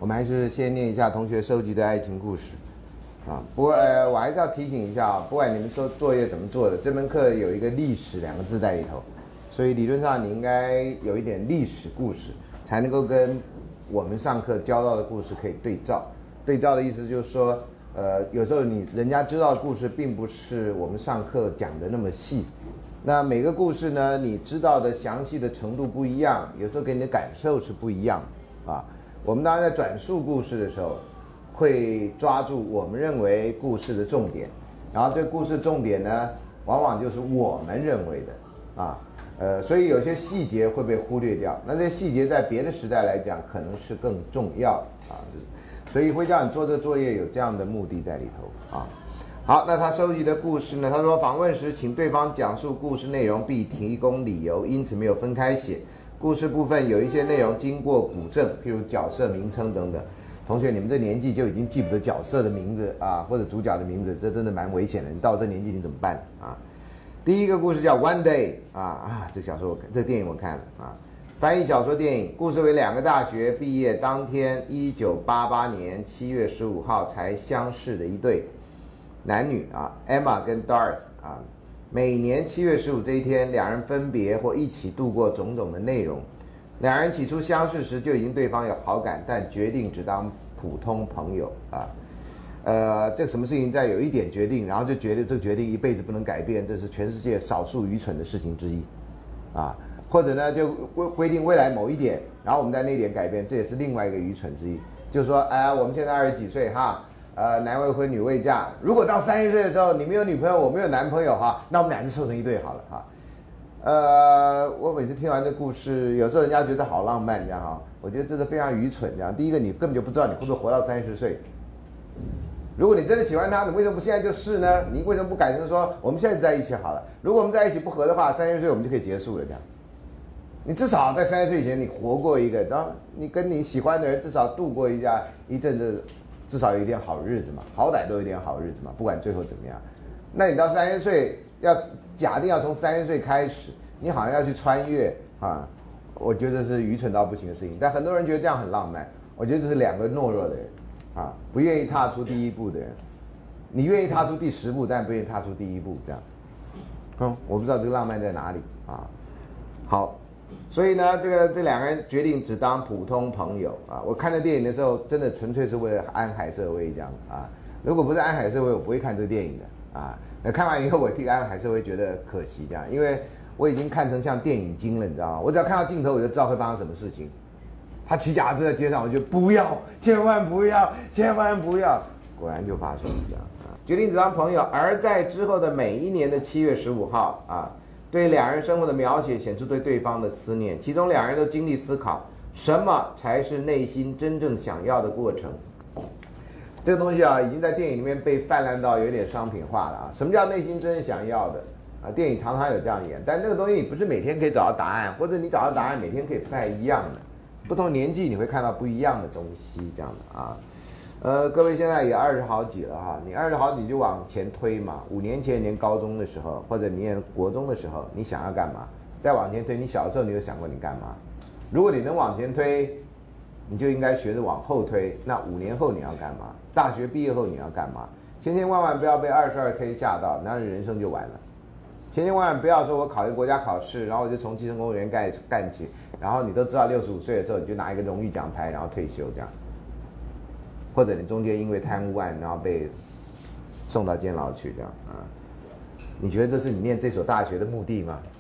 们还是先念一下同学收集的爱情故事啊。不过我还是要提醒一下啊，不管你们说作业怎么做的，这门课有一个历史2个字在里头，所以理论上你应该有一点历史故事，才能够跟我们上课教到的故事可以对照。对照的意思就是说，有时候人家知道的故事并不是我们上课讲的那么细。那每个故事呢，你知道的详细的程度不一样，有时候给你的感受是不一样的啊。我们当然在转述故事的时候，会抓住我们认为故事的重点，然后这个故事重点呢，往往就是我们认为的啊。所以有些细节会被忽略掉，那这些细节在别的时代来讲可能是更重要啊，所以会叫你做这个作业有这样的目的在里头啊。好，那他收集的故事呢？他说访问时请对方讲述故事内容并提供理由，因此没有分开写。故事部分有一些内容经过补正，譬如角色名称等等。同学，你们这年纪就已经记不得角色的名字啊，或者主角的名字，这真的蛮危险的。你到这年纪你怎么办啊？第一个故事叫 One Day 这个小说这个电影我看了啊。翻译小说电影，故事为2个大学毕业当天1988年7月15号才相识的一对男女啊 ，Emma 跟 Darth 啊，每年7月15这一天，2人分别或一起度过种种的内容。2人起初相识时就已经对方有好感，但决定只当普通朋友啊。这个什么事情在有一点决定，然后就觉得这个决定一辈子不能改变，这是全世界少数愚蠢的事情之一啊。或者呢，就规定未来某一点，然后我们在那一点改变，这也是另外一个愚蠢之一。就是说，我们现在20几岁哈。男未婚女未嫁，如果到30岁的时候你没有女朋友我没有男朋友哈，那我们俩就凑成一对好了哈。我每次听完这故事，有时候人家觉得好浪漫这样哈，我觉得这是非常愚蠢这样。第一个，你根本就不知道你会不会活到30岁。如果你真的喜欢他，你为什么不现在就试呢？你为什么不改成说我们现在在一起好了？如果我们在一起不合的话，30岁我们就可以结束了这样。你至少在30岁以前你活过一个，然后你跟你喜欢的人至少度过一阵子。至少有一点好日子嘛，好歹都有一点好日子嘛，不管最后怎么样。那你到30岁，假定要从30岁开始，你好像要去穿越啊，我觉得是愚蠢到不行的事情。但很多人觉得这样很浪漫，我觉得这是2个懦弱的人啊，不愿意踏出第一步的人。你愿意踏出第10步，但不愿意踏出第1步，这样。我不知道这个浪漫在哪里啊。好。所以呢，这2个人决定只当普通朋友啊。我看这电影的时候，真的纯粹是为了安海瑟薇这样啊。如果不是安海瑟薇，我不会看这个电影的啊。看完以后，我替安海瑟薇觉得可惜这样，因为我已经看成像电影精了，你知道吗？我只要看到镜头，我就知道会发生什么事情。他骑脚踏车在街上，我就不要，千万不要，千万不要，果然就发生了这样啊。决定只当朋友，而在之后的每一年的7月15号啊。对2人生活的描写显出对对方的思念，其中2人都经历思考什么才是内心真正想要的过程。这个东西啊，已经在电影里面被泛滥到有点商品化了啊。什么叫内心真正想要的啊？电影常常有这样演，但这个东西你不是每天可以找到答案，或者你找到答案每天可以不太一样的，不同年纪你会看到不一样的东西这样的啊。各位现在也20好几了哈，你20好几就往前推嘛。5年前念高中的时候，或者你念国中的时候，你想要干嘛？再往前推，你小时候你有想过你干嘛？如果你能往前推，你就应该学着往后推。那5年后你要干嘛？大学毕业后你要干嘛？千千万万不要被22K 吓到，那人生就完了。千千万万不要说我考一个国家考试，然后我就从基层公务员干起，然后你都知道65岁的时候你就拿一个荣誉奖牌，然后退休这样。或者你中间因为贪污案，然后被送到监牢去这样啊？你觉得这是你念这所大学的目的吗？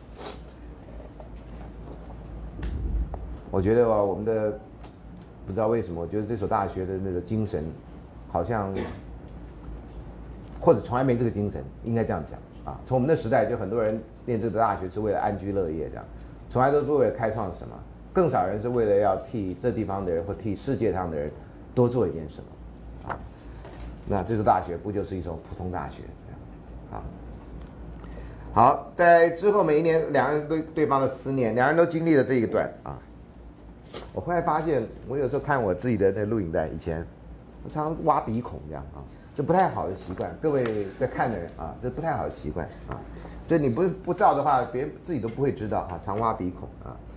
我觉得我们的不知道为什么，我觉得这所大学的那个精神，好像或者从来没这个精神，应该这样讲啊。从我们那时代，就很多人念这个大学是为了安居乐业这样，从来都是为了开创什么，更少人是为了要替这地方的人或替世界上的人多做一点什么啊。那这所大学不就是一所普通大学啊？好，在之后每一年，两人对对方的思念，两人都经历了这一段啊。我后来发现，我有时候看我自己的那录影带，以前我常常挖鼻孔这样啊，这不太好的习惯。各位在看的人啊，这不太好的习惯啊。这你不照的话，别人自己都不会知道啊，常挖鼻孔啊。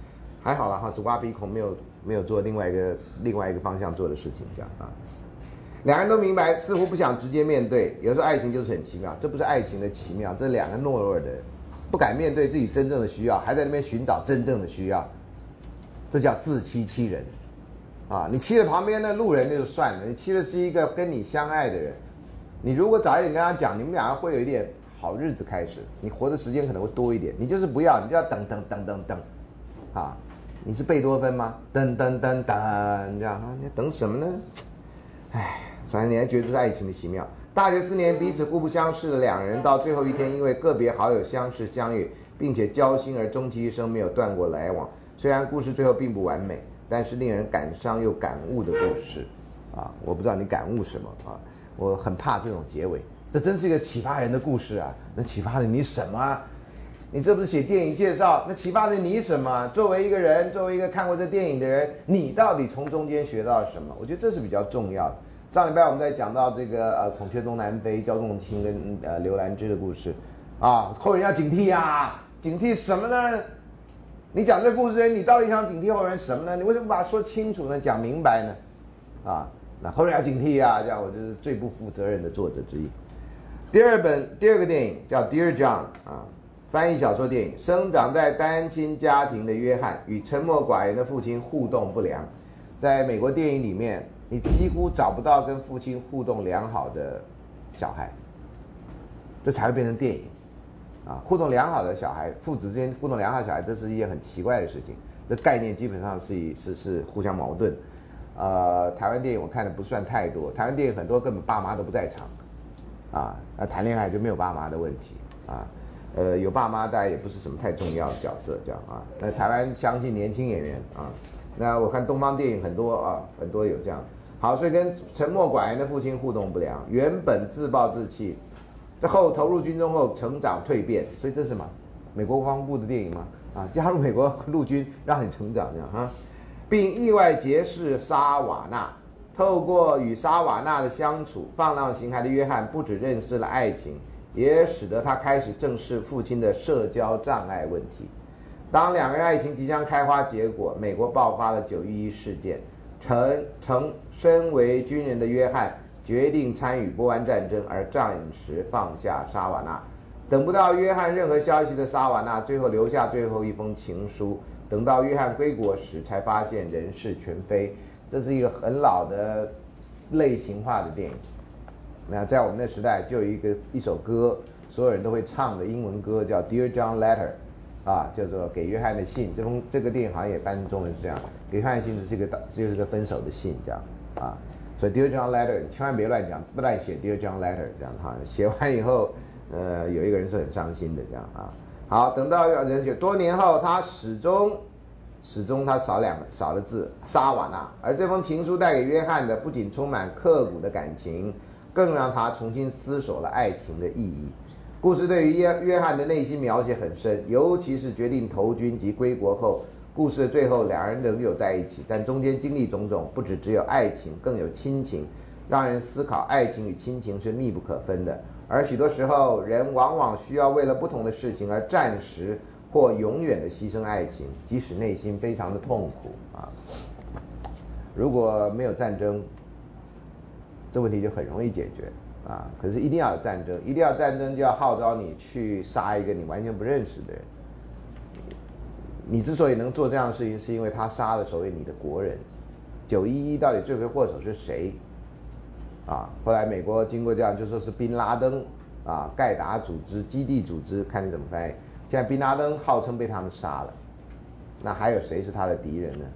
还好啦哈，是挖鼻孔没有做另外一个方向做的事情这样啊。两人都明白，似乎不想直接面对。有时候爱情就是很奇妙，这不是爱情的奇妙，这两个懦弱的人不敢面对自己真正的需要，还在那边寻找真正的需要，这叫自欺欺人啊！你欺了旁边的路人那就算了，你欺的是一个跟你相爱的人。你如果早一点跟他讲，你们两个会有一点好日子开始，你活的时间可能会多一点。你就是不要，你就要等，啊！你是贝多芬吗？等，这样啊？你等什么呢？唉，反正你还觉得这是爱情的奇妙。大学4年彼此互不相识的两人，到最后一天因为个别好友相识相遇，并且交心而终其一生没有断过来往。虽然故事最后并不完美，但是令人感伤又感悟的故事啊！我不知道你感悟什么啊？我很怕这种结尾，这真是一个启发人的故事啊！那启发了你什么啊？你这不是写电影介绍，那启发了你什么？作为一个人，作为一个看过这电影的人，你到底从中间学到什么？我觉得这是比较重要的。上礼拜我们在讲到这个孔雀东南飞，焦仲卿跟刘兰芝的故事啊，后人要警惕啊，警惕什么呢？你讲这个故事，你到底想警惕后人什么呢？你为什么不把它说清楚呢？讲明白呢？啊，那后人要警惕啊，这样我就是最不负责任的作者之一。第二个电影叫《Dear John》啊。翻译小说电影，生长在单亲家庭的约翰与沉默寡言的父亲互动不良。在美国电影里面，你几乎找不到跟父亲互动良好的小孩，这才会变成电影啊！互动良好的小孩，父子之间互动良好的小孩，这是一件很奇怪的事情。这概念基本上是互相矛盾。台湾电影我看的不算太多，台湾电影很多根本爸妈都不在场啊，谈恋爱就没有爸妈的问题啊。有爸妈大概也不是什么太重要的角色，这样啊。那台湾相信年轻演员啊，那我看东方电影很多啊，很多有这样。好，所以跟沉默寡言的父亲互动不良，原本自暴自弃，之后投入军中后成长蜕变，所以这是什么？美国国防部的电影吗？啊，加入美国陆军让你成长这样啊，并意外结识沙瓦纳。透过与沙瓦纳的相处，放浪形骸的约翰不只认识了爱情，也使得他开始正视父亲的社交障碍问题。当两个人爱情即将开花结果，美国爆发了911事件，身为军人的约翰决定参与波湾战争，而暂时放下沙瓦纳。等不到约翰任何消息的沙瓦纳，最后留下最后一封情书。等到约翰归国时，才发现人事全非。这是一个很老的类型化的电影。那在我们那时代，就有一首歌，所有人都会唱的英文歌，叫《Dear John Letter》，啊，叫做《给约翰的信》。这个电影好像也翻成中文是这样，给约翰的信只是一个分手的信，这样啊。所以《Dear John Letter》千万别乱讲，不乱写《Dear John Letter》这样哈。写完以后，有一个人是很伤心的这样啊。好，等到人久多年后，他始终他少了字沙瓦纳，而这封情书带给约翰的不仅充满刻骨的感情，更让他重新思索了爱情的意义。故事对于约翰的内心描写很深，尤其是决定投军及归国后，故事的最后两人仍有在一起，但中间经历种种，不只有爱情，更有亲情，让人思考爱情与亲情是密不可分的。而许多时候，人往往需要为了不同的事情而暂时或永远的牺牲爱情，即使内心非常的痛苦啊。如果没有战争，这问题就很容易解决啊。可是一定要有战争，一定要战争就要号召你去杀一个你完全不认识的人。你之所以能做这样的事情，是因为他杀了所谓你的国人。911到底罪魁祸首是谁？啊，后来美国经过这样就说是宾拉登啊，盖达组织、基地组织，看你怎么翻译。现在宾拉登号称被他们杀了，那还有谁是他的敌人呢？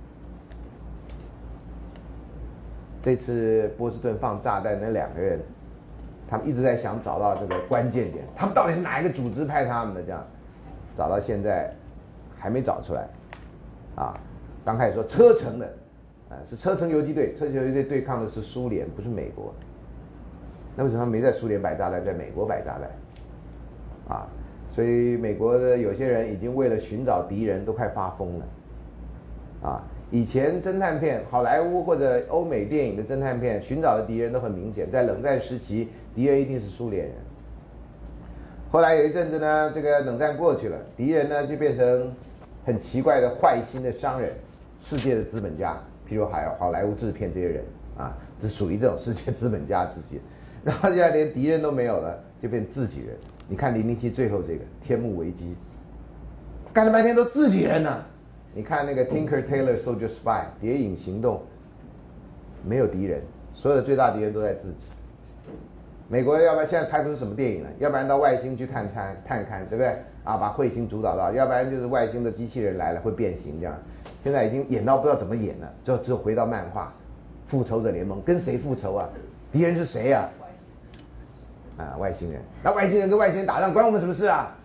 这次波士顿放炸弹那2个人，他们一直在想找到这个关键点，他们到底是哪一个组织派他们的？这样找到现在还没找出来啊。刚开始说车臣的是车臣游击队，车臣游击队对抗的是苏联，不是美国。那为什么他们没在苏联摆炸弹，在美国摆炸弹啊？所以美国的有些人已经为了寻找敌人都快发疯了啊。以前侦探片，好莱坞或者欧美电影的侦探片寻找的敌人都很明显，在冷战时期敌人一定是苏联人。后来有一阵子呢，这个冷战过去了，敌人呢就变成很奇怪的坏心的商人，世界的资本家，譬如好莱坞制片这些人啊，只属于这种世界资本家之间。然后现在连敌人都没有了，就变自己人。你看007最后这个天幕危机，干了半天都自己人呢。你看那个 Tinker Tailor Soldier Spy 谍影行动，没有敌人，所有的最大敌人都在自己。美国要不然现在拍不出什么电影了，要不然到外星去探勘，对不对？啊，把彗星主导到，要不然就是外星的机器人来了会变形这样。现在已经演到不知道怎么演了，只有回到漫画，复仇者联盟跟谁复仇啊？敌人是谁啊？外星人。那外星人跟外星人打仗关我们什么事啊？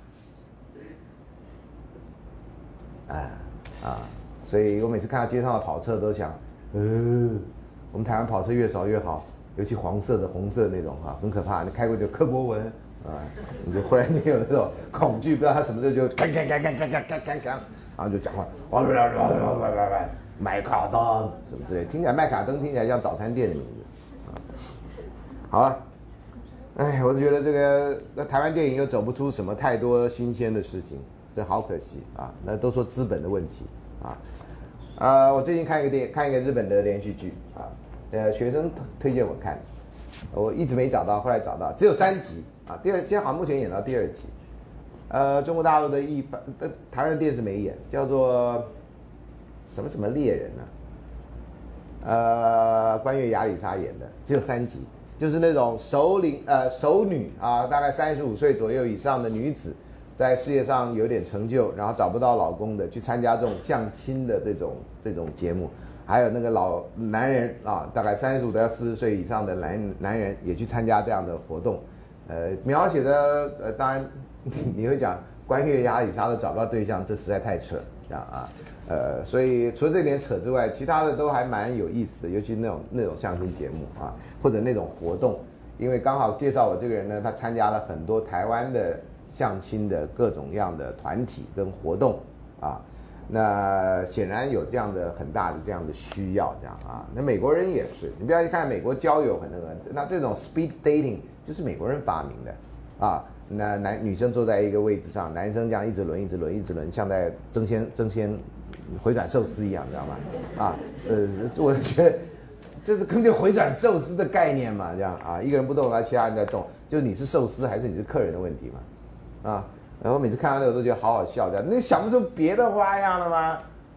所以我每次看到街上的跑车都想，我们台湾跑车越少越好，尤其黄色的、红色的那种很可怕。你开过就柯博文你就忽然间有那种恐惧，不知道他什么时候就干，然后就讲话，麦卡登什么之类，听起来麦卡登听起来像早餐店的名字好了。我是觉得这个台湾电影又走不出什么太多新鲜的事情，这好可惜啊！那都说资本的问题我最近看一个日本的连续剧学生推荐我看，我一直没找到，后来找到，只有3集现在好像目前演到第2集。中国大陆的台湾的电视没演，叫做什么猎人关于亚里莎演的，只有3集。就是那种熟女大概35岁左右以上的女子，在事业上有点成就，然后找不到老公的，去参加这种相亲的这种节目。还有那个老男人大概35到40岁以上的男人也去参加这样的活动。描写的当然你会讲关于亚里莎的找不到对象，这实在太扯所以除了这点扯之外，其他的都还蛮有意思的，尤其那种相亲节目或者那种活动。因为刚好介绍我这个人呢，他参加了很多台湾的相亲的各种样的团体跟活动那显然有这样的很大的这样的需要那美国人也是，你不要去看美国交友很那这种 speed dating 就是美国人发明的那女生坐在一个位置上，男生这样一直轮，像在争先回转寿司一样，知道吗？我觉得这是根本就回转寿司的概念嘛，这样一个人不动，然后其他人在动，就是你是寿司还是你是客人的问题嘛，然后每次看到那个都觉得好好笑，这样，你想不出别的花样了吗？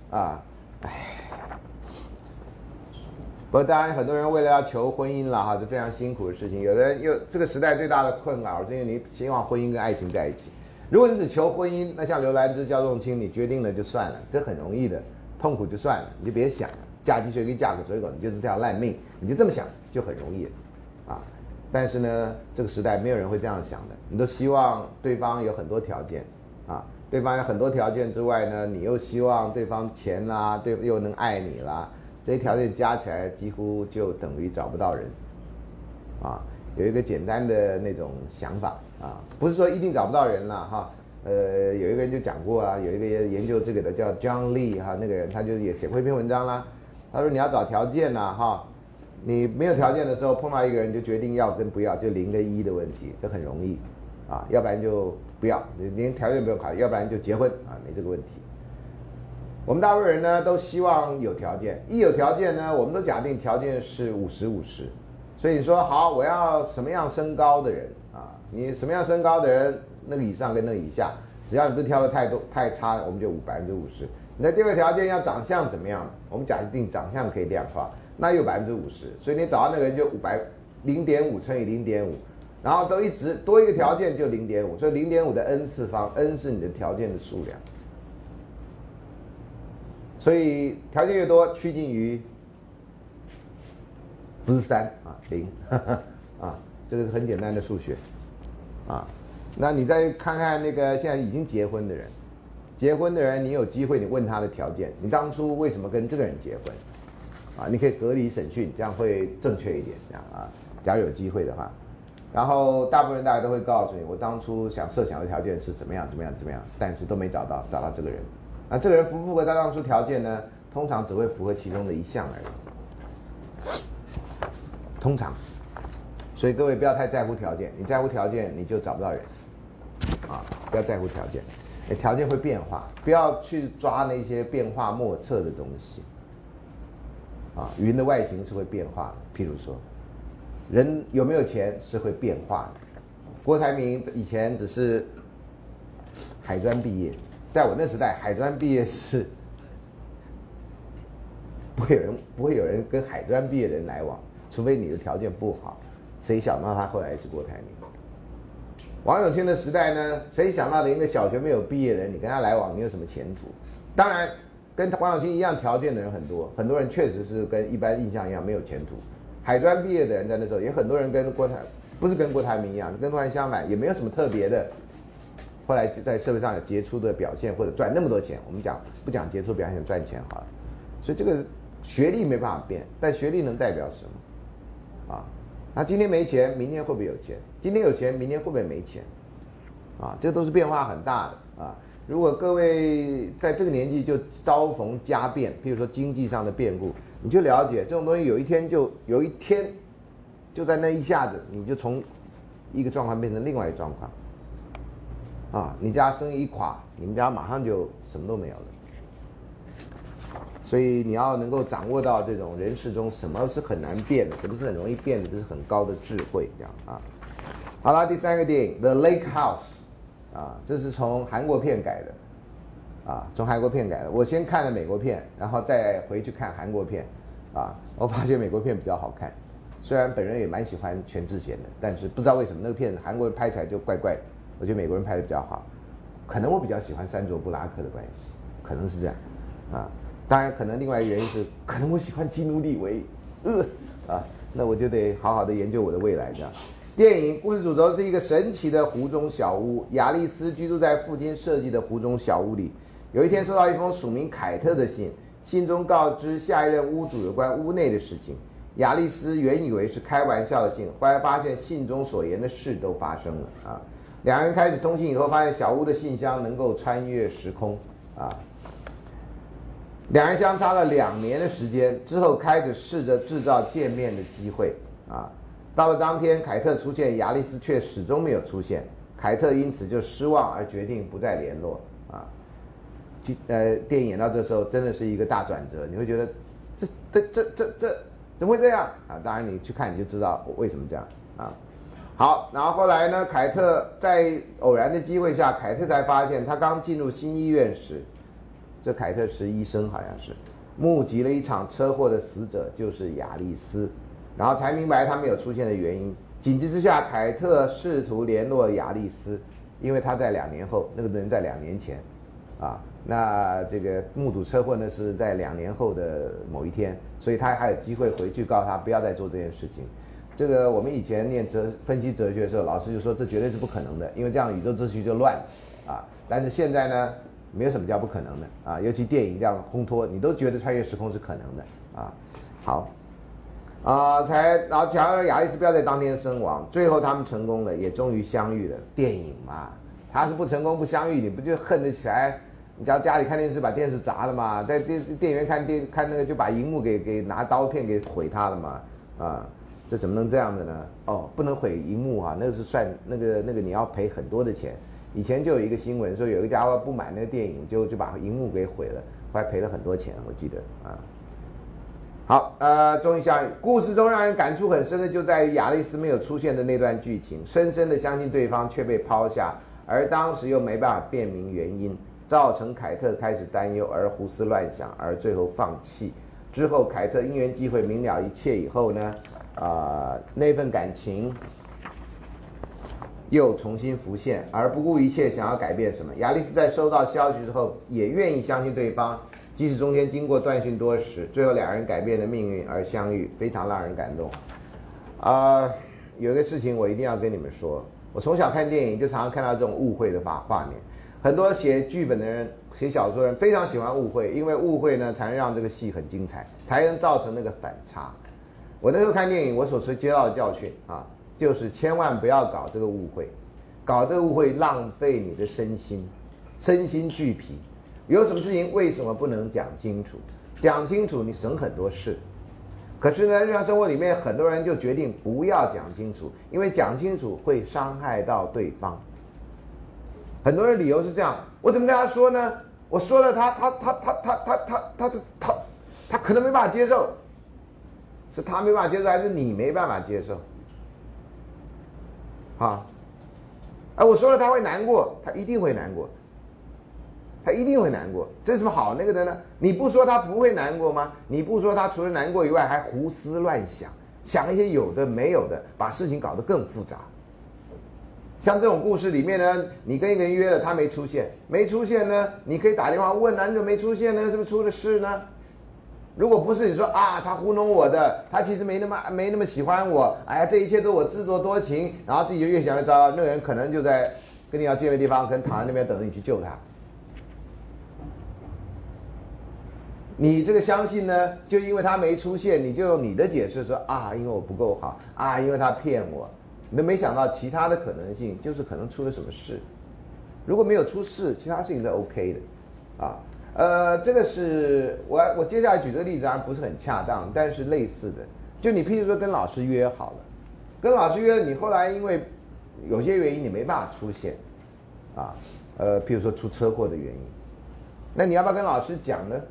不过当然很多人为了要求婚姻了是非常辛苦的事情。有的人这个时代最大的困扰是因为你希望婚姻跟爱情在一起。如果你只求婚姻，那像刘兰芝、焦仲卿，你决定了就算了，这很容易的，痛苦就算了，你就别想了，嫁鸡随鸡嫁狗随狗，你就是条烂命，你就这么想就很容易但是呢，这个时代没有人会这样想的，你都希望对方有很多条件对方有很多条件之外呢，你又希望对方钱啦，又能爱你啦，这些条件加起来几乎就等于找不到人有一个简单的那种想法不是说一定找不到人啦有一个人就讲过有一个研究这个的叫 John Lee 那个人他就也写过一篇文章啦，他说你要找条件你没有条件的时候碰到一个人就决定要跟不要，就0跟1的问题，这很容易要不然就不要，连条件不用考虑，要不然就结婚没这个问题。我们大部分人呢都希望有条件，一有条件呢，我们都假定条件是50-50，所以你说好，我要什么样身高的人你什么样身高的人，那个以上跟那个以下，只要你不是挑的太差，我们就50%。你的第二个条件要长相怎么样？我们假定长相可以量化，那又50%，所以你找到那个人就0.5乘以0.5，然后都一直多一个条件就0.5，所以0.5的 n 次方 ，n 是你的条件的数量。所以条件越多，趋近于不是30这个是很简单的数学那你再看看那个现在已经结婚的人，你有机会你问他的条件，你当初为什么跟这个人结婚你可以隔离审讯，这样会正确一点，这样假如有机会的话。然后大部分人大家都会告诉你，我当初设想的条件是怎么样，但是都没找到这个人。那这个人符不符合他当初条件呢？通常只会符合其中的一项而已，通常。所以各位不要太在乎条件，你在乎条件你就找不到人不要在乎条件。 条件会变化，不要去抓那些变化莫测的东西。云的外形是会变化的，譬如说，人有没有钱是会变化的。郭台铭以前只是海专毕业，在我那时代，海专毕业是不会有人跟海专毕业的人来往，除非你的条件不好。谁想到他后来是郭台铭？王永庆的时代呢，谁想到连一个小学没有毕业的人，你跟他来往，你有什么前途？当然，跟王永庆一样条件的人很多，很多人确实是跟一般印象一样没有前途。海专毕业的人在那时候也很多人不是跟郭台铭一样，跟郭台铭相反，也没有什么特别的。后来在社会上有杰出的表现或者赚那么多钱，我们不讲杰出表现，赚钱好了。所以这个学历没办法变，但学历能代表什么？那今天没钱，明天会不会有钱？今天有钱，明天会不会没钱？这都是变化很大的如果各位在这个年纪就遭逢家变，譬如说经济上的变故，你就了解这种东西，有一天就在那一下子，你就从一个状况变成另外一个状况。你家生意一垮，你们家马上就什么都没有了。所以你要能够掌握到这种人世中什么是很难变的，什么是很容易变的，这是很高的智慧，这样好了，第三个电影《The Lake House》这是从韩国片改的从韩国片改的。我先看了美国片，然后再回去看韩国片我发现美国片比较好看。虽然本人也蛮喜欢全智贤的，但是不知道为什么那个片韩国人拍起来就怪怪的，我觉得美国人拍的比较好。可能我比较喜欢山卓布拉克的关系，可能是这样当然，可能另外一个原因是，可能我喜欢基努里维，那我就得好好的研究我的未来这样。电影故事主轴是一个神奇的湖中小屋，亚丽丝居住在父亲设计的湖中小屋里。有一天收到一封署名凯特的信，信中告知下一任屋主有关屋内的事情。亚丽丝原以为是开玩笑的信，后来发现信中所言的事都发生了两人开始通信以后，发现小屋的信箱能够穿越时空两人相差了2年的时间之后，开始试着制造见面的机会到了当天，凯特出现，亚丽丝却始终没有出现。凯特因此就失望，而决定不再联络电影演到这时候真的是一个大转折，你会觉得这怎么会这样当然你去看你就知道为什么这样好，然后后来呢，凯特在偶然的机会下，凯特才发现他刚进入新医院时，这凯特是医生，好像是目击了一场车祸的死者就是亚丽丝，然后才明白他没有出现的原因。紧急之下，凯特试图联络亚丽丝，因为他在2年后，那个人在2年前那这个目睹车祸呢是在2年后的某一天，所以他还有机会回去告诉他不要再做这件事情。这个我们以前念分析哲学的时候，老师就说这绝对是不可能的，因为这样宇宙秩序就乱了但是现在呢，没有什么叫不可能的尤其电影这样烘托，你都觉得穿越时空是可能的好然后乔尔亚丽丝不要在当天身亡，最后他们成功了，也终于相遇了。电影嘛，他是不成功不相遇，你不就恨得起来？你只要家里看电视把电视砸了嘛，在电影院看那个就把荧幕给拿刀片给毁它了嘛这怎么能这样的呢？不能毁荧幕那个是算那个你要赔很多的钱。以前就有一个新闻说有一个家伙不买那个电影就把荧幕给毁了，后来赔了很多钱，我记得好终于相遇。故事中让人感触很深的就在于亚丽丝没有出现的那段剧情，深深的相信对方却被抛下，而当时又没办法辨明原因，造成凯特开始担忧而胡思乱想，而最后放弃。之后凯特因缘机会明了一切以后呢那份感情又重新浮现，而不顾一切想要改变什么。亚丽丝在收到消息之后也愿意相信对方，即使中间经过断讯多时，最后2人改变了命运而相遇，非常让人感动有一个事情我一定要跟你们说，我从小看电影就常常看到这种误会的画面。很多写剧本的人写小说的人非常喜欢误会，因为误会呢才能让这个戏很精彩，才能造成那个反差。我那时候看电影，我所接到的教训就是千万不要搞这个误会，搞这个误会浪费你的身心俱疲。有什么事情为什么不能讲清楚？讲清楚你省很多事。可是呢，日常生活里面很多人就决定不要讲清楚，因为讲清楚会伤害到对方。很多人理由是这样， 我怎么跟他说呢？我说了他可能没办法接受，是他没办法接受，还是你没办法接受？啊，我说了他会难过，他一定会难过，他一定会难过。这是什么好那个的呢？你不说他不会难过吗？你不说他除了难过以外，还胡思乱想，想一些有的没有的，把事情搞得更复杂。像这种故事里面呢，你跟一个人约了，他没出现呢，你可以打电话问啊，你怎么没出现呢？是不是出了事呢？如果不是，你说啊，他糊弄我的，他其实没那么喜欢我，哎呀，这一切都我自作多情，然后自己就越想越糟糕，那个人可能就在跟你要见面的地方，可能躺在那边等着你去救他。你这个相信呢，就因为他没出现，你就用你的解释说啊，因为我不够好啊，因为他骗我。你都没想到其他的可能性，就是可能出了什么事。如果没有出事，其他事情都 OK 的，啊，这个是我接下来举这个例子当然不是很恰当，但是类似的，就你譬如说跟老师约好了，跟老师约了，你后来因为有些原因你没办法出现，啊，譬如说出车祸的原因，那你要不要跟老师讲呢？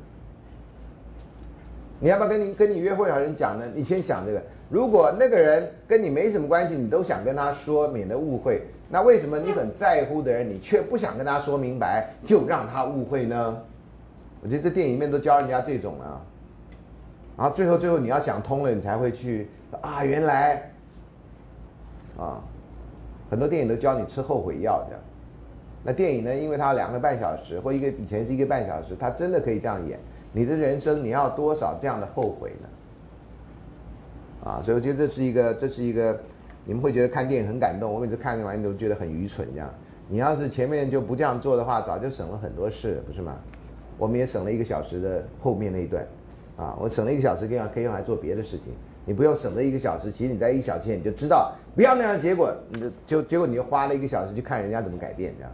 你要不要跟你约会好人讲呢？你先想这个。如果那个人跟你没什么关系，你都想跟他说，免得误会，那为什么你很在乎的人，你却不想跟他说明白，就让他误会呢？我觉得这电影里面都教人家这种啊，然后最后你要想通了，你才会去啊，原来啊，很多电影都教你吃后悔药这样。那电影呢，因为它2个半小时或以前是1个半小时，它真的可以这样演。你的人生你要多少这样的后悔呢？啊，所以我觉得这是一个，你们会觉得看电影很感动，我每次看完都觉得很愚蠢这样。你要是前面就不这样做的话，早就省了很多事，不是吗？我们也省了1个小时的后面那一段，啊，我省了1个小时可以用来做别的事情。你不用省了1个小时，其实你在1个小时前你就知道不要那样的结果，结果你又花了1个小时去看人家怎么改变这样，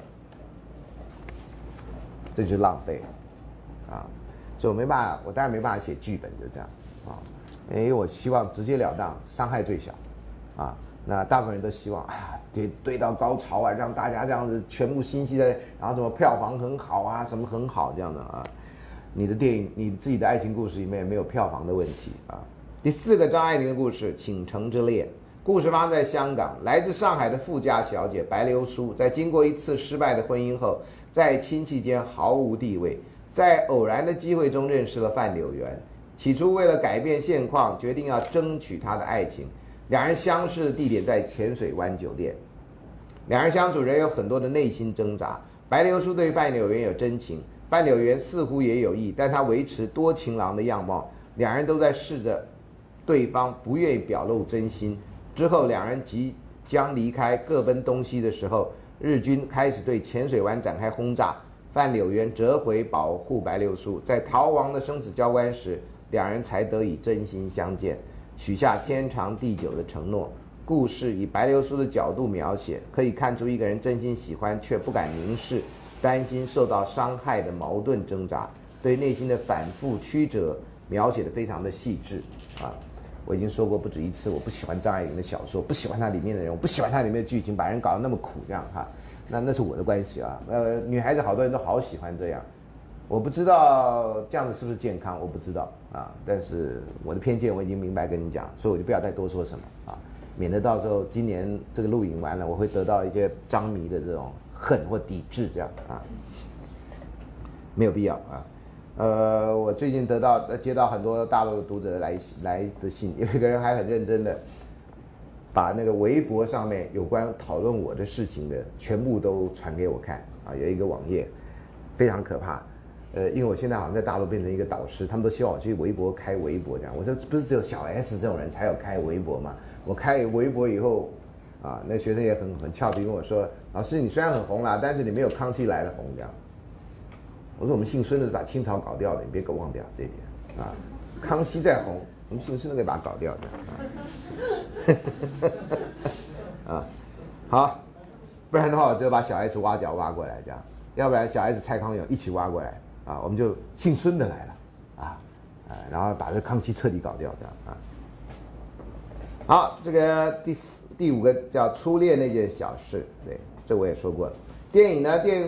这就是浪费，啊。所以我当然没办法写剧本，就这样啊，因为我希望直截了当，伤害最小，啊，那大部分人都希望堆到高潮啊，让大家这样子全部心系在，然后什么票房很好啊，什么很好这样的啊，你的电影，你自己的爱情故事里面没有票房的问题啊。第4个张爱玲的故事《倾城之恋》，故事发生在香港，来自上海的富家小姐白流苏，在经过一次失败的婚姻后，在亲戚间毫无地位。在偶然的机会中认识了范柳原，起初为了改变现况，决定要争取他的爱情。两人相识的地点在浅水湾酒店，两人相处仍有很多的内心挣扎。白流苏对范柳原有真情，范柳原似乎也有意，但他维持多情郎的样貌。两人都在试着对方不愿意表露真心。之后两人即将离开各奔东西的时候，日军开始对浅水湾展开轰炸，范柳原折回保护白流苏，在逃亡的生死交关时，两人才得以真心相见，许下天长地久的承诺。故事以白流苏的角度描写，可以看出一个人真心喜欢却不敢明示，担心受到伤害的矛盾挣扎，对内心的反复曲折描写得非常的细致啊。我已经说过不止一次，我不喜欢张爱玲的小说，不喜欢它里面的人，我不喜欢它里面的剧情，把人搞得那么苦这样哈。那是我的关系啊。女孩子好多人都好喜欢这样，我不知道这样子是不是健康，我不知道啊。但是我的偏见我已经明白跟你讲，所以我就不要再多说什么啊，免得到时候今年这个录影完了，我会得到一些张迷的这种恨或抵制这样啊，没有必要啊。我最近接到很多大陆的读者来的信，有一个人还很认真的把那个微博上面有关讨论我的事情的全部都传给我看啊，有一个网页非常可怕。因为我现在好像在大陆变成一个导师，他们都希望我去微博开微博这样。我说不是只有小 S 这种人才有开微博吗？我开微博以后啊，那学生也很俏皮跟我说，老师你虽然很红啦，但是你没有康熙来了红这样。我说我们姓孙的把清朝搞掉了，你别给我忘掉这一点啊。康熙再红，我们姓孙的可以把它搞掉的啊。好，不然的话我只有把小 S 挖角挖过来这样，要不然小 S 蔡康永一起挖过来啊，我们就姓孙的来了啊，然后把这康熙彻底搞掉这样啊。好，这个第5个叫初恋那件小事，对，这我也说过了。电影呢，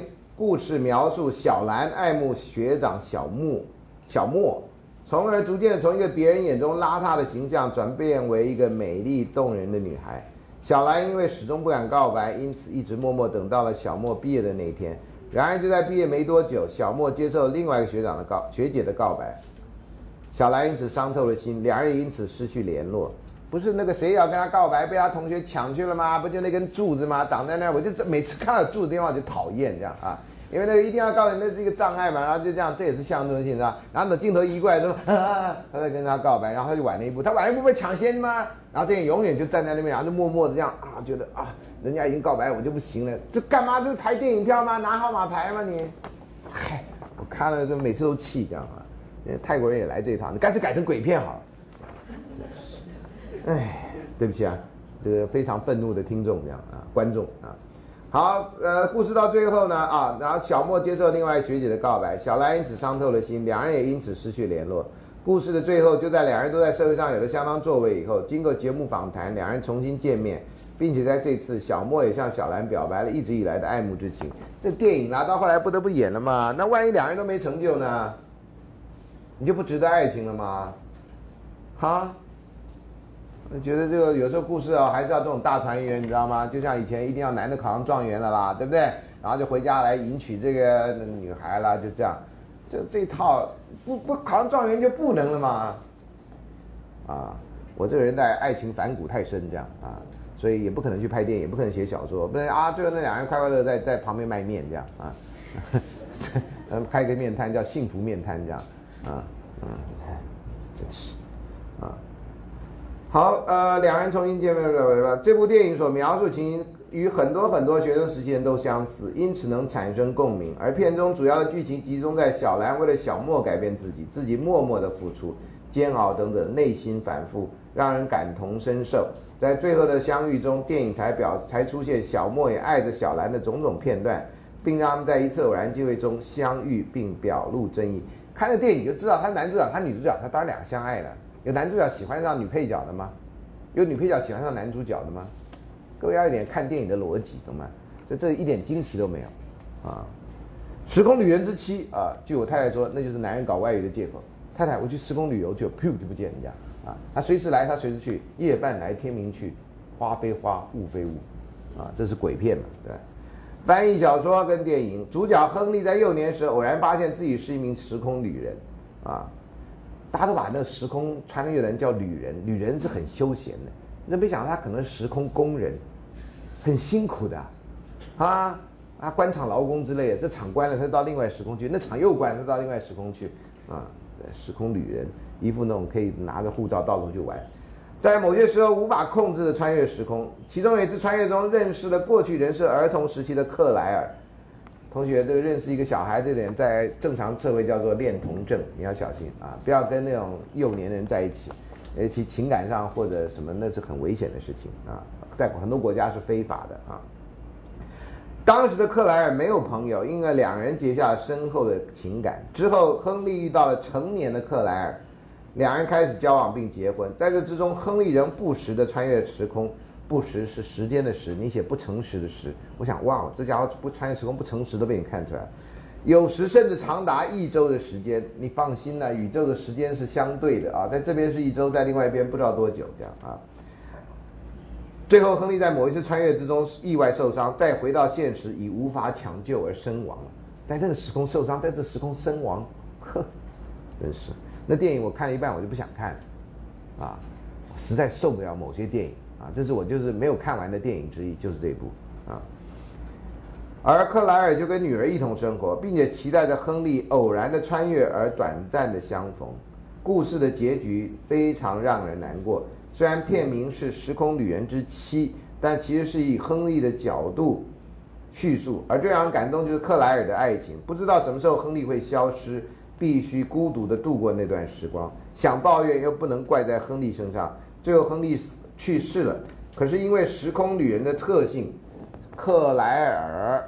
故事描述小兰爱慕学长小莫，从而逐渐从一个别人眼中邋遢的形象转变为一个美丽动人的女孩。小兰因为始终不敢告白，因此一直默默等到了小莫毕业的那一天。然而就在毕业没多久，小莫接受另外一个学姐的告白，小兰因此伤透了心，两人也因此失去联络。不是那个谁要跟他告白，被他同学抢去了吗？不就那根柱子吗？挡在那儿，我就每次看到柱子地方我就讨厌这样啊，因为那个一定要告诉你那是一个障碍嘛，然后就这样，这也是象征性的。然后等镜头移过来说，他在跟他告白，然后他就晚了一步，他晚了一步被抢先吗？然后这人永远就站在那边，然后就默默的这样啊，觉得啊，人家已经告白，我就不行了，这干嘛？这是排电影票吗？拿号码牌吗你？嗨，我看了这每次都气这样啊。泰国人也来这一套，你干脆改成鬼片好了。真是，哎，对不起啊，这个非常愤怒的听众这样啊，观众啊。好，故事到最后呢啊，然后小莫接受另外学姐的告白，小兰因此伤透了心，两人也因此失去联络。故事的最后，就在两人都在社会上有了相当作为以后，经过节目访谈，两人重新见面，并且在这次小莫也向小兰表白了一直以来的爱慕之情。这电影拿到后来不得不演了嘛，那万一两人都没成就呢？你就不值得爱情了吗？哈？我觉得这个有时候故事啊，还是要这种大团圆，你知道吗？就像以前一定要男的考上状元了啦，对不对？然后就回家来迎娶这个女孩啦，就这样。这套不考上状元就不能了吗？啊，我这个人在爱情反骨太深，这样啊，所以也不可能去拍电影，也不可能写小说，不能啊，最后那两人快快乐在旁边卖面这样啊，开个面摊叫幸福面摊这样啊，真是啊。好，两人重新见面了。这部电影所描述情形与很多学生时期人都相似，因此能产生共鸣。而片中主要的剧情集中在小兰为了小莫改变自己默默的付出、煎熬等等，内心反复，让人感同身受。在最后的相遇中，电影才出现小莫也爱着小兰的种种片段，并让他们在一次偶然机会中相遇，并表露真意。看了电影就知道，他男主角、他女主角，他当然两个相爱了。有男主角喜欢上女配角的吗？有女配角喜欢上男主角的吗？各位要一点看电影的逻辑，懂吗？就这一点惊奇都没有啊！时空旅人之妻啊，据我太太说，那就是男人搞外遇的借口。太太，我去时空旅游去，噗就不见人家啊！他随时来，他随时去，夜半来，天明去，花非花，雾非雾啊！这是鬼片嘛，对吧？翻译小说跟电影，主角亨利在幼年时偶然发现自己是一名时空旅人啊。大家都把那个时空穿越的人叫旅人，旅人是很休闲的，那没想到他可能是时空工人，很辛苦的，官场劳工之类的，这场关了他到另外时空去，那场又关他到另外时空去，时空旅人，一副那种可以拿着护照到处去玩，在某些时候无法控制的穿越时空，其中有一次穿越中认识了过去人是儿童时期的克莱尔。同学，这个认识一个小孩这点在正常社会叫做恋童症，你要小心啊，不要跟那种幼年人在一起，尤其情感上或者什么，那是很危险的事情啊，在很多国家是非法的啊。当时的克莱尔没有朋友，因为两人结下了深厚的情感。之后，亨利遇到了成年的克莱尔，两人开始交往并结婚。在这之中，亨利仍不时的穿越时空。不实是时间的时，你写不诚实的实，我想哇，这家伙不穿越时空不诚实都被你看出来，有时甚至长达1周的时间。你放心啦，宇宙的时间是相对的啊，在这边是1周，在另外一边不知道多久这样啊。最后，亨利在某一次穿越之中意外受伤，再回到现实已无法抢救而身亡了。在那个时空受伤，在这时空身亡，呵，真是。那电影我看了一半，我就不想看，啊，实在受不了某些电影。这是我就是没有看完的电影之一，就是这部啊。而克莱尔就跟女儿一同生活，并且期待着亨利偶然的穿越而短暂的相逢。故事的结局非常让人难过，虽然片名是《时空旅人之妻》，但其实是以亨利的角度叙述。而最让人感动就是克莱尔的爱情，不知道什么时候亨利会消失，必须孤独的度过那段时光。想抱怨又不能怪在亨利身上，最后亨利去世了，可是因为时空旅人的特性，克莱尔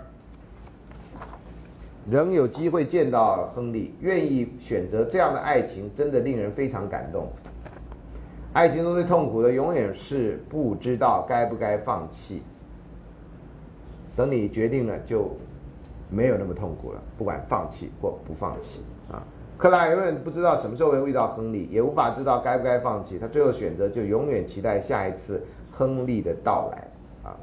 仍有机会见到亨利，愿意选择这样的爱情，真的令人非常感动。爱情中最痛苦的永远是不知道该不该放弃，等你决定了就没有那么痛苦了，不管放弃或不放弃啊。克莱永远不知道什么时候会遇到亨利，也无法知道该不该放弃，他最后选择就永远期待下一次亨利的到来啊。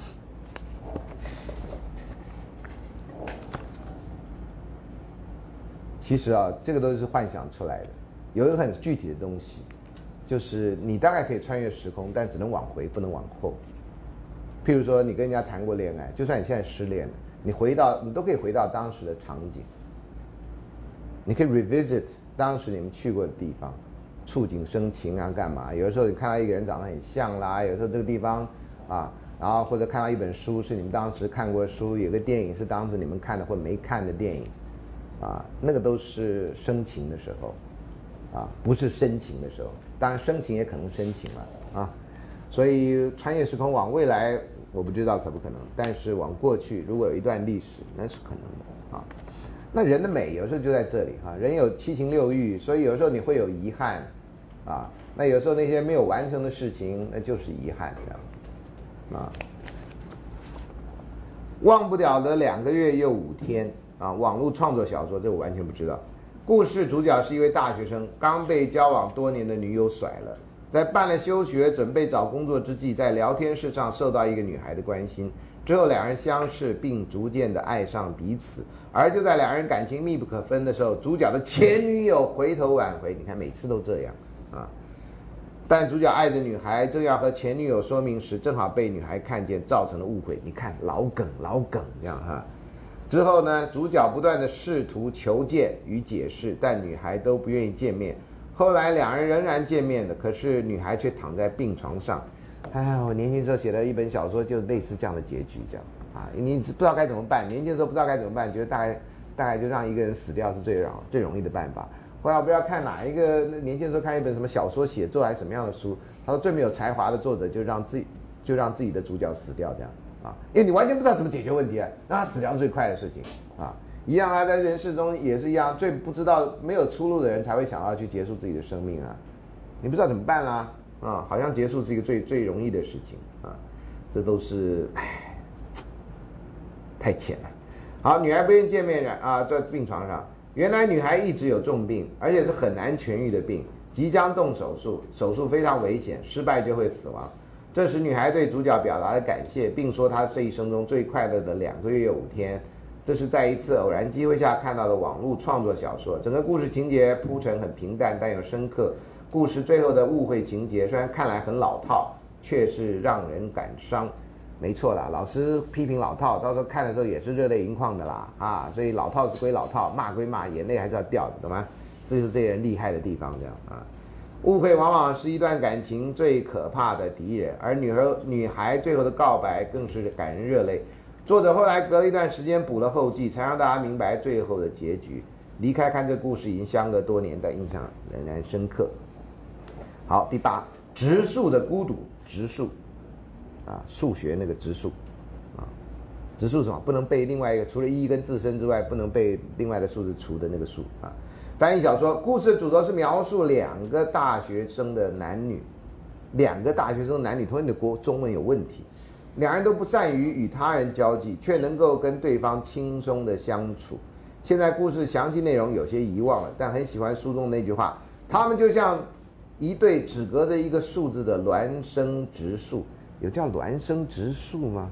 其实啊，这个都是幻想出来的，有一个很具体的东西，就是你大概可以穿越时空，但只能往回，不能往后。譬如说，你跟人家谈过恋爱，就算你现在失恋了，你都可以回到当时的场景，你可以 revisit 当时你们去过的地方，触景生情啊，干嘛？有的时候你看到一个人长得很像啦，有时候这个地方啊，然后或者看到一本书是你们当时看过的书，有个电影是当时你们看的或没看的电影。啊，那个都是生情的时候，啊，不是深情的时候。当然，生情也可能深情了啊。所以穿越时空往未来，我不知道可不可能，但是往过去，如果有一段历史，那是可能的啊。那人的美有时候就在这里啊，人有七情六欲，所以有时候你会有遗憾啊。那有时候那些没有完成的事情，那就是遗憾这样啊。忘不了的2个月又5天。啊，网络创作小说，这我完全不知道。故事主角是一位大学生，刚被交往多年的女友甩了，在办了休学、准备找工作之际，在聊天室上受到一个女孩的关心，之后2人相识，并逐渐的爱上彼此。而就在2人感情密不可分的时候，主角的前女友回头挽回，你看每次都这样啊。但主角爱着女孩，正要和前女友说明时，正好被女孩看见，造成了误会。你看老梗这样哈。之后呢，主角不断的试图求见与解释，但女孩都不愿意见面。后来2人仍然见面了，可是女孩却躺在病床上。哎，我年轻时候写了一本小说，就类似这样的结局，这样啊，你不知道该怎么办。年轻的时候不知道该怎么办，觉得大概就让一个人死掉是最容易的办法。后来我不知道看哪一个，年轻的时候看一本什么小说写作还是什么样的书，他说最没有才华的作者就让自己的主角死掉这样。因为你完全不知道怎么解决问题啊，让他死掉是最快的事情啊。一样啊，在人世中也是一样，最不知道没有出路的人才会想要去结束自己的生命啊。你不知道怎么办啦啊，好像结束是一个最容易的事情啊。这都是太浅了。好，女孩不愿意见面啊，在病床上。原来女孩一直有重病，而且是很难痊愈的病，即将动手术，手术非常危险，失败就会死亡。这时，女孩对主角表达了感谢，并说她这一生中最快乐的2个月又5天。这是在一次偶然机会下看到的网络创作小说。整个故事情节铺陈很平淡，但又深刻。故事最后的误会情节虽然看来很老套，却是让人感伤。没错啦，老师批评老套，到时候看的时候也是热泪盈眶的啦啊！所以老套是归老套，骂归骂，眼泪还是要掉的，懂吗？这就是这些人厉害的地方，这样啊。误会往往是一段感情最可怕的敌人，而女孩最后的告白更是感人热泪。作者后来隔了一段时间补了后记，才让大家明白最后的结局。离开看这故事已经相隔多年，但印象仍然深刻。好，第8，植树的孤独。植树啊，数学那个植树啊，植树什么不能背另外一个，除了一跟自身之外，不能背另外的数字除的那个数啊。翻译小说，故事的主轴是描述2个大学生的男女，2个大学生男女，同学你的中文有问题，2人都不善于与他人交际，却能够跟对方轻松的相处。现在故事详细内容有些遗忘了，但很喜欢书中那句话：他们就像一对只隔着一个数字的孪生植树。有叫孪生植树吗？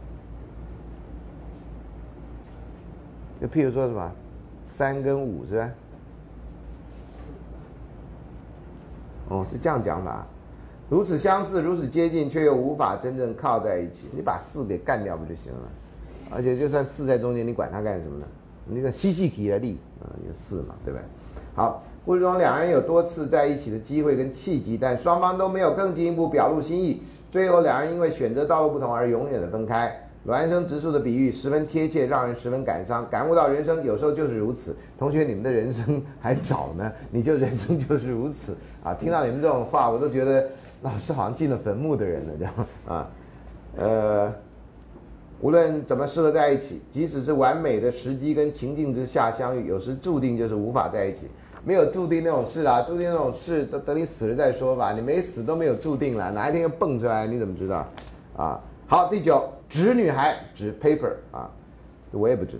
就譬如说什么3跟5是吧？哦，是这样讲法，如此相似，如此接近，却又无法真正靠在一起。你把4给干掉不就行了？而且就算4在中间，你管它干什么呢？你那个细细体的力啊，你4嘛，对不对？好，故事中2人有多次在一起的机会跟契机，但双方都没有更进一步表露心意。最后2人因为选择道路不同而永远的分开。孪生植树的比喻十分贴切，让人十分感伤，感悟到人生有时候就是如此。同学，你们的人生还早呢，你就人生就是如此啊！听到你们这种话，我都觉得老师好像进了坟墓的人了，这样啊。无论怎么适合在一起，即使是完美的时机跟情境之下相遇，有时注定就是无法在一起。没有注定那种事啊，注定那种事等你死了再说吧。你没死都没有注定了，哪一天又蹦出来，你怎么知道啊？好，第9，指女孩，指 paper 啊，我也不知道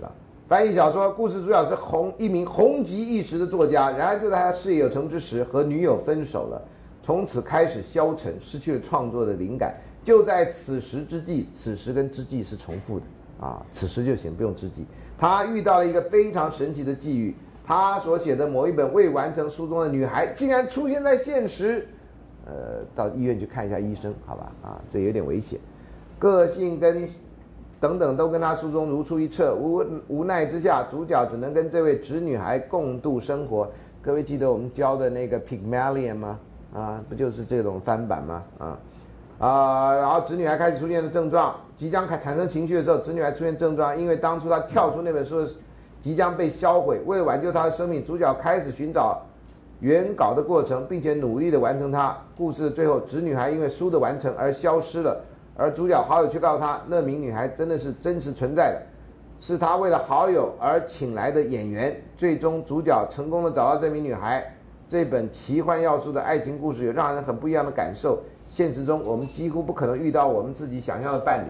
翻译小说，故事主角是一名红极一时的作家，然而就在他事业有成之时，和女友分手了，从此开始消沉，失去了创作的灵感。就在此时之际，此时跟之际是重复的啊，此时就行，不用之际。他遇到了一个非常神奇的际遇，他所写的某一本未完成书中的女孩，竟然出现在现实。到医院去看一下医生，好吧？啊，这有点危险。个性跟等等都跟他书中如出一辙，无奈之下，主角只能跟这位直女孩共度生活。各位记得我们教的那个 Pygmalion 吗？啊，不就是这种翻版吗？然后直女孩开始出现了症状，即将产生情绪的时候，直女孩出现症状，因为当初她跳出那本书即将被销毁，为了挽救她的生命，主角开始寻找原稿的过程，并且努力的完成它。故事的最后，直女孩因为书的完成而消失了，而主角好友却告诉他，那名女孩真的是真实存在的，是他为了好友而请来的演员。最终主角成功的找到这名女孩。这本奇幻要素的爱情故事有让人很不一样的感受，现实中我们几乎不可能遇到我们自己想象的伴侣。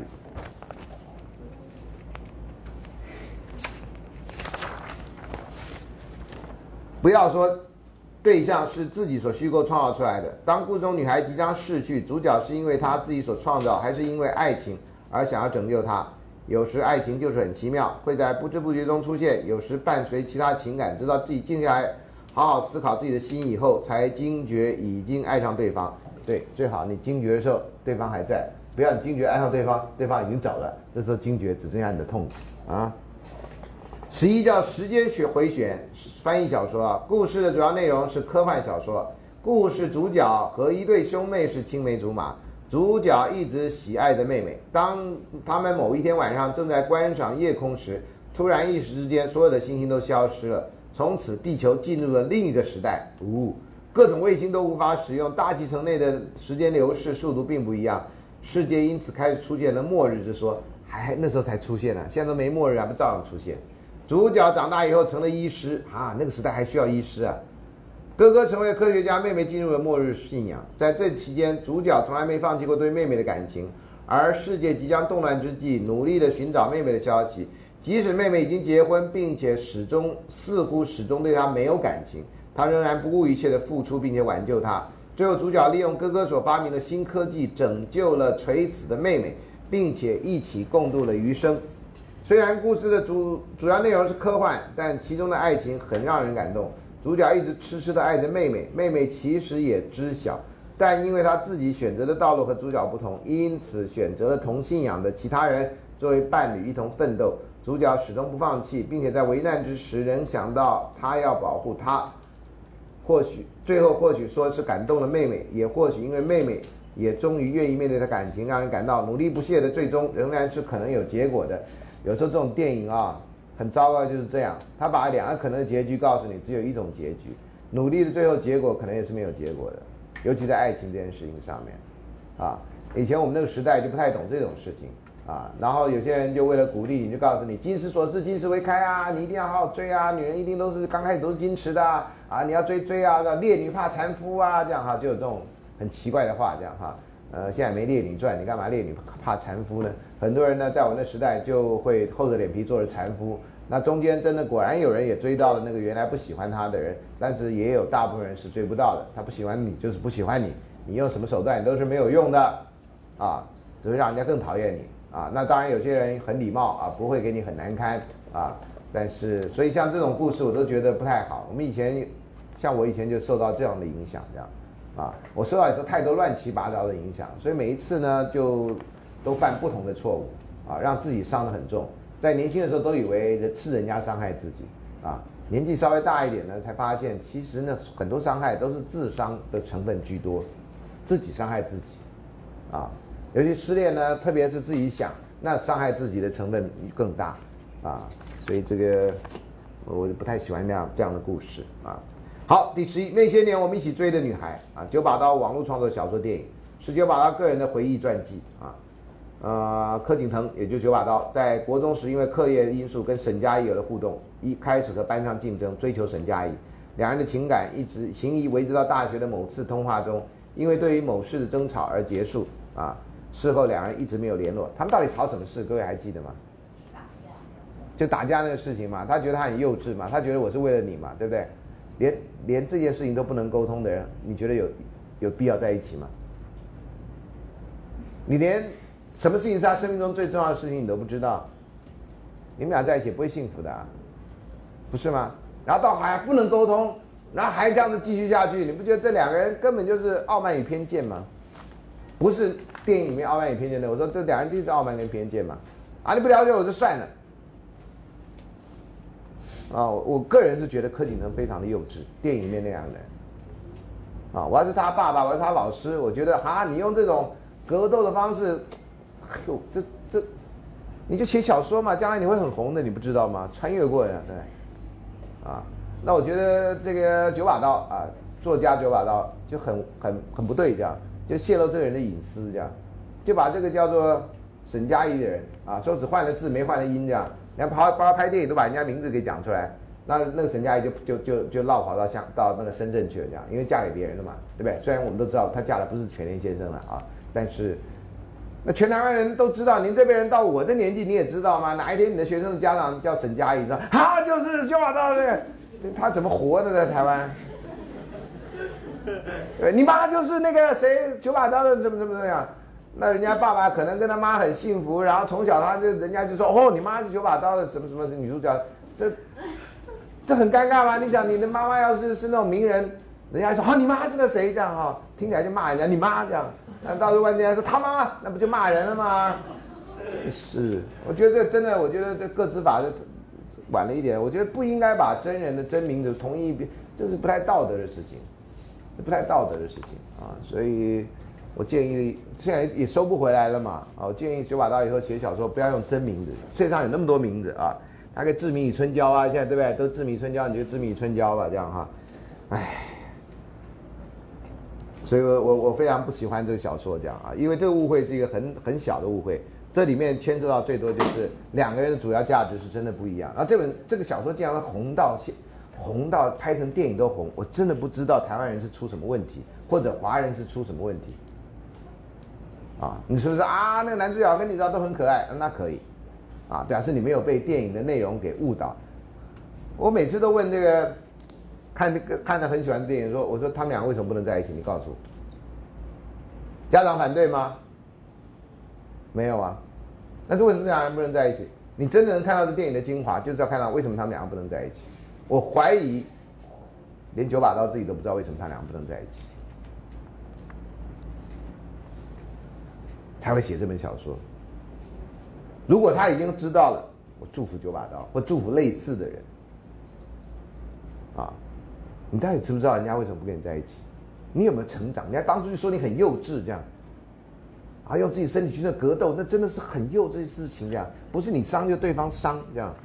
不要说对象是自己所虚构创造出来的，当故中女孩即将逝去，主角是因为她自己所创造，还是因为爱情而想要拯救她？有时爱情就是很奇妙，会在不知不觉中出现，有时伴随其他情感，直到自己静下来好好思考自己的心以后，才惊觉已经爱上对方。对，最好你惊觉的时候对方还在，不要你惊觉爱上对方，对方已经走了，这时候惊觉只剩下你的痛苦啊。11叫时间回旋，翻译小说啊。故事的主要内容是科幻小说，故事主角和一对兄妹是青梅竹马，主角一直喜爱着妹妹。当他们某一天晚上正在观赏夜空时，突然一时之间所有的星星都消失了，从此地球进入了另一个时代。各种卫星都无法使用，大气层内的时间流逝速度并不一样，世界因此开始出现了末日之说。那时候才出现呢，现在都没末日，还不照样出现。主角长大以后成了医师啊，那个时代还需要医师啊。哥哥成为科学家，妹妹进入了末日信仰。在这期间，主角从来没放弃过对妹妹的感情，而世界即将动乱之际，努力的寻找妹妹的消息。即使妹妹已经结婚，并且似乎始终对他没有感情，他仍然不顾一切的付出，并且挽救她。最后，主角利用哥哥所发明的新科技，拯救了垂死的妹妹，并且一起共度了余生。虽然故事的主要内容是科幻，但其中的爱情很让人感动。主角一直痴痴地爱着妹妹，妹妹其实也知晓，但因为她自己选择的道路和主角不同，因此选择了同信仰的其他人作为伴侣一同奋斗。主角始终不放弃，并且在危难之时仍想到他要保护她。最后或许说是感动了妹妹，也或许因为妹妹也终于愿意面对她感情，让人感到努力不懈的最终仍然是可能有结果的。有时候这种电影啊，很糟糕，就是这样，他把两个可能的结局告诉你，只有一种结局，努力的最后结果可能也是没有结果的，尤其在爱情这件事情上面，啊，以前我们那个时代就不太懂这种事情啊，然后有些人就为了鼓励你，就告诉你金石所至，金石为开啊，你一定要好好追啊，女人一定都是刚开始都是矜持的啊，你要追啊，烈女怕缠夫啊，这样哈，就有这种很奇怪的话，这样哈。现在没烈女传，你干嘛烈女怕缠夫呢？很多人呢，在我那时代就会厚着脸皮做了缠夫。那中间真的果然有人也追到了那个原来不喜欢他的人，但是也有大部分人是追不到的。他不喜欢你就是不喜欢你，你用什么手段都是没有用的，啊，只会让人家更讨厌你啊。那当然有些人很礼貌啊，不会给你很难堪啊。但是所以像这种故事我都觉得不太好。我以前就受到这样的影响，这样。我受到太多乱七八糟的影响，所以每一次呢就都犯不同的错误啊，让自己伤得很重。在年轻的时候都以为是人家伤害自己啊，年纪稍微大一点呢，才发现其实呢很多伤害都是自伤的成分居多，自己伤害自己啊。尤其失恋呢，特别是自己想，那伤害自己的成分更大啊。所以这个我就不太喜欢这样的故事啊。好，第11，那些年我们一起追的女孩啊，九把刀网络创作小说电影，是九把刀个人的回忆传记啊。柯景腾也就九把刀，在国中时因为课业因素跟沈佳宜有了互动，一开始和班上竞争，追求沈佳宜，两人的情感情谊维持到大学的某次通话中，因为对于某事的争吵而结束啊。事后两人一直没有联络，他们到底吵什么事？各位还记得吗？ 就打架那个事情嘛，他觉得他很幼稚嘛，他觉得我是为了你嘛，对不对？连这件事情都不能沟通的人，你觉得有必要在一起吗？你连什么事情是他生命中最重要的事情你都不知道，你们俩在一起不会幸福的啊，不是吗？然后到还不能沟通，然后还这样子继续下去，你不觉得这两个人根本就是傲慢与偏见吗？不是电影里面傲慢与偏见的，我说这两人就是傲慢跟偏见嘛。啊，你不了解我就算了。啊，我个人是觉得柯景腾非常的幼稚，电影里面那样的人。啊，我要是他爸爸，我要是他老师，我觉得你用这种格斗的方式，哎呦，这，你就写小说嘛，将来你会很红的，你不知道吗？穿越过呀，对。啊，那我觉得这个九把刀啊，作家九把刀就很不对，这样就泄露这个人的隐私，这样就把这个叫做沈佳宜的人啊，说只换了字没换了音，这样。连包括拍电影都把人家名字给讲出来，那个沈佳宜就绕跑到那个深圳去了，这样，因为嫁给别人了嘛，对不对？虽然我们都知道她嫁的不是全联先生了啊，但是那全台湾人都知道，您这边人到我这年纪你也知道吗？哪一天你的学生的家长叫沈佳宜，说就是九把刀这个，他怎么活呢在台湾？对，你妈就是那个谁九把刀的怎么样？那人家爸爸可能跟他妈很幸福，然后从小人家就说你妈是九把刀的什么女主角，这很尴尬吧？你想你的妈妈要是那种名人，人家说你妈是那谁这样听起来就骂人家你妈这样，那到时候万一人家说他妈，那不就骂人了吗？真是，我觉得真的，我觉得这个资法是晚了一点，我觉得不应该把真人的真名字同一遍，这是不太道德的事情，这不太道德的事情啊，所以。我建议现在也收不回来了嘛，我建议九把刀以后写小说不要用真名字，世界上有那么多名字啊，大概志明与春娇啊，现在对不对？都志明春娇，你就志明与春娇吧，这样哈，唉，所以我非常不喜欢这个小说这样啊，因为这个误会是一个很小的误会，这里面牵涉到最多就是两个人的主要价值是真的不一样，然后这个小说竟然会红到拍成电影都红，我真的不知道台湾人是出什么问题，或者华人是出什么问题。你是不是那个男主角跟女主角都很可爱，那可以，表示你没有被电影的内容给误导。我每次都问这个看得很喜欢的电影，我说他们俩为什么不能在一起？你告诉我，家长反对吗？没有啊，但是为什么这两人不能在一起？你真的能看到这电影的精华，就是要看到为什么他们两个不能在一起。我怀疑，连九把刀自己都不知道为什么他俩不能在一起。才会写这本小说。如果他已经知道了，我祝福九把刀，或祝福类似的人。你到底知不知道人家为什么不跟你在一起？你有没有成长？人家当初就说你很幼稚这样，用自己身体去那格斗，那真的是很幼稚的事情这样，不是你伤就对方伤这样，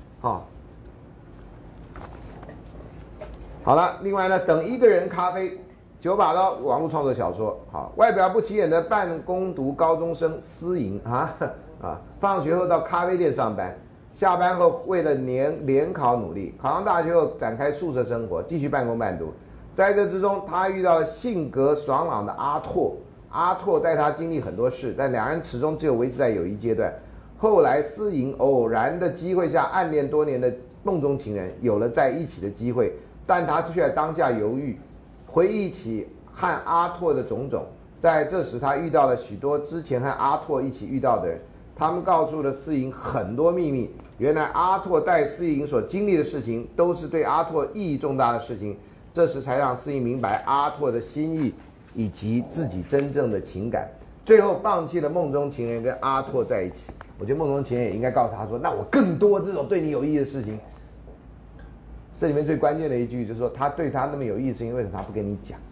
好了，另外呢，等一个人咖啡。九把刀网络创作小说，好，外表不起眼的半工读高中生思莹放学后到咖啡店上班，下班后为了联考努力，考上大学后展开宿舍生活，继续半工半读。在这之中，他遇到了性格爽朗的阿拓带他经历很多事，但两人始终只有维持在友谊阶段。后来思莹偶然的机会下，暗恋多年的梦中情人有了在一起的机会，但他却在当下犹豫。回忆起和阿拓的种种，在这时他遇到了许多之前和阿拓一起遇到的人，他们告诉了思莹很多秘密。原来阿拓带思莹所经历的事情都是对阿拓意义重大的事情，这时才让思莹明白阿拓的心意以及自己真正的情感，最后放弃了梦中情人跟阿拓在一起。我觉得梦中情人也应该告诉他说，那我更多这种对你有意义的事情。这里面最关键的一句就是说，他对他那么有意思，为什么他不跟你讲？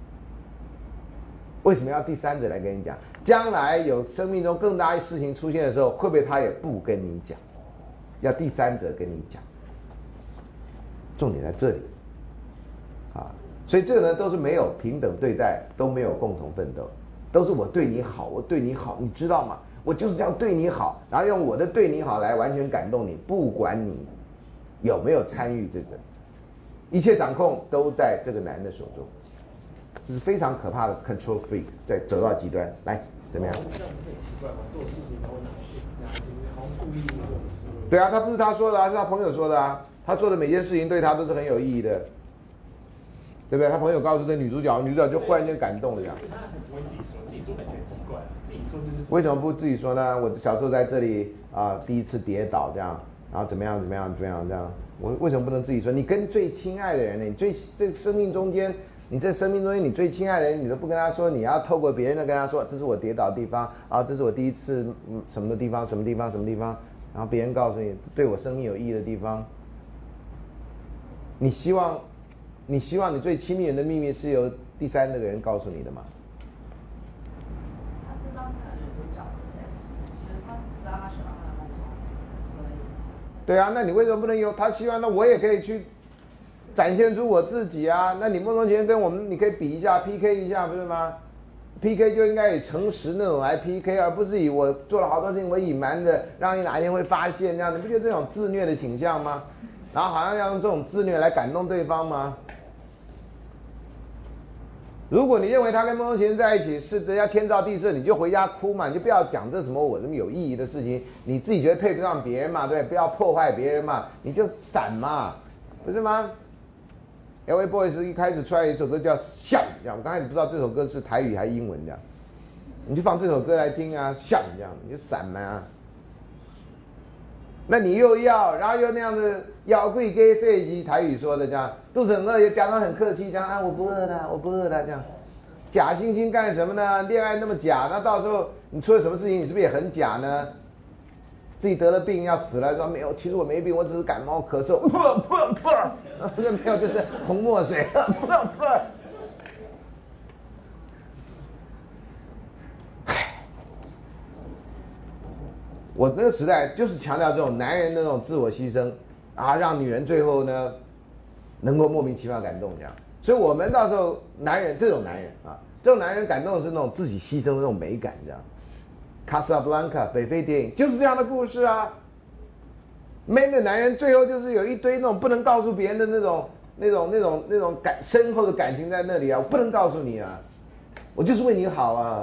为什么要第三者来跟你讲？将来有生命中更大的事情出现的时候，会不会他也不跟你讲？要第三者跟你讲。重点在这里，所以这个呢都是没有平等对待，都没有共同奋斗，都是我对你好，我对你好，你知道吗？我就是这样对你好，然后用我的对你好来完全感动你，不管你有没有参与这个，一切掌控都在这个男的手中，这是非常可怕的 control freak， 在走到极端。来，怎么样？ 这样不是很奇怪吗？做事情然后拿去，然后就是好像故意对啊，他不是他说的啊，是他朋友说的啊。他做的每件事情对他都是很有意义的，对不对？他朋友告诉这女主角，女主角就忽然间感动了，这样。 他很不会自己说，自己说感觉很奇怪，自己说就是。 为什么不自己说呢？我小时候在这里第一次跌倒这样，然后怎么样这样。我为什么不能自己说？你跟最亲爱的人，你这生命中间，你最亲爱的人，你都不跟他说，你要透过别人的跟他说，这是我跌倒的地方啊，这是我第一次什么地方，然后别人告诉你对我生命有意义的地方。你希望你最亲密人的秘密是由第三个人告诉你的吗？ 他知道那个女主角之前是他知道他喜欢他的梦中，所以。 对啊，那你为什么不能有他希望？那我也可以去展现出我自己啊。那你梦中情人跟我们，你可以比一下 ，PK 一下，不是吗？PK 就应该以诚实那种来 PK， 而不是以我做了好多事情我隐瞒着，让你哪一天会发现这样。你不觉得这种自虐的倾向吗？然后好像要用这种自虐来感动对方吗？如果你认为他跟梦中情人在一起是人家天造地设，你就回家哭嘛，你就不要讲这什么我这么有意义的事情，你自己觉得配不上别人嘛，对，不要破坏别人嘛，你就闪嘛，不是吗？LA Boys 一开始出来一首歌叫《像》，这样，我刚开始不知道这首歌是台语还是英文这样，你就放这首歌来听啊，像这样，你就闪嘛。那你又要，然后又那样的要跪给设计台语说的这样，肚子很饿也假装很客气这样啊，我不饿的这样，假惺惺干什么呢？恋爱那么假，那到时候你出了什么事情，你是不是也很假呢？自己得了病要死了，说没有，其实我没病，我只是感冒咳嗽，那没有就是红墨水，我那个时代就是强调这种男人的那种自我牺牲啊，让女人最后呢能够莫名其妙感动这样。所以我们到时候男人这种男人感动的是那种自己牺牲的那种美感这样。卡萨布兰卡北非电影就是这样的故事啊。man 的男人最后就是有一堆那种不能告诉别人的那种深厚的感情在那里啊，我不能告诉你啊，我就是为你好啊。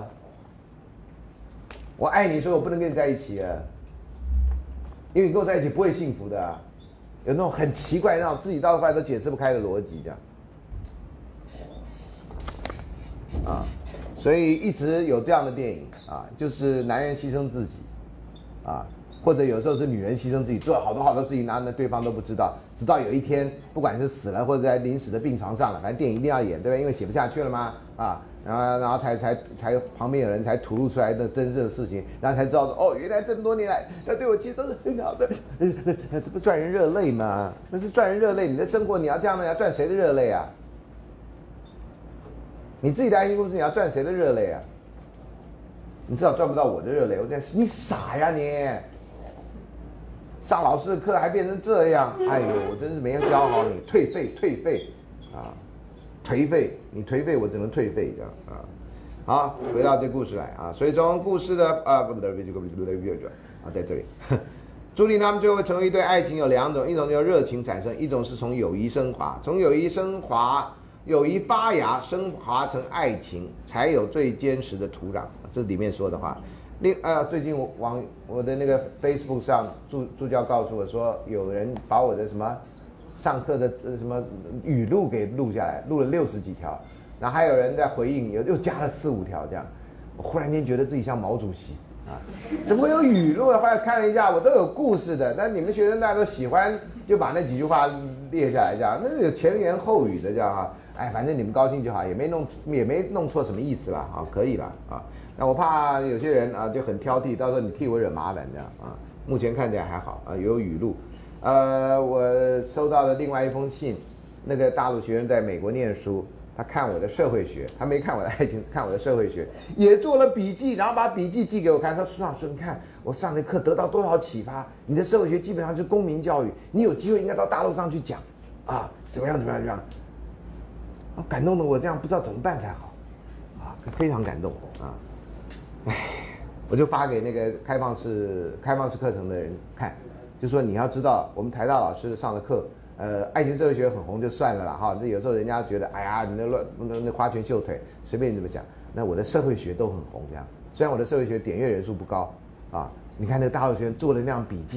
我爱你，所以我不能跟你在一起啊，因为你跟我在一起不会幸福的啊，有那种很奇怪、那种自己到后来都解释不开的逻辑，这样啊，所以一直有这样的电影啊，就是男人牺牲自己啊，或者有时候是女人牺牲自己，做了好多事情，然后呢对方都不知道，直到有一天，不管是死了或者在临死的病床上了，反正电影一定要演，对吧？因为写不下去了嘛，啊。然后才旁边有人才吐露出来的真正的事情，然后才知道说哦，原来这么多年来他对我其实都是很好的，这不赚人热泪吗？那是赚人热泪，你的生活你要这样吗？你要赚谁的热泪啊？你自己的爱情故事你要赚谁的热泪啊？你至少赚不到我的热泪。我在你傻呀你！上老师的课还变成这样，哎呦，我真是没有教好你，退费啊！颓废，你颓废，我只能退费这样啊。好，回到这故事来啊，所以从故事的在这里，注定他们最后会成为一对爱情有两种，一种叫热情产生，一种是从友谊升华，从友谊发芽升华成爱情，才有最坚实的土壤。这里面说的话。最近我的那个 Facebook 上助教告诉我说，有人把我的什么。上课的什么语录给录下来，录了60几条，然后还有人在回应，又加了4、5条这样。我忽然间觉得自己像毛主席啊，怎么会有语录的？后来看了一下，我都有故事的。但你们学生大家都喜欢就把那几句话列下来这样，那是有前言后语的这样哈。哎，反正你们高兴就好，也没弄错什么意思啦，啊，可以了啊。那我怕有些人啊就很挑剔，到时候你替我惹麻烦这样啊。目前看起来还好啊，有语录。我收到的另外一封信，那个大陆学生在美国念书，他看我的社会学，他没看我的爱情，看我的社会学，也做了笔记，然后把笔记寄给我看，说苏老师，你看我上的课得到多少启发，你的社会学基本上是公民教育，你有机会应该到大陆上去讲，啊，怎么样，感动的我这样不知道怎么办才好，啊，非常感动啊，唉，我就发给那个开放式课程的人看。就说你要知道，我们台大老师上的课，爱情社会学很红就算了啦哈。这有时候人家觉得，哎呀，你那花拳绣腿，随便你怎么讲。那我的社会学都很红这样，虽然我的社会学点阅人数不高啊。你看那个大陆学生做的那样笔记，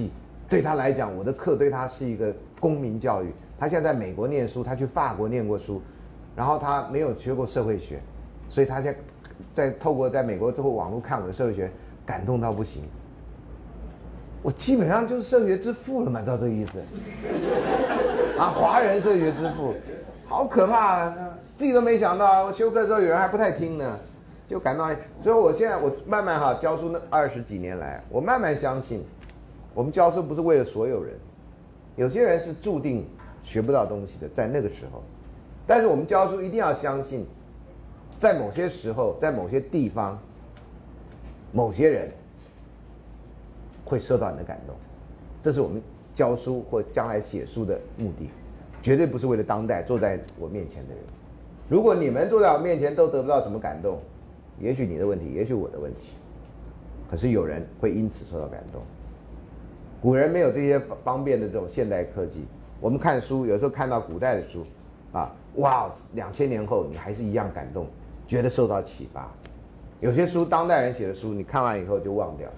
对他来讲，我的课对他是一个公民教育。他现在在美国念书，他去法国念过书，然后他没有学过社会学，所以他现在透过在美国之后网络看我的社会学，感动到不行。我基本上就是社会学之父了嘛，知道这个意思？啊，华人社会学之父，好可怕啊！自己都没想到，我修课的时候有人还不太听呢，就感到。所以我现在我慢慢教书那20几年来，我慢慢相信，我们教书不是为了所有人，有些人是注定学不到东西的，在那个时候。但是我们教书一定要相信，在某些时候，在某些地方，某些人会受到你的感动，这是我们教书或将来写书的目的，绝对不是为了当代坐在我面前的人。如果你们坐在我面前都得不到什么感动，也许你的问题，也许我的问题，可是有人会因此受到感动。古人没有这些方便的这种现代科技，我们看书有时候看到古代的书，啊，哇，2000年后你还是一样感动，觉得受到启发。有些书当代人写的书，你看完以后就忘掉了。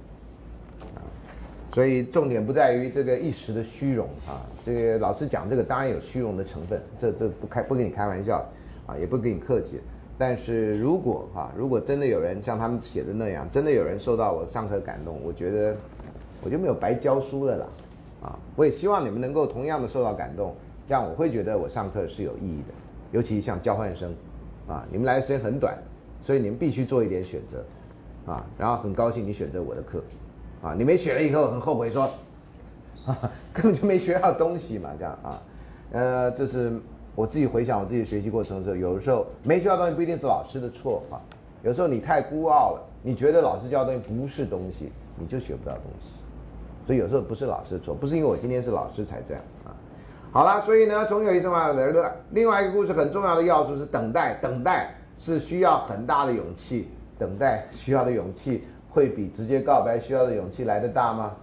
所以重点不在于这个一时的虚荣啊，这个老师讲这个当然有虚荣的成分，这不跟你开玩笑啊，也不跟你客气。但是如果真的有人像他们写的那样，真的有人受到我上课感动，我觉得我就没有白教书了啦，啊，我也希望你们能够同样的受到感动，这样我会觉得我上课是有意义的。尤其像交换生，啊，你们来的时间很短，所以你们必须做一点选择，啊，然后很高兴你选择我的课。啊，你没学了以后很后悔说，根本就没学到东西嘛，这样啊，这是我自己回想我自己学习过程的时候，有的时候没学到东西不一定是老师的错啊，有时候你太孤傲了，你觉得老师教的东西不是东西，你就学不到东西，所以有时候不是老师的错，不是因为我今天是老师才这样啊。好了，所以呢，从有一生完了，另外一个故事很重要的要素是等待，等待是需要很大的勇气，等待需要的勇气。会比直接告白需要的勇气来得大吗？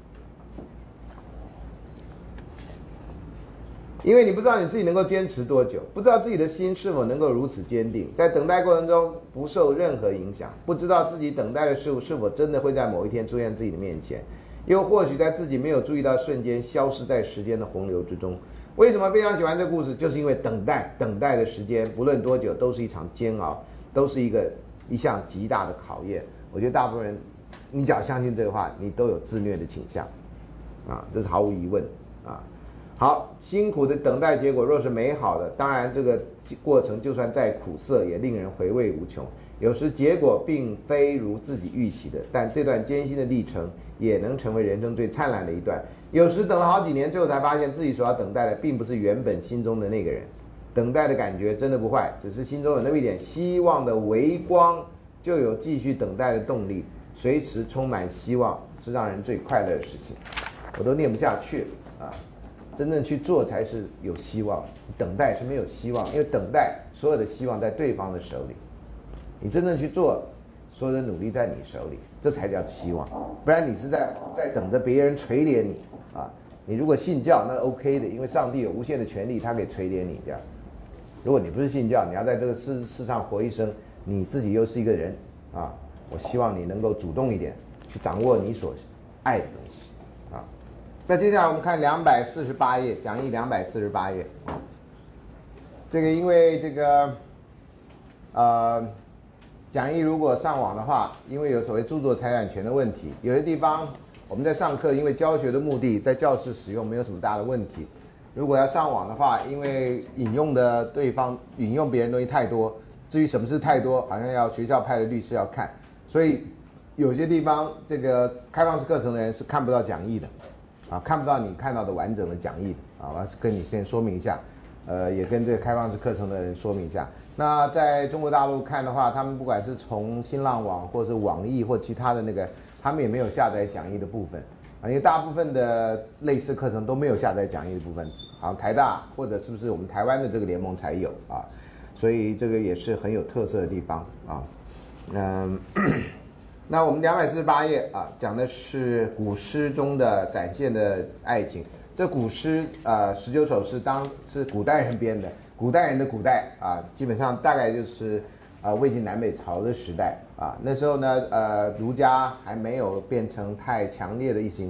因为你不知道你自己能够坚持多久，不知道自己的心是否能够如此坚定，在等待过程中不受任何影响，不知道自己等待的事物是否真的会在某一天出现自己的面前，又或许在自己没有注意到瞬间消失在时间的洪流之中。为什么非常喜欢这个故事？就是因为等待的时间不论多久都是一场煎熬，都是一项极大的考验。我觉得大部分人，你只要相信这个话，你都有自虐的倾向，啊，这是毫无疑问啊。好，辛苦的等待结果若是美好的，当然这个过程就算再苦涩，也令人回味无穷。有时结果并非如自己预期的，但这段艰辛的历程也能成为人生最灿烂的一段。有时等了好几年，最后才发现自己所要等待的，并不是原本心中的那个人。等待的感觉真的不坏，只是心中有那么一点希望的微光。就有继续等待的动力，随时充满希望是让人最快乐的事情。我都念不下去了啊！真正去做才是有希望，等待是没有希望，因为等待所有的希望在对方的手里，你真正去做，所有的努力在你手里，这才叫希望。不然你是在等着别人垂怜你啊！你如果信教那 OK 的，因为上帝有无限的权利，他可以垂怜你这样。如果你不是信教，你要在这个世上活一生。你自己又是一个人啊，我希望你能够主动一点，去掌握你所爱的东西啊。那接下来我们看248页，讲义248页。这个因为这个讲义如果上网的话，因为有所谓著作财产权的问题，有些地方我们在上课，因为教学的目的，在教室使用没有什么大的问题。如果要上网的话，因为引用别人东西太多。至于什么是太多，好像要学校派的律师要看，所以有些地方这个开放式课程的人是看不到讲义的，啊，看不到你看到的完整的讲义的，啊，我要跟你先说明一下，也跟这个开放式课程的人说明一下。那在中国大陆看的话，他们不管是从新浪网或是网易或其他的那个，他们也没有下载讲义的部分，啊，因为大部分的类似课程都没有下载讲义的部分，好像台大或者是不是我们台湾的这个联盟才有啊。所以这个也是很有特色的地方啊，那我们248页啊，讲的是古诗中的展现的爱情。这古诗19首诗是古代人编的，古代人的古代啊，基本上大概就是魏晋南北朝的时代啊。那时候呢，儒家还没有变成太强烈的意识形态，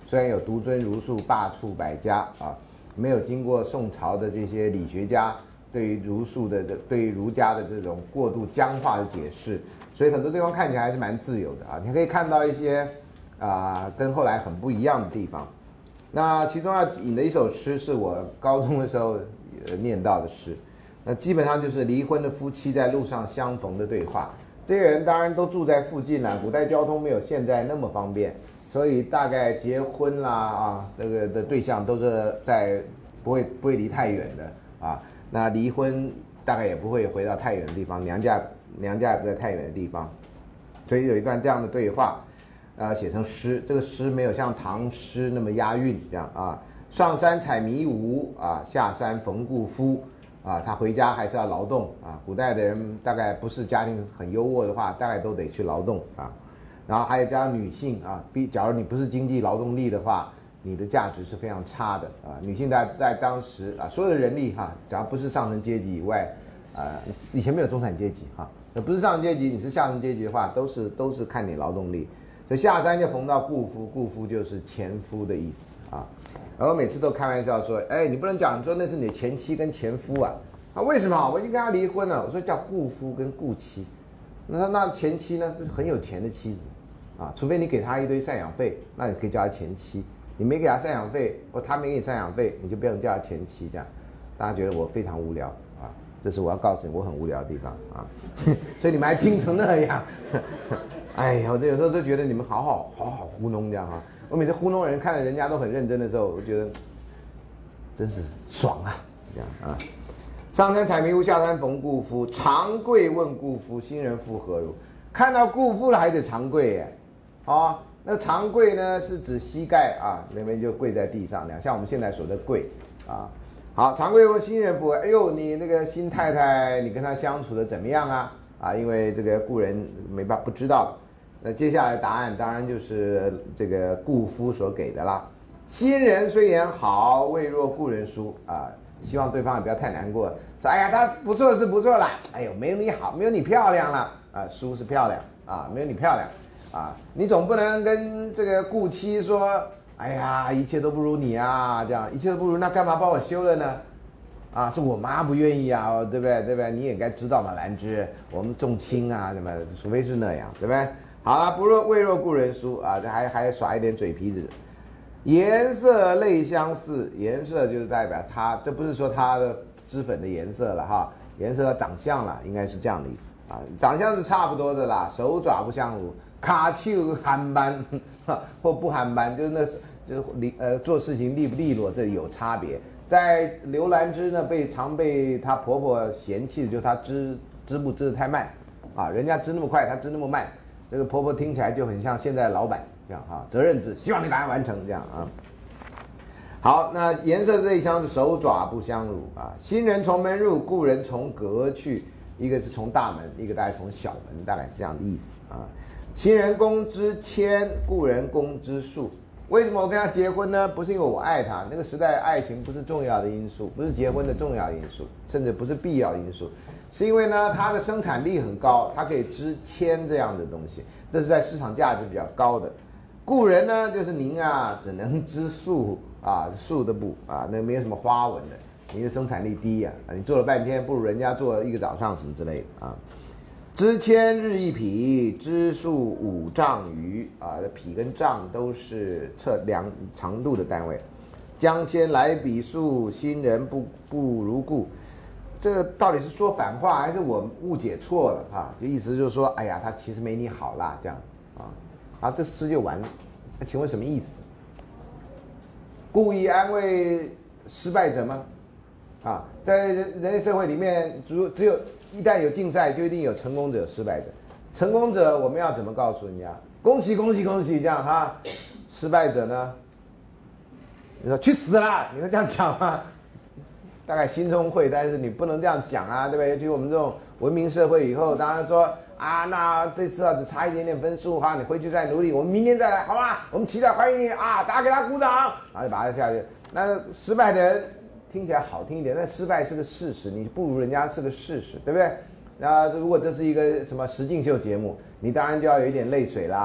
虽然有独尊儒术、罢黜百家啊，没有经过宋朝的这些理学家对于对于儒家的这种过度僵化的解释，所以很多地方看起来还是蛮自由的啊。你可以看到一些跟后来很不一样的地方。那其中要引的一首诗是我高中的时候念到的诗，那基本上就是离婚的夫妻在路上相逢的对话。这些人当然都住在附近啦，古代交通没有现在那么方便，所以大概结婚啦这个的对象都是不会离太远的啊。那离婚大概也不会回到太远的地方，娘家也不在太远的地方，所以有一段这样的对话，写成诗。这个诗没有像唐诗那么押韵，这样啊。上山采迷芜啊，下山逢故夫。他回家还是要劳动啊。古代的人大概不是家庭很优渥的话，大概都得去劳动啊。然后还有加上女性啊，假如你不是经济劳动力的话，你的价值是非常差的啊。女性在当时所有的人力只要不是上层阶级以外，以前没有中产阶级不是上层阶级，你是下层阶级的话，都是看你劳动力。所以下山就逢到故夫，故夫就是前夫的意思啊。而我每次都开玩笑说，你不能讲说那是你的前妻跟前夫啊，为什么？我已经跟他离婚了。我说叫故夫跟故妻，那前妻呢是很有钱的妻子除非你给他一堆赡养费，那你可以叫他前妻。你没给他赡养费，或他没给你赡养费，你就不能叫他前妻。这样，大家觉得我非常无聊这是我要告诉你我很无聊的地方所以你们还听成那样，哎呀，我有时候都觉得你们好好糊弄这样我每次糊弄人，看着人家都很认真的时候，我觉得真是爽这样上山采迷芜，下山逢故夫。长跪问故夫，新人复何如？看到故夫了还得长跪耶那长跪呢是指膝盖那边就跪在地上，像我们现在所的跪好，长跪问新人复何？哎呦，你那个新太太，你跟她相处的怎么样因为这个故人没办法不知道。那接下来答案当然就是这个故夫所给的啦。新人虽言好，未若故人疏希望对方也不要太难过，说哎呀他不错是不错啦，哎呦没有你好，没有你漂亮了疏是漂亮没有你漂亮你总不能跟这个故妻说，哎呀一切都不如你这样一切都不如，那干嘛把我休了呢？是我妈不愿意对不对？你也该知道嘛，兰芝，我们重亲什么，除非是那样，对不对？好了，未若故人疏这还耍一点嘴皮子。颜色类相似，颜色就是代表他，这不是说他的脂粉的颜色了颜色的长相了，应该是这样的意思长相是差不多的啦，手爪不相如，卡丘含斑或不含斑，就是做事情利不利落，这里有差别。在刘兰芝呢，常被她婆婆嫌弃的就是她织布织得太慢人家织那么快，她织那么慢，这个婆婆听起来就很像现在的老板这样责任制，希望你赶快完成这样好，那颜色这一项是手爪不相如新人从门入，故人从阁去，一个是从大门，一个大概从小门，大概是这样的意思新人公之谦，故人公之恕。为什么我跟他结婚呢？不是因为我爱他，那个时代爱情不是重要的因素，不是结婚的重要因素，甚至不是必要因素，是因为呢它的生产力很高，它可以织铅这样的东西，这是在市场价值比较高的。故人呢就是您只能织素素的布那没有什么花纹的，你的生产力低你做了半天不如人家做一个早上什么之类的织铅日一匹，织数5丈余匹跟丈都是测量长度的单位。将铅来比数，新人不如故。这个到底是说反话还是我误解错了就意思就是说，哎呀他其实没你好啦这样这诗就完了。那请问什么意思？故意安慰失败者吗？在人类社会里面，只有一旦有竞赛，就一定有成功者、有失败者。成功者我们要怎么告诉人家？恭喜恭喜恭喜这样失败者呢？你说去死啦！你会这样讲吗？大概心中会，但是你不能这样讲对不对？尤其我们这种文明社会以后，当然说那这次只差一点点分数你回去再努力，我们明天再来，好吧？我们期待欢迎你大家给他鼓掌，然后就把他下去。那失败的人听起来好听一点，但失败是个事实，你不如人家是个事实，对不对？那如果这是一个什么实境秀节目，你当然就要有一点泪水啦，对不对？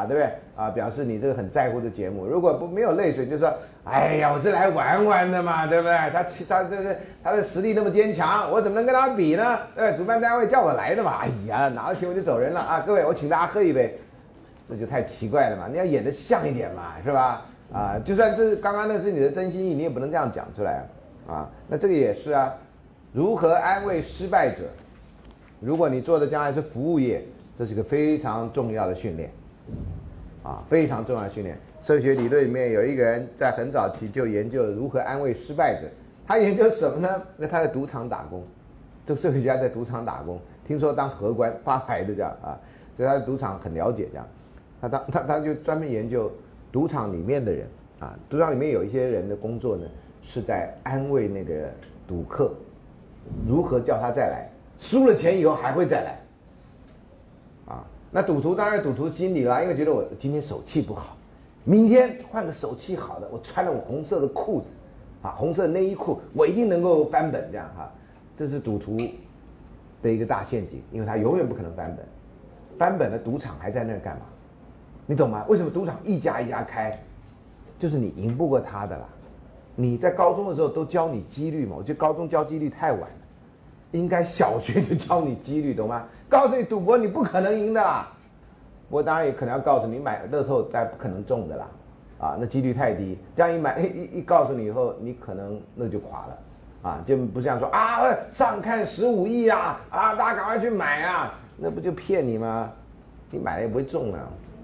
啊，表示你这个很在乎的节目。如果没有泪水，就说哎呀，我是来玩玩的嘛，对不对？他的实力那么坚强，我怎么能跟他比呢？对，主办单位叫我来的嘛。哎呀，拿了钱我就走人了啊！各位，我请大家喝一杯，这就太奇怪了嘛。你要演得像一点嘛，是吧？啊，就算这刚刚那是你的真心意，你也不能这样讲出来啊。那这个也是啊，如何安慰失败者？如果你做的将来是服务业，这是个非常重要的训练，啊，非常重要的训练。社会学理论里面有一个人在很早期就研究如何安慰失败者。他研究什么呢？那他在赌场打工，这个社会学家在赌场打工，听说当荷官发牌的这样啊，所以他对赌场很了解这样。他就专门研究赌场里面的人啊，赌场里面有一些人的工作呢是在安慰那个赌客，如何叫他再来，输了钱以后还会再来。啊，那赌徒当然赌徒心理啦，因为觉得我今天手气不好，明天换个手气好的，我穿了我红色的裤子，啊，红色内衣裤，我一定能够翻本这样哈。这是赌徒的一个大陷阱，因为他永远不可能翻本。翻本的赌场还在那儿干嘛？你懂吗？为什么赌场一家一家开？就是你赢不过他的啦。你在高中的时候都教你几率嘛，我觉得高中教几率太晚了。应该小学就教你几率，懂吗？告诉你赌博你不可能赢的啦。不过当然也可能要告诉你买乐透大概不可能中的啦，啊，那几率太低。这样一告诉你以后，你可能那就垮了，啊，就不像说啊上看15亿啊，啊大家赶快去买啊，那不就骗你吗？你买了也不会中啊。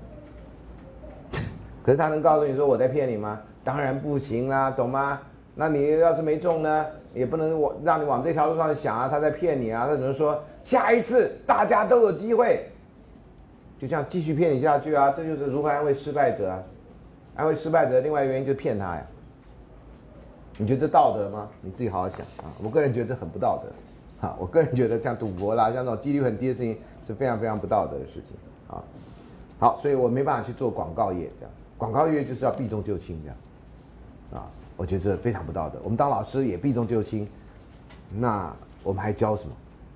可是他能告诉你说我在骗你吗？当然不行啦，懂吗？那你要是没中呢？也不能让你往这条路上想啊，他在骗你啊，他只能说下一次大家都有机会，就这样继续骗你下去啊，这就是如何安慰失败者啊。安慰失败者另外一个原因就是骗他呀。你觉得这道德吗？你自己好好想啊。我个人觉得这很不道德，我个人觉得像赌博啦，像那种几率很低的事情是非常非常不道德的事情啊。好，所以我没办法去做广告业这样，广告业就是要避重就轻这样，啊。我觉得这非常不道德。我们当老师也避重就轻，那我们还教什么？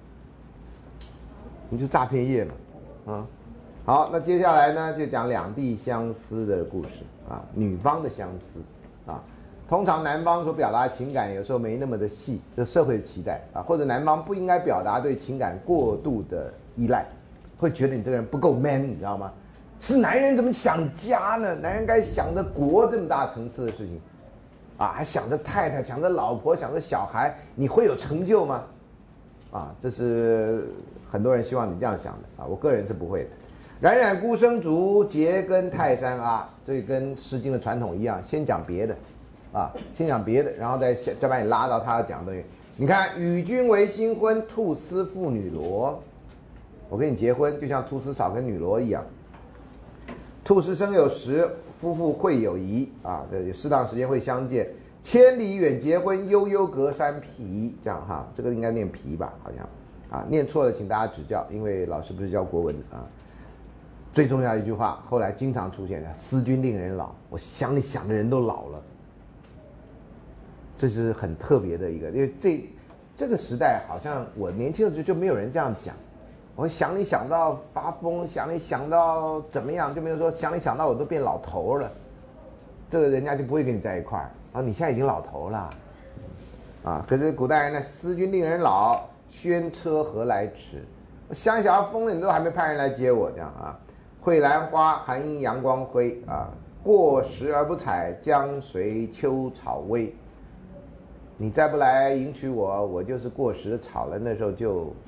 你就诈骗业嘛，啊，好，那接下来呢就讲两地相思的故事啊，女方的相思啊，通常男方所表达的情感有时候没那么的细，就社会的期待啊，或者男方不应该表达对情感过度的依赖，会觉得你这个人不够 man， 你知道吗？是男人怎么想家呢？男人该想着国这么大层次的事情。啊，还想着太太，想着老婆，想着小孩，你会有成就吗？啊，这是很多人希望你这样想的啊，我个人是不会的。冉冉孤生竹，节根泰山阿，这跟《诗经》的传统一样，先讲别的，啊，先讲别的，然后再把你拉到他要讲的东西。你看，与君为新婚，兔丝妇女萝。我跟你结婚，就像菟丝草跟女萝一样。兔丝生有时，夫妇会有宜啊，适当时间会相见。千里远结婚，悠悠隔山皮，这样哈，这个应该念皮吧，好像啊，念错了请大家指教，因为老师不是教国文的啊。最重要一句话，后来经常出现的，思君令人老，我想你想的人都老了，这是很特别的一个，因为这个时代好像我年轻的时候就没有人这样讲。我想你想到发疯，想你想到怎么样，就没有说想你想到我都变老头了，这个人家就不会跟你在一块儿啊。你现在已经老头了，啊，可是古代人呢，思君令人老，轩车何来迟？我想一想要疯了，你都还没派人来接我，这样啊。蕙兰花，寒阴阳光辉啊，过时而不采，将随秋草微。你再不来迎娶我，我就是过时的草了，那时候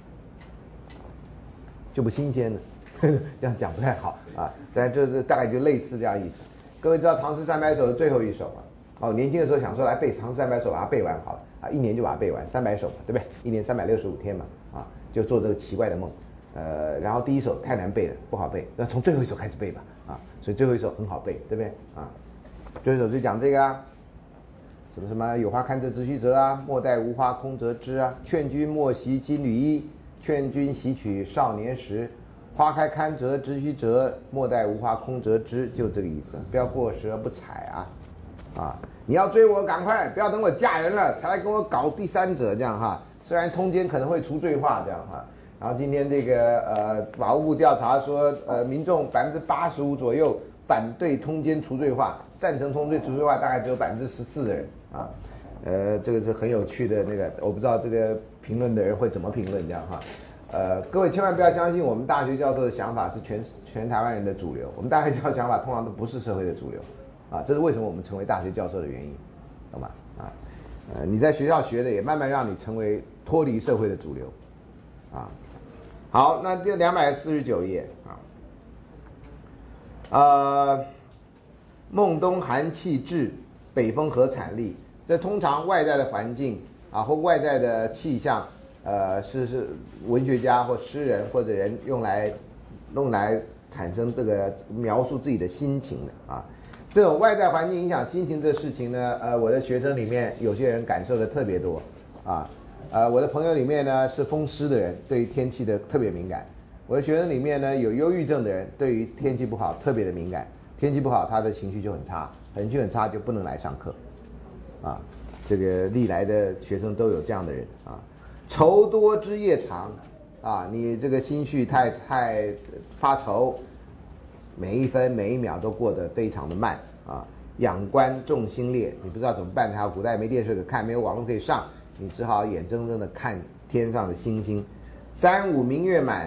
就不新鲜了，这样讲不太好啊，但这大概就类似这样意思。各位知道《唐诗三百首》的最后一首吗？哦，年轻的时候想说来背《唐诗三百首》，把它背完好了啊，一年就把它背完，300首嘛，对不对？一年365天嘛，啊，就做这个奇怪的梦。然后第一首太难背了，不好背，那从最后一首开始背吧，啊，所以最后一首很好背，对不对？啊，最后一首就讲这个啊，什么有花堪折直须折啊，莫待无花空折枝啊，劝君莫惜金缕衣。劝君惜取少年时，花开堪折直须折，莫待无花空折枝，就这个意思。不要过时而不采啊，啊！你要追我，赶快，不要等我嫁人了才来跟我搞第三者，这样哈。虽然通奸可能会除罪化，这样哈。然后今天这个法务部调查说，民众85%左右反对通奸除罪化，赞成通奸除罪化大概只有14%的人啊。这个是很有趣的那个，我不知道这个评论的人会怎么评论这样哈。各位千万不要相信我们大学教授的想法是全台湾人的主流，我们大学教授想法通常都不是社会的主流啊，这是为什么我们成为大学教授的原因，懂吗？啊，你在学校学的也慢慢让你成为脱离社会的主流啊。好，那第249页啊，孟冬寒气至，北风和产力。这通常外在的环境啊，或外在的气象，是文学家或诗人或者人用来产生这个描述自己的心情的啊。这种外在环境影响心情这事情呢，我的学生里面有些人感受的特别多啊。我的朋友里面呢是风湿的人，对于天气的特别敏感。我的学生里面呢有忧郁症的人，对于天气不好特别的敏感。天气不好，他的情绪就很差，情绪很差就不能来上课。啊，这个历来的学生都有这样的人啊。愁多知夜长，啊，你这个心绪太发愁，每一分每一秒都过得非常的慢啊。仰观众星列，你不知道怎么办，还有古代没电视可看，没有网络可以上，你只好眼睁睁的看天上的星星。3、5明月满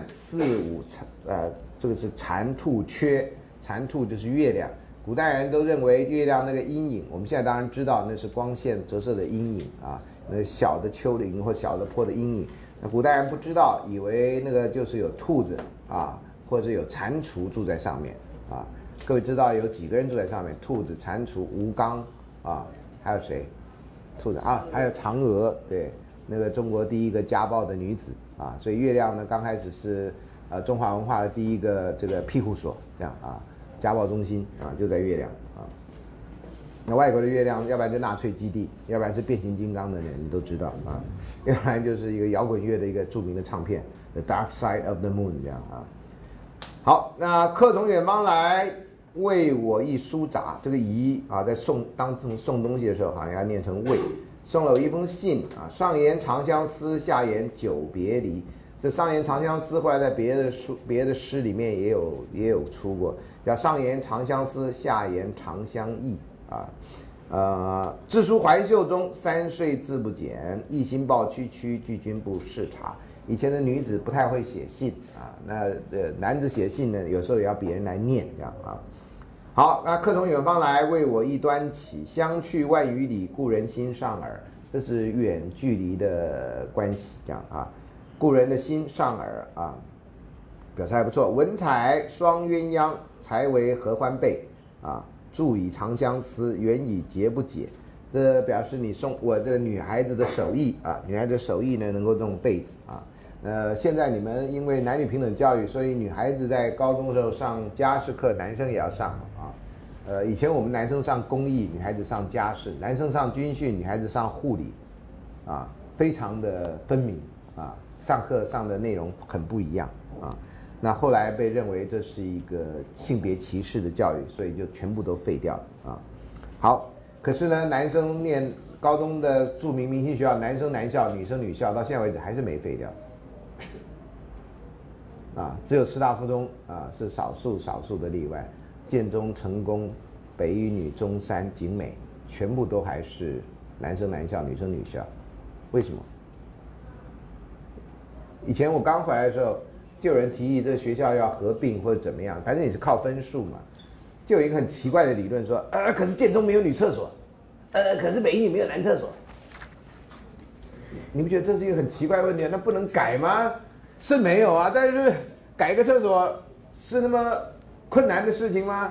，4、5这个是蟾兔缺，蟾兔就是月亮。古代人都认为月亮那个阴影，我们现在当然知道那是光线折射的阴影啊，那小的丘陵或小的坡的阴影。那古代人不知道，以为那个就是有兔子啊，或者有蟾蜍住在上面啊。各位知道有几个人住在上面？兔子、蟾蜍、吴刚啊，还有谁？兔子啊，还有嫦娥，对，那个中国第一个家暴的女子啊。所以月亮呢，刚开始是中华文化的第一个这个庇护所，这样啊。家暴中心啊，就在月亮啊。那外国的月亮，要不然就纳粹基地，要不然是变形金刚的人，你都知道啊。要不然就是一个摇滚乐的一个著名的唱片《The Dark Side of the Moon》这样啊。好，那客从远方来，为我一书札。这个仪啊，在当送东西的时候，好像要念成为。送了我一封信啊，上言长相思，下言久别离。这上言长相思，后来在别的诗里面也有出过。叫上言长相思，下言长相忆啊。志书怀袖中，3岁字不减，一心抱区区，拒君不视察。以前的女子不太会写信啊，那男子写信呢，有时候也要别人来念这样啊。好，那客从远方来，为我一端起，相去万余里，故人心上耳。这是远距离的关系这样啊。故人的心上耳啊，表示还不错。文采双鸳鸯，才为合欢被啊。祝以长相思，缘以结不解。这表示你送我这个女孩子的手艺啊，女孩子的手艺呢能够弄被子啊。现在你们因为男女平等教育，所以女孩子在高中的时候上家事课，男生也要上啊。以前我们男生上公益，女孩子上家事；男生上军训，女孩子上护理，啊，非常的分明啊。上课上的内容很不一样啊。那后来被认为这是一个性别歧视的教育，所以就全部都废掉了啊。好，可是呢，男生念高中的著名明星学校，男生男校，女生女校，到现在为止还是没废掉啊。只有师大附中啊是少数的例外，建中、成功、北一女、中山、景美，全部都还是男生男校，女生女校。为什么？以前我刚回来的时候，就有人提议这个学校要合并或者怎么样，反正也是靠分数嘛。就有一个很奇怪的理论说，可是建中没有女厕所，可是北一女没有男厕所。你不觉得这是一个很奇怪的问题？那不能改吗？是没有啊，但是改个厕所是那么困难的事情吗？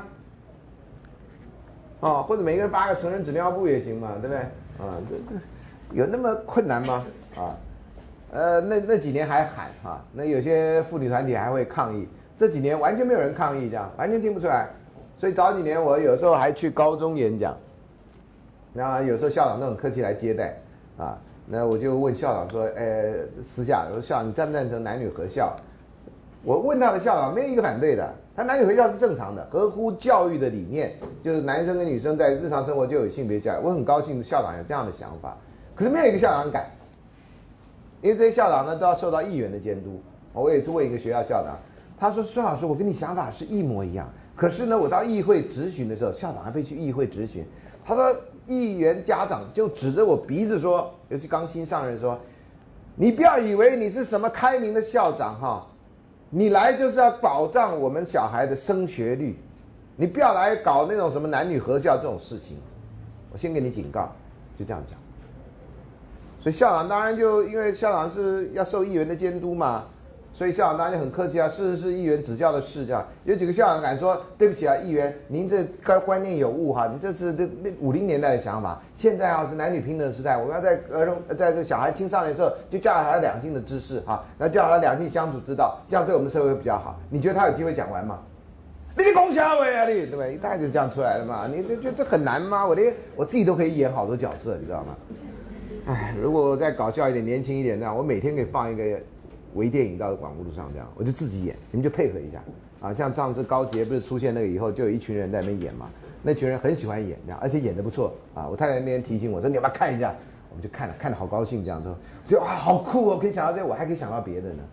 哦，或者每个人发个成人纸尿布也行嘛，对不对？啊，这有那么困难吗？啊？那几年还喊哈，那有些妇女团体还会抗议，这几年完全没有人抗议，这样完全听不出来。所以早几年我有时候还去高中演讲，那有时候校长都很客气来接待啊，那我就问校长说，私下我说校长你赞不赞成男女合校？我问他的校长没有一个反对的，他男女合校是正常的，合乎教育的理念，就是男生跟女生在日常生活就有性别教育。我很高兴校长有这样的想法，可是没有一个校长敢。因为这些校长呢都要受到议员的监督。我有一次问一个学校校长，他说：“孙老师，我跟你想法是一模一样， 可是呢，我到议会质询的时候，校长还被去议会质询，他说议员家长就指着我鼻子说，尤其刚新上任说，你不要以为你是什么开明的校长哈，你来就是要保障我们小孩的升学率，你不要来搞那种什么男女合校这种事情，我先给你警告，就这样讲。所以校长当然就因为校长是要受议员的监督嘛，所以校长当然就很客气啊，是议员指教的事这样。有几个校长敢说对不起啊，议员您这观念有误哈，你这是那50年代的想法，现在啊是男女平等时代，我们要在在这小孩青少年的时候就教他两性的知识哈，然后教他两性相处之道，这样对我们社会会比较好。你觉得他有机会讲完吗？你公虾伟啊你，对不对？一大概就是这样出来的嘛。你觉得这很难吗？我自己都可以演好多角色，你知道吗？哎，如果再搞笑一点、年轻一点这样，我每天可以放一个微电影到广播路上这样，我就自己演，你们就配合一下啊。像上次高捷不是出现那个以后，就有一群人在那边演嘛，那群人很喜欢演这样，而且演得不错啊。我太太那天提醒我说，你要不要看一下？我们就看了，看得好高兴这样说，觉得哇好酷哦，可以想到这，我还可以想到别的呢，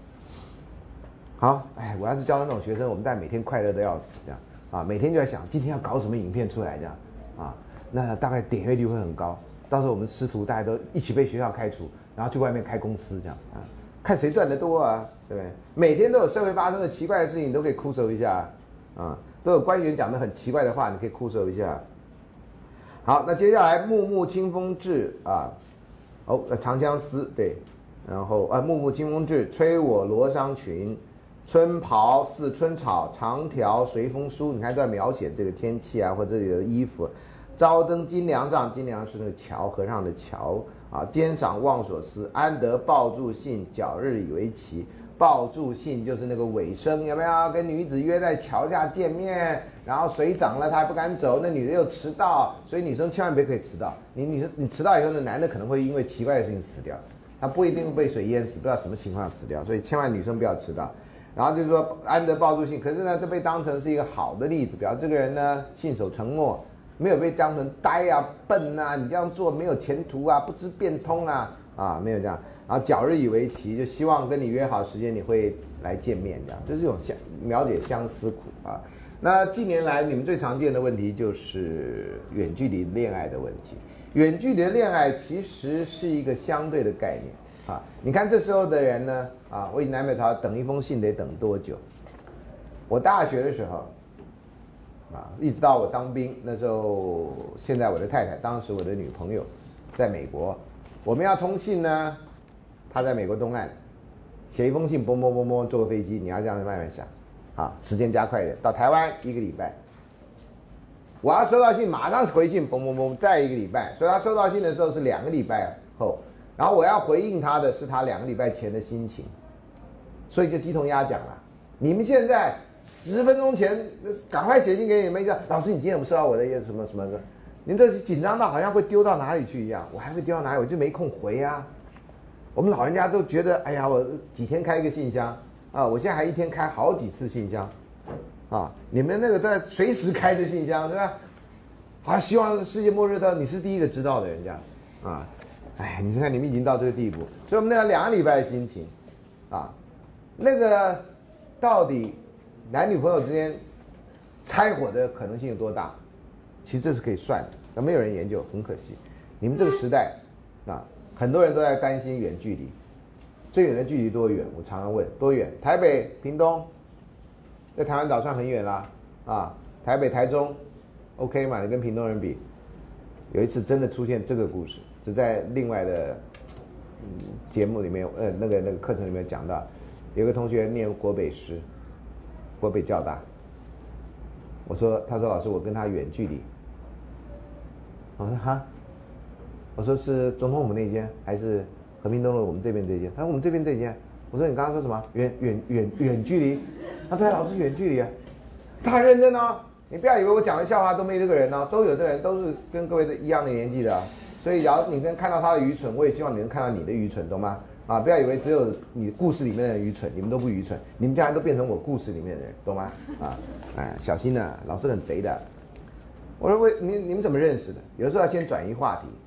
好，哎，我要是教那种学生，我们大家每天快乐的要死这样啊，每天就在想今天要搞什么影片出来这样啊，那大概点阅率会很高。到时候我们师徒大家都一起被学校开除，然后去外面开公司这样啊，看谁赚得多啊，对不对？每天都有社会发生的奇怪的事情，你都可以哭手一下啊，都有官员讲的很奇怪的话，你可以哭手一下。好，那接下来木木清风至啊，长相思对，然后木木清风至，吹我罗裳裙，春袍似春草，长条随风梳。你看都在描写这个天气啊，或者这里的衣服。朝登金梁上，金梁是那个桥，河上的桥啊。肩上望所思，安得抱柱信，皎日以为期。抱柱信就是那个尾声，有没有？跟女子约在桥下见面，然后水涨了，他还不敢走，那女的又迟到，所以女生千万别可以迟到。你迟到以后，那男的可能会因为奇怪的事情死掉，他不一定会被水淹死，不知道什么情况死掉，所以千万女生不要迟到。然后就是说安得抱柱信，可是呢，这被当成是一个好的例子，表示这个人呢信守承诺。没有被当成呆啊、笨啊，你这样做没有前途啊，不知变通啊，没有这样。然后皎日以为期，就希望跟你约好时间，你会来见面，这样，这是一种描写相思苦啊。那近年来你们最常见的问题就是远距离恋爱的问题。远距离的恋爱其实是一个相对的概念啊。你看这时候的人呢啊，我以南北朝等一封信得等多久？我大学的时候。一直到我当兵那时候，现在我的太太，当时我的女朋友，在美国，我们要通信呢，她在美国东岸，写一封信，嘣嘣嘣嘣，坐个飞机，你要这样慢慢想，啊，时间加快一点，到台湾1个礼拜，我要收到信马上回信，嘣嘣嘣，再1个礼拜，所以她收到信的时候是2个礼拜后，然后我要回应她的是她2个礼拜前的心情，所以就鸡同鸭讲了，你们现在。10分钟前，赶快写信给你们一下。老师，你今天有没有收到我的什么什么的？你们这紧张到好像会丢到哪里去一样。我还会丢到哪里？我就没空回啊。我们老人家都觉得，哎呀，我几天开一个信箱啊，我现在还一天开好几次信箱啊。你们那个在随时开着信箱，对吧？好，希望世界末日到你是第一个知道的人家啊。哎，你看你们已经到这个地步，所以我们那个2个礼拜的心情啊，那个到底。男女朋友之间拆伙的可能性有多大？其实这是可以算的，但没有人研究，很可惜。你们这个时代啊，很多人都在担心远距离，最远的距离多远？我常常问，多远？台北、屏东，在台湾岛算很远啦，啊，台北、台中 ，OK 嘛？你跟屏东人比，有一次真的出现这个故事，只在另外的节目里面，那个课程里面讲到，有个同学念国北师。国北教大，他说老师，我跟他远距离。我说哈，我说是总统府那间还是和平东路我们这边这间？他说我们这边这间。我说你刚刚说什么？远距离？他对，老师远距离啊，他很认真哦。你不要以为我讲的笑话都没这个人哦，都有这个人，都是跟各位的一样的年纪的啊。所以，假如你能看到他的愚蠢，我也希望你能看到你的愚蠢，懂吗？啊，不要以为只有你故事里面的人愚蠢，你们都不愚蠢，你们将来都变成我故事里面的人，懂吗？啊，哎，小心啊，老师很贼的。我说你们怎么认识的？有时候要先转移话题，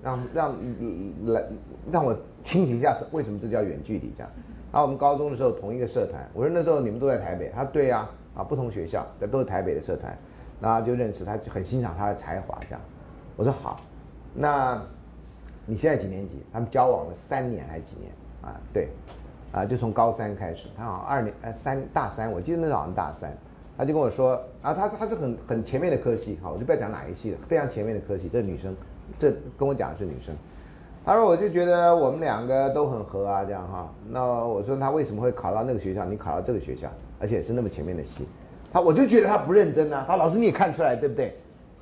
让我清醒一下，为什么这叫远距离这样？然后我们高中的时候同一个社团，我说那时候你们都在台北，他说对啊， 啊，不同学校，但都是台北的社团，然后就认识他，就很欣赏他的才华这样。我说好，那你现在几年级？他们交往了3年还是几年？啊，对，啊，就从高3开始，他好像大三，我记得那时候好像大3，他就跟我说，啊，他是很前面的科系，好，我就不要讲哪一系了，非常前面的科系，这女生，这跟我讲的是女生。他说我就觉得我们2个都很合啊，这样哈。那我说他为什么会考到那个学校，你考到这个学校，而且是那么前面的系？我就觉得他不认真啊。他老师你也看出来对不对？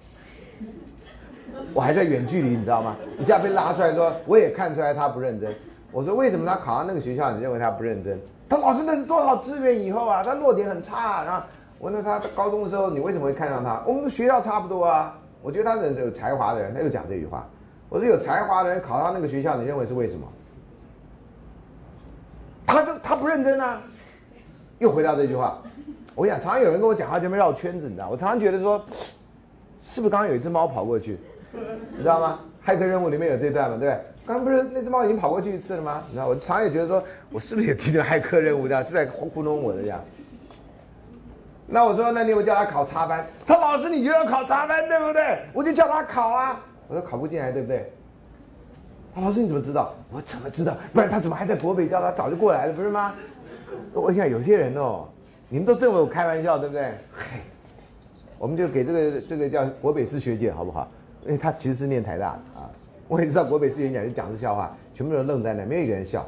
我还在远距离，你知道吗？一下被拉出来说我也看出来他不认真。我说为什么他考到那个学校，你认为他不认真？他老师那是多少资源以后啊，他落点很差。然后我问他高中的时候你为什么会看上他？我们的学校差不多啊。我觉得他是有才华的人，他又讲这句话。我说有才华的人考到那个学校，你认为是为什么？他不认真啊。又回到这句话，我想常常有人跟我讲话就没绕圈子，你知道？我常常觉得说，是不是刚刚有一只猫跑过去？你知道吗？骇客任务里面有这段嘛，对不对？刚刚不是那只猫已经跑过去一次了吗？你知道，我常常也觉得说，我是不是也听成骇客任务这样，是在糊弄我的这样？那我说，那你有没有叫他考插班？他老师你就要考插班，对不对？我就叫他考啊。我说考不进来，对不对？老师你怎么知道？我怎么知道？不然他怎么还在国北教？他早就过来了，不是吗？我想有些人哦，你们都认为我开玩笑，对不对？嘿，我们就给这个叫国北师学姐好不好？因为他其实是念台大的啊。我也知道国北师演讲就讲这笑话，全部都愣在那，没有一个人笑。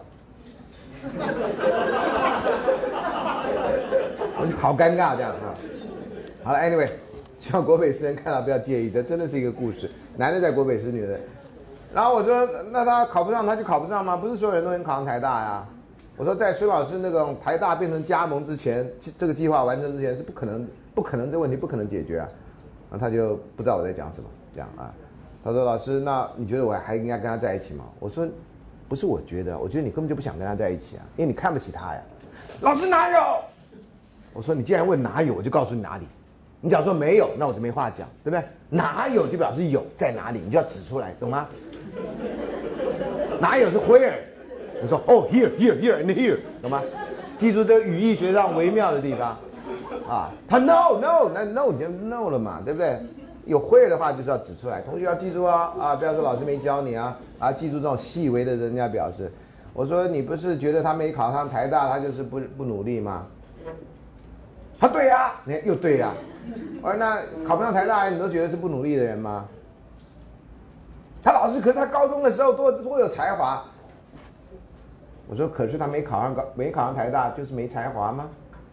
我就好尴尬这样啊。好了 ，anyway。希望国北师人看到不要介意，这真的是一个故事。男的在国北师，女的。然后我说，那他考不上，他就考不上吗？不是所有人都能考上台大呀。我说，在孙老师那种台大变成加盟之前，这个计划完成之前是不可能这问题不可能解决啊。然后他就不知道我在讲什么，这样啊。他说，老师，那你觉得我还应该跟他在一起吗？我说，不是，我觉得你根本就不想跟他在一起啊，因为你看不起他呀。老师哪有？我说，你既然问哪有，我就告诉你哪里。你假如说没有，那我就没话讲，对不对？哪有就表示有，在哪里你就要指出来，懂吗？哪有是 where？ 你说哦 here and here， 懂吗？记住这个语义学上微妙的地方啊。他 no 那 no 你就 no 了嘛，对不对？有 where 的话就是要指出来，同学要记住啊，不要说老师没教你啊，记住这种细微的人家表示。我说你不是觉得他没考上台大，他就是不努力吗？他对呀，你看又对呀。我说那考不上台大人，你都觉得是不努力的人吗？他老师可是他高中的时候多有才华。我说可是他没考上台大，就是没才华吗？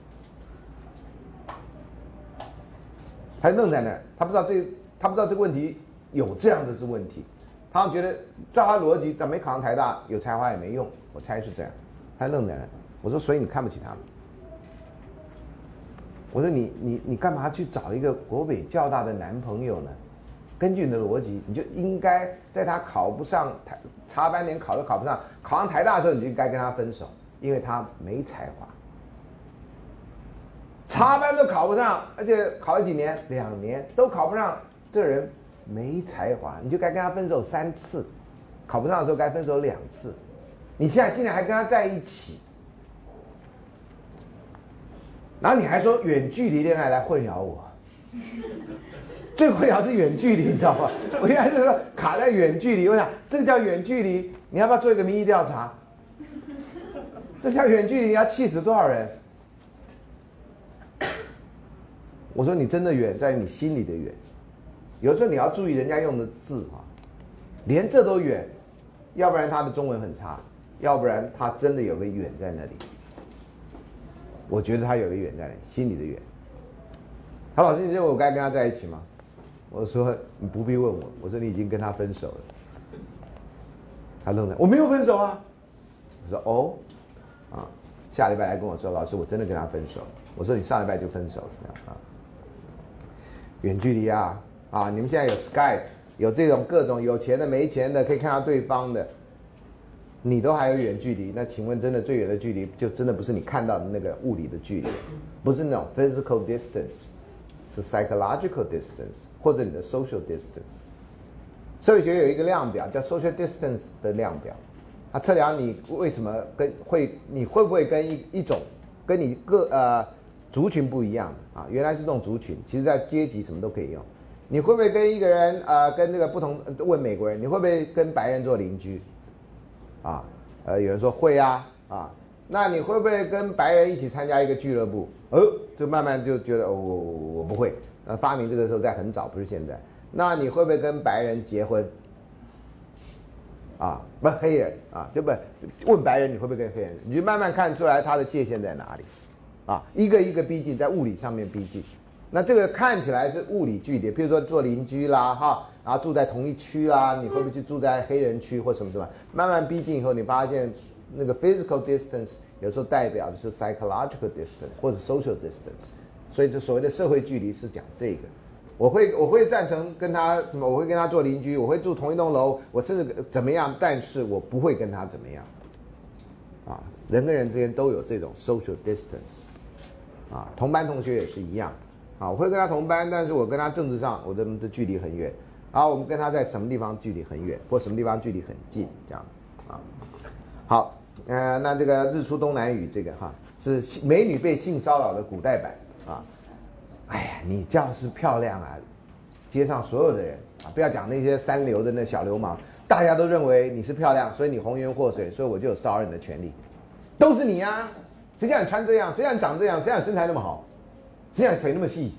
他愣在那儿，他不知道这个问题有这样的是问题。他觉得照他逻辑，他没考上台大，有才华也没用。我猜是这样。他愣在那儿。我说所以你看不起他们？我说你干嘛去找一个国北教大的男朋友呢？根据你的逻辑，你就应该在他考不上插班连考都考不上，考上台大的时候你就应该跟他分手，因为他没才华。插班都考不上，而且考了几年，2年都考不上，这人没才华，你就该跟他分手3次，考不上的时候该分手2次，你现在竟然还跟他在一起。然后你还说远距离恋爱来混淆我，最混淆是远距离，你知道吗？我原来是说卡在远距离，我想这个叫远距离，你要不要做一个民意调查？这叫远距离，你要气死多少人？我说你真的远，在你心里的远。有时候你要注意人家用的字啊，连这都远，要不然他的中文很差，要不然他真的有个远在那里。我觉得他有个远在那里，心里的远。他老师，你认为我该跟他在一起吗？我说你不必问我，我说你已经跟他分手了。他愣了，我没有分手啊。我说哦，下礼拜来跟我说，老师我真的跟他分手了。我说你上礼拜就分手了啊。远距离啊，你们现在有 Skype， 有这种各种有钱的没钱的可以看到对方的，你都还有远距离，那请问真的最远的距离就真的不是你看到的那个物理的距离，不是那种 physical distance， 是 psychological distance 或者你的 social distance。社会学有一个量表叫 social distance 的量表，它测量你为什么你会不会跟一种跟你族群不一样的啊，原来是这种族群，其实在阶级什么都可以用。你会不会跟一个人跟这个不同问美国人，你会不会跟白人做邻居？啊，有人说会啊，那你会不会跟白人一起参加一个俱乐部？就慢慢就觉得我不会。发明这个时候在很早，不是现在。那你会不会跟白人结婚？不黑人就不问白人你会不会跟黑人？你就慢慢看出来他的界限在哪里，一个一个逼近，在物理上面逼近。那这个看起来是物理距离，比如说做邻居啦，然后住在同一区啦，你会不会去住在黑人区或什么什么？慢慢逼近以后，你发现那个 physical distance 有时候代表的是 psychological distance 或者 social distance， 所以这所谓的社会距离是讲这个。我会赞成跟他什么？我会跟他做邻居，我会住同一栋楼，我甚至怎么样？但是我不会跟他怎么样。人跟人之间都有这种 social distance，同班同学也是一样。我会跟他同班，但是我跟他政治上我的距离很远。我们跟他在什么地方距离很远，或什么地方距离很近，这样好，那这个日出东南雨这个是美女被性骚扰的古代版哎呀，你要是漂亮街上所有的人不要讲那些三流的那小流氓，大家都认为你是漂亮，所以你红颜祸水，所以我就有骚扰你的权利，都是你啊！谁叫你穿这样？谁叫你长这样？谁叫你身材那么好？谁叫你腿那么细？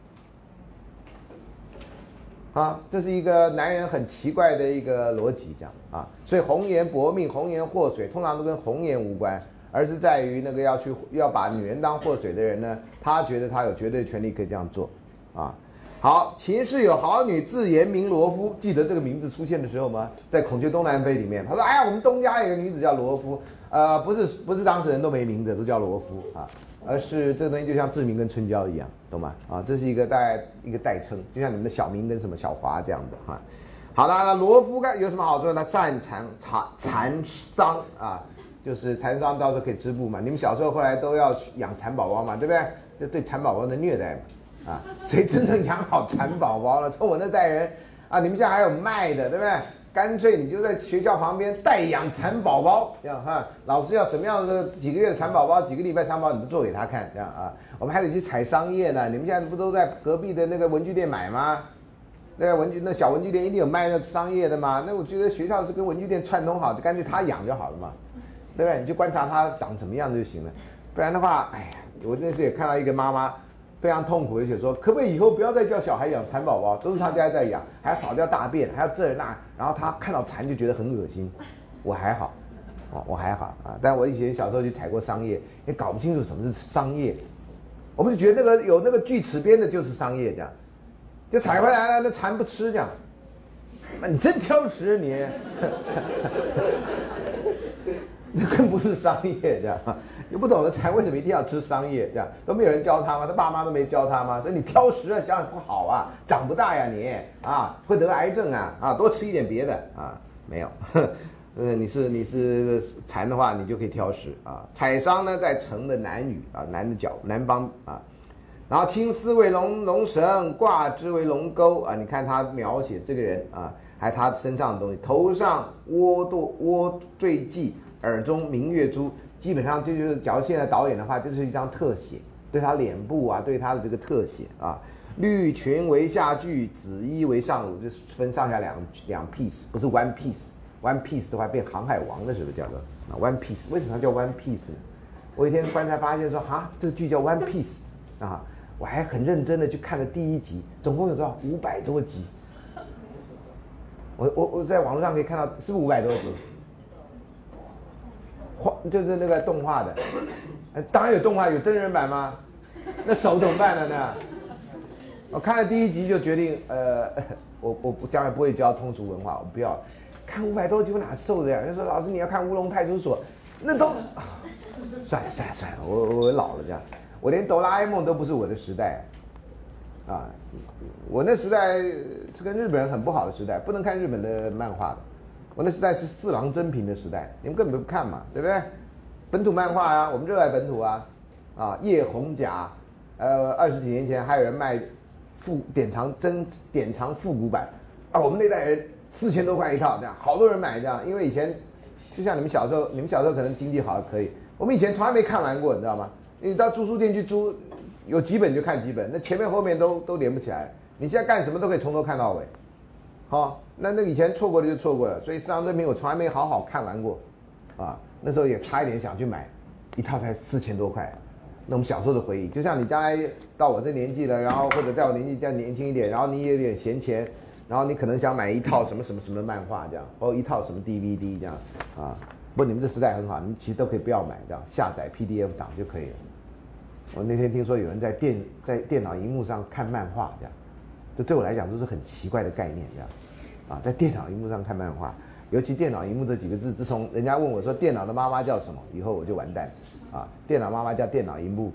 这是一个男人很奇怪的一个逻辑，这样所以红颜薄命、红颜祸水通常都跟红颜无关，而是在于那个要把女人当祸水的人呢，他觉得他有绝对权利可以这样做好，秦氏有好女自言名罗夫，记得这个名字出现的时候吗？在《孔雀东南飞》里面，他说：“哎呀，我们东家有个女子叫罗夫，不是当事人都没名字，都叫罗夫而是这个东西就像志明跟春娇一样，懂吗？这是一个代称，就像你们的小明跟什么小华这样的好了，那罗夫有什么好处呢？他擅长蚕桑就是蚕桑到时候可以织布嘛。你们小时候后来都要养蚕宝宝嘛，对不对？这对蚕宝宝的虐待嘛谁真正养好蚕宝宝了？从我那代人你们现在还有卖的，对不对？干脆你就在学校旁边代养蚕宝宝，这样老师要什么样的几个月的蚕宝宝，几个礼拜蚕宝宝，你都做给他看，这样我们还得去采桑叶呢。你们现在不都在隔壁的那个文具店买吗？那小文具店一定有卖那桑叶的吗？那我觉得学校是跟文具店串通好，就干脆他养就好了嘛，对不对？你就观察他长什么样就行了。不然的话，哎呀，我那次也看到一个妈妈非常痛苦，而且说可不可以以后不要再叫小孩养蚕宝宝，都是他家在养，还要扫掉大便，还要这那，然后他看到蚕就觉得很恶心。我还好但我以前小时候去采过桑叶，也搞不清楚什么是桑叶，我们就觉得那个有那个锯齿边的就是桑叶，这样就采回来了，那蚕不吃，这样你真挑食你那更不是桑叶，这样你不懂得蚕为什么一定要吃桑叶，这样都没有人教他吗？他爸妈都没教他吗？所以你挑食想想不好长不大呀你会得癌症多吃一点别的没有你是蚕的话，你就可以挑食采桑呢，在城的南隅南方然后青丝为龙绳，挂之为龙钩你看他描写这个人还有他身上的东西，头上窝坠髻，耳中明月珠，基本上这就是，假如现在导演的话，这是一张特写，对他脸部对他的这个特写绿裙为下裾，紫衣为上乳，就是分上下两 piece， 不是 one piece。one piece 的话变航海王的时候叫做one piece。为什么它叫 one piece 呢？我一天突然才发现说这个剧叫 one piece 我还很认真的去看了第1集，总共有多少？500多集。我在网络上可以看到，是不是500多集？就是那个动画的，当然有动画，有真人版吗？那手怎么办呢？我看了第1集就决定，我将来不会教通俗文化，我不要看500多集，我哪受得了？就说老师你要看《乌龙派出所》，那都算了，我老了这样。我连哆啦 A 梦都不是我的时代我那时代是跟日本人很不好的时代，不能看日本的漫画的。我那时代是四郎真平的时代，你们根本不看嘛，对不对？本土漫画我们热爱本土叶红甲，20几年前还有人卖典藏复古版我们那代人4000多块一套，这样好多人买这样，因为以前就像你们小时候可能经济好可以，我们以前从来没看完过，你知道吗？你到租书店去租有几本就看几本，那前面后面都连不起来。你现在干什么都可以从头看到尾，好，那以前错过的就错过了，所以《四郎真品》我从来没好好看完过，啊，那时候也差一点想去买，一套才4000多块，那我们小时候的回忆，就像你将来到我这年纪了，然后或者在我年纪再年轻一点，然后你也有点闲钱，然后你可能想买一套什么什么什么漫画这样，或一套什么 DVD 这样，啊，不，你们这时代很好，你们其实都可以不要买，这样下载 PDF 档就可以了。我那天听说有人在电脑荧幕上看漫画这样。这对我来讲都是很奇怪的概念，这样，啊，在电脑荧幕上看漫画，尤其电脑荧幕这几个字，自从人家问我说电脑的妈妈叫什么，以后我就完蛋，啊，电脑妈妈叫电脑荧幕，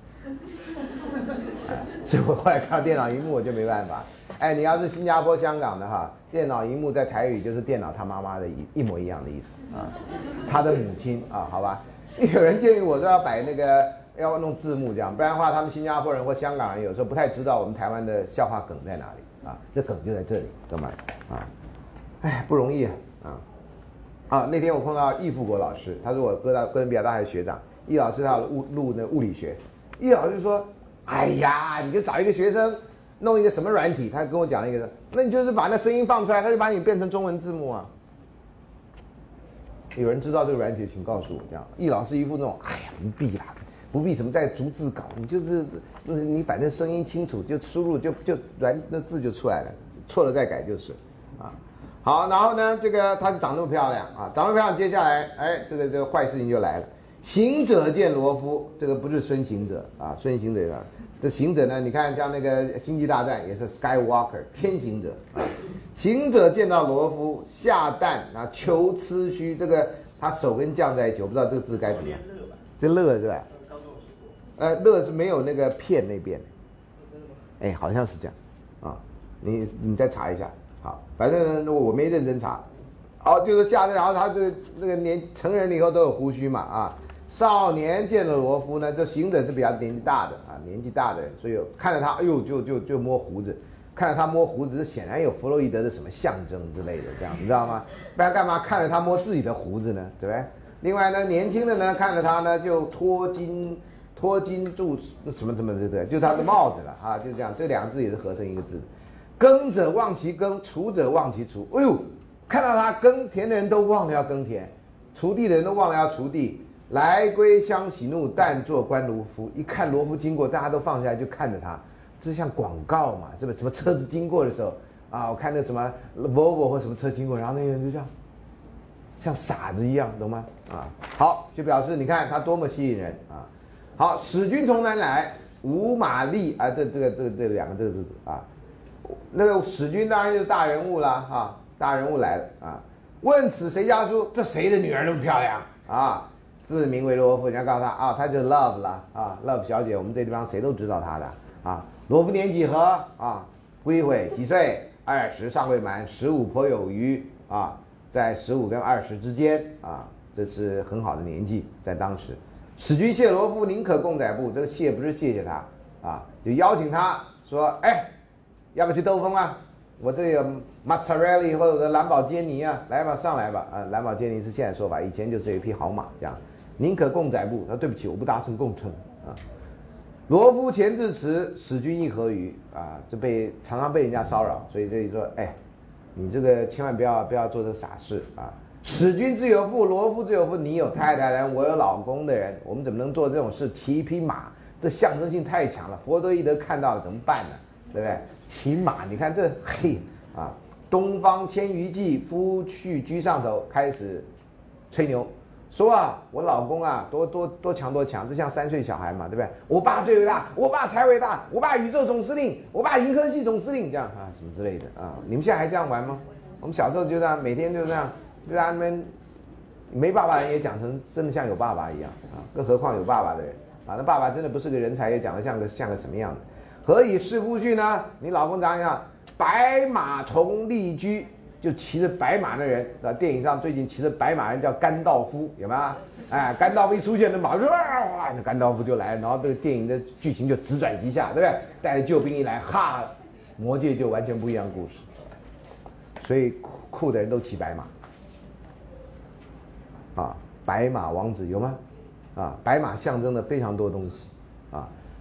所以我后来看到电脑荧幕我就没办法。哎，你要是新加坡、香港的哈，电脑荧幕在台语就是电脑他妈妈的一模一样的意思啊，他的母亲啊，好吧。有人建议我说要摆那个。要弄字幕这样，不然的话，他们新加坡人或香港人有时候不太知道我们台湾的笑话梗在哪里啊，这梗就在这里，懂吗？啊，哎，不容易啊啊！那天我碰到易富国老师，他是我哥伦比亚大学学长，易老师他有录那物理学，易老师说，哎呀，你就找一个学生弄一个什么软体，他跟我讲一个，那你就是把那声音放出来，他就把你变成中文字幕啊。有人知道这个软体，请告诉我，这样。易老师一副那种，哎呀，不必啦。不必什么再逐字稿，你就是你反正声音清楚就输入就那字就出来了，错了再改就是，啊，好，然后呢，这个他就长那么漂亮啊，长那么漂亮，接下来哎，这个坏事情就来了，行者见罗夫，这个不是孙行者啊，孙行者啊，这行者呢，你看像那个星际大战也是 Skywalker 天行者啊，行者见到罗夫下蛋啊，求疵须，这个他手跟降在一起，我不知道这个字该怎么样，这乐是吧？乐是没有那个片那边，哎，好像是这样，啊，你再查一下，好，反正我没认真查，好，就是下然后他这个那个成人以后都有胡须嘛，啊，少年见了罗夫呢，这行者是比较年纪大的啊，年纪大的人，所以看着他，哎呦，就摸胡子，看着他摸胡子，显然有弗洛伊德的什么象征之类的，这样你知道吗？不然干嘛看着他摸自己的胡子呢？对不对？另外呢，年轻的呢，看着他呢就脱金铸什么对，就他的帽子了啊，就这样，这两个字也是合成一个字。耕者忘其耕，锄者忘其锄。哎呦，看到他耕田的人都忘了要耕田，锄地的人都忘了要锄地。来归乡喜怒，但作观罗夫。一看罗夫经过，大家都放下来就看着他，这像广告嘛，是不是？什么车子经过的时候啊，我看那什么 Volvo 或什么车经过，然后那个人就这样，像傻子一样，懂吗？啊，好，就表示你看他多么吸引人啊。好，使君从南来，无马力啊，这两个这个字啊，那个使君当然就是大人物了啊，大人物来了啊。问此谁家书？这谁的女儿那么漂亮啊？自名为罗夫，人家告诉他啊，他就是 Love 了啊 ，Love 小姐，我们这地方谁都知道她的啊。罗夫年几何啊？归回几岁？20尚未满，15颇有余啊，在15跟20之间啊，这是很好的年纪，在当时。使君谢罗夫，宁可共载步。这个谢不是谢谢他啊，就邀请他说，哎，要不要去兜风啊？我这有马扎瑞利或者兰博基尼啊，来吧，上来吧啊！兰博基尼是现在说法，以前就是有一匹好马这样。宁可共载步，对不起，我不搭乘共乘啊。罗夫前至此，使君亦何于啊？这常常被人家骚扰，所以这里说，哎，你这个千万不要做这个傻事啊。使君自有妇，罗夫自有妇，你有太太人，我有老公的人，我们怎么能做这种事？骑一匹马，这象征性太强了。弗洛伊德看到了怎么办呢？对不对？骑马，你看这嘿啊，东方千余骑，夫婿居上头，开始吹牛，说啊，我老公啊，多强多强，这像3岁小孩嘛，对不对？我爸最伟大，我爸才伟大，我爸宇宙总司令，我爸银河系总司令，这样啊，什么之类的啊？你们现在还这样玩吗？我们小时候就这样，每天就这样。在他们没爸爸的人也讲成真的像有爸爸一样啊，更何况有爸爸的人啊，那爸爸真的不是个人才，也讲得像个什么样的？何以是夫婿呢？你老公长样？白马从立居，就骑着白马的人啊，电影上最近骑着白马人叫甘道夫，有没有？哎，甘道夫一出现，那马就哇，那甘道夫就来了，然后这个电影的剧情就直转急下，对不对？带着救兵一来，哈，魔界就完全不一样的故事。所以酷的人都骑白马。啊，白马王子有吗？啊，白马象征的非常多东西，啊，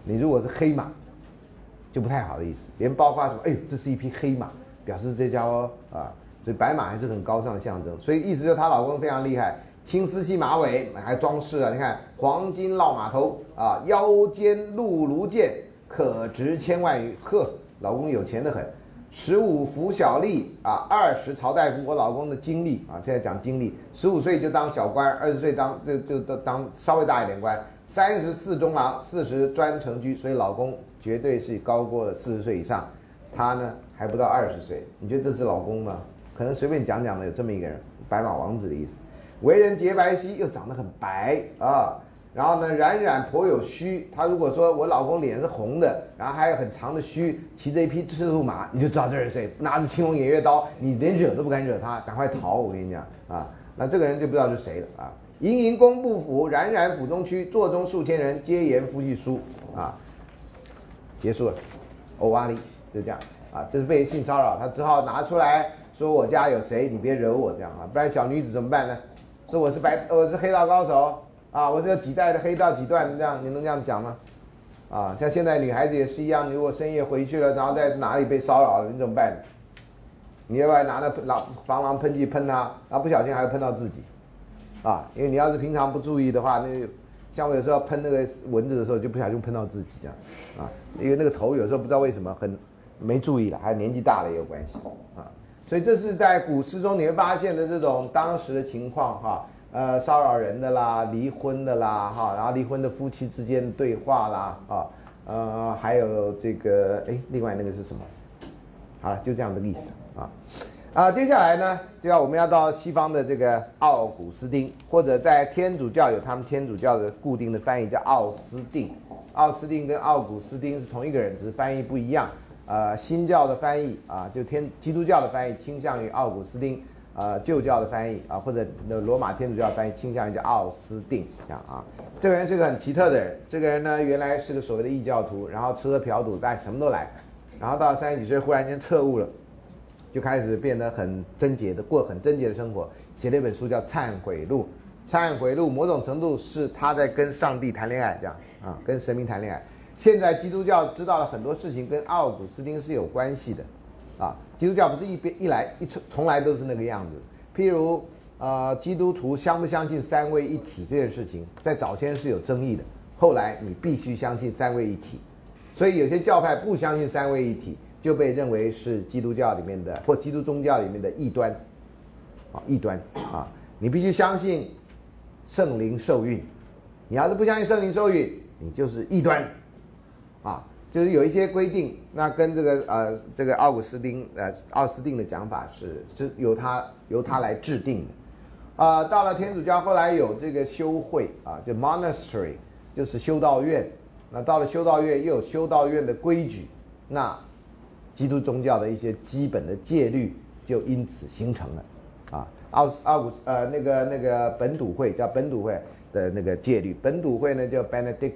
你如果是黑马，就不太好的意思。连包括什么，哎呦，这是一匹黑马，表示这家伙啊，所以白马还是很高尚的象征。所以意思就是她老公非常厉害，青丝细马尾，还装饰啊，你看黄金烙马头啊，腰间鹿炉剑，可值千万余。呵，老公有钱得很。15服小吏啊，20曹大夫，我老公的经历啊，现在讲经历，15岁就当小官，20岁就当稍微大一点官，34中郎，40专承居，所以老公绝对是高过了40岁以上，他呢还不到20岁，你觉得这是老公吗？可能随便讲讲的有这么一个人，白马王子的意思，为人洁白皙，又长得很白啊。然后呢，冉颇有须。他如果说我老公脸是红的，然后还有很长的须，骑着一匹赤兔马，你就知道这是谁。拿着青龙偃月刀，你连惹都不敢惹他，赶快逃！我跟你讲啊，那这个人就不知道是谁了啊。盈宫不府，冉府中区，座中数千人，皆言夫妻书啊。结束了，欧瓦里就这样啊，这是被性骚扰，他只好拿出来说我家有谁，你别惹我这样啊，不然小女子怎么办呢？说我是黑道高手。啊，我是有几代的黑道几段，这样你能这样讲吗？啊，像现在女孩子也是一样，你如果深夜回去了，然后在哪里被骚扰了，你怎么办？你要不然拿那防狼喷剂喷他，然后不小心还会喷到自己，啊，因为你要是平常不注意的话，那像我有时候喷那个蚊子的时候，就不小心喷到自己这样，啊，因为那个头有时候不知道为什么很没注意了，还有年纪大了也有关系啊，所以这是在古诗中你会发现的这种当时的情况哈。骚扰人的啦，离婚的啦，哈，然后离婚的夫妻之间的对话啦，啊，还有这个，另外那个是什么？好了，就这样的历史啊，接下来呢，我们要到西方的这个奥古斯丁，或者在天主教有他们天主教的固定的翻译叫奥斯定，奥斯定跟奥古斯丁是同一个人，只是翻译不一样。新教的翻译啊，就基督教的翻译倾向于奥古斯丁。旧教的翻译啊，或者罗马天主教的翻译倾向于叫奥斯定这样啊。这个人是个很奇特的人，这个人呢原来是个所谓的异教徒，然后吃喝嫖赌但什么都来，然后到了30几岁忽然间彻悟了，就开始变得很贞洁的过很贞洁的生活，写了一本书叫《忏悔录》。忏悔录某种程度是他在跟上帝谈恋爱这样啊，跟神明谈恋爱。现在基督教知道了很多事情跟奥古斯丁是有关系的。啊，基督教不是从来都是那个样子。譬如基督徒相不相信三位一体这件事情，在早先是有争议的。后来你必须相信三位一体，所以有些教派不相信三位一体，就被认为是基督教里面的或基督宗教里面的异端。异端啊，你必须相信圣灵受孕，你要是不相信圣灵受孕，你就是异端，啊。就是有一些规定，那跟这个奥斯定的讲法是由他来制定的，到了天主教后来有这个修会啊，就 monastery 就是修道院，那到了修道院又有修道院的规矩，那基督宗教的一些基本的戒律就因此形成了，啊，那个本笃会叫本笃会的那个戒律，本笃会呢叫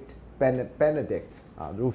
Benedict 啊 ，Rules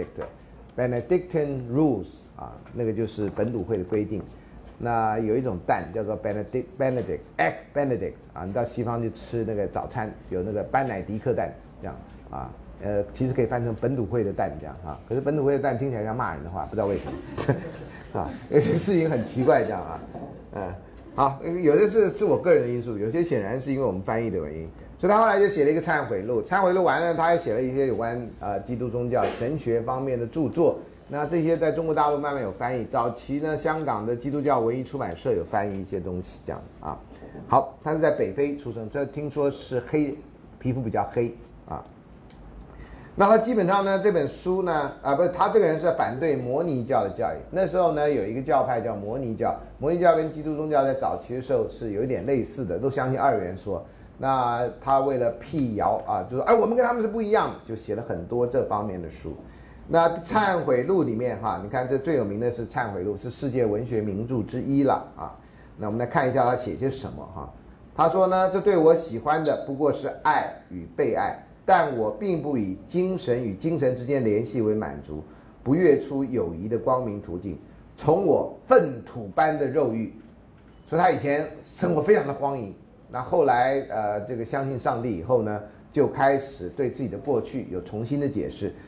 Benedictine Rules 啊，那个就是本笃会的规定。那有一种蛋叫做 Egg Benedict 啊，你到西方去吃那个早餐有那个班乃迪克蛋这样啊，其实可以翻成本笃会的蛋这样啊，可是本笃会的蛋听起来像骂人的话，不知道为什么啊，有些事情很奇怪这样啊，好，有些是我个人的因素，有些显然是因为我们翻译的原因。所以他后来就写了一个忏悔录，忏悔录完了，他也写了一些有关基督宗教神学方面的著作。那这些在中国大陆慢慢有翻译，早期呢，香港的基督教文艺出版社有翻译一些东西，这样啊。好，他是在北非出生，这听说是皮肤比较黑啊。那他基本上呢，这本书呢，不是他这个人是反对摩尼教的教义。那时候呢，有一个教派叫摩尼教，摩尼教跟基督宗教在早期的时候是有一点类似的，都相信二元说。那他为了辟谣啊，就说我们跟他们是不一样的，就写了很多这方面的书。那忏悔录里面哈，你看这最有名的是忏悔录，是世界文学名著之一了啊。那我们来看一下他写些什么哈。他说呢，这对我喜欢的不过是爱与被爱，但我并不以精神与精神之间联系为满足，不跃出友谊的光明途径，从我粪土般的肉欲。所以他以前生活非常的荒淫。那后来这个相信上帝以后呢，就开始对自己的过去有重新的解释。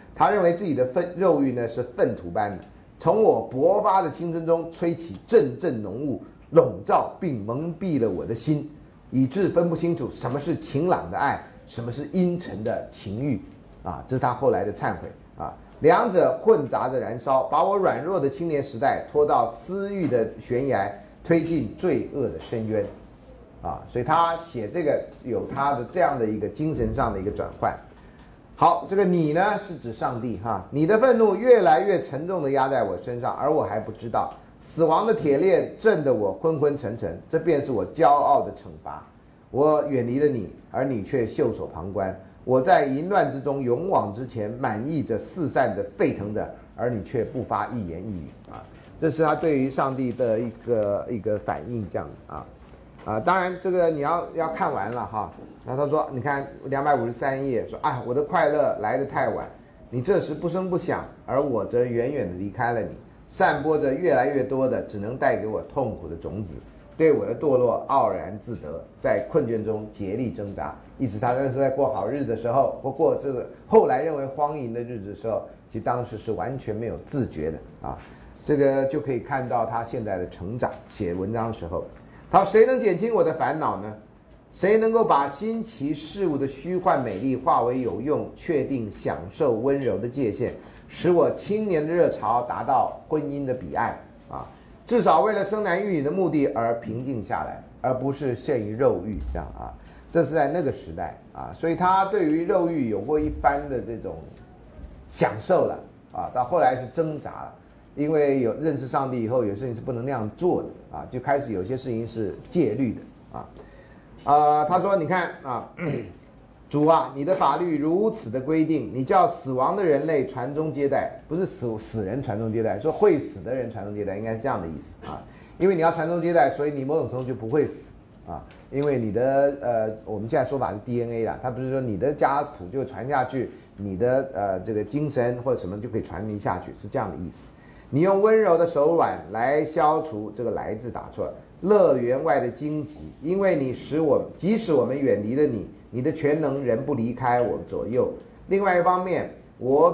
他认为自己的肉欲呢是粪土般的，从我勃发的青春中吹起阵阵浓雾，笼罩并蒙蔽了我的心，以致分不清楚什么是晴朗的爱，什么是阴沉的情欲。啊，这是他后来的忏悔啊。两者混杂着燃烧，把我软弱的青年时代拖到私欲的悬崖，推进罪恶的深渊。啊，所以他写这个有他的这样的一个精神上的一个转换。好，这个你呢是指上帝哈，你的愤怒越来越沉重地压在我身上，而我还不知道。死亡的铁链震得我昏昏沉沉，这便是我骄傲的惩罚。我远离了你，而你却袖手旁观。我在淫乱之中勇往直前，满意着、四散着、沸腾着，而你却不发一言一语啊！这是他对于上帝的一个反应，这样当然这个你要看完了哈。然后他说，你看253页说啊，我的快乐来得太晚，你这时不声不响，而我则远远地离开了你，散播着越来越多的只能带给我痛苦的种子。对我的堕落傲然自得，在困倦中竭力挣扎。意思他那时候在过好日子的时候，或过这个后来认为荒淫的日子的时候，其实当时是完全没有自觉的啊。这个就可以看到他现在的成长。写文章的时候，他说：“谁能减轻我的烦恼呢？谁能够把新奇事物的虚幻美丽化为有用，确定享受温柔的界限，使我青年的热潮达到婚姻的彼岸啊？至少为了生男育女的目的而平静下来，而不是陷于肉欲这样啊。这是在那个时代啊，所以他对于肉欲有过一番的这种享受了啊。到后来是挣扎了，因为有认识上帝以后，有事情是不能那样做的啊，就开始有些事情是戒律的啊。他说：“你看啊，主啊，你的法律如此的规定，你叫死亡的人类传宗接代，不是死人传宗接代，说会死的人传宗接代，应该是这样的意思啊。因为你要传宗接代，所以你某种程度就不会死啊，因为你的我们现在说法是 DNA 啦，它不是说你的家谱就传下去，你的这个精神或者什么就可以传递下去，是这样的意思。你用温柔的手腕来消除这个来字打错了，乐园外的荆棘，因为你使我即使我们远离了你，你的全能仍不离开我左右。另外一方面，我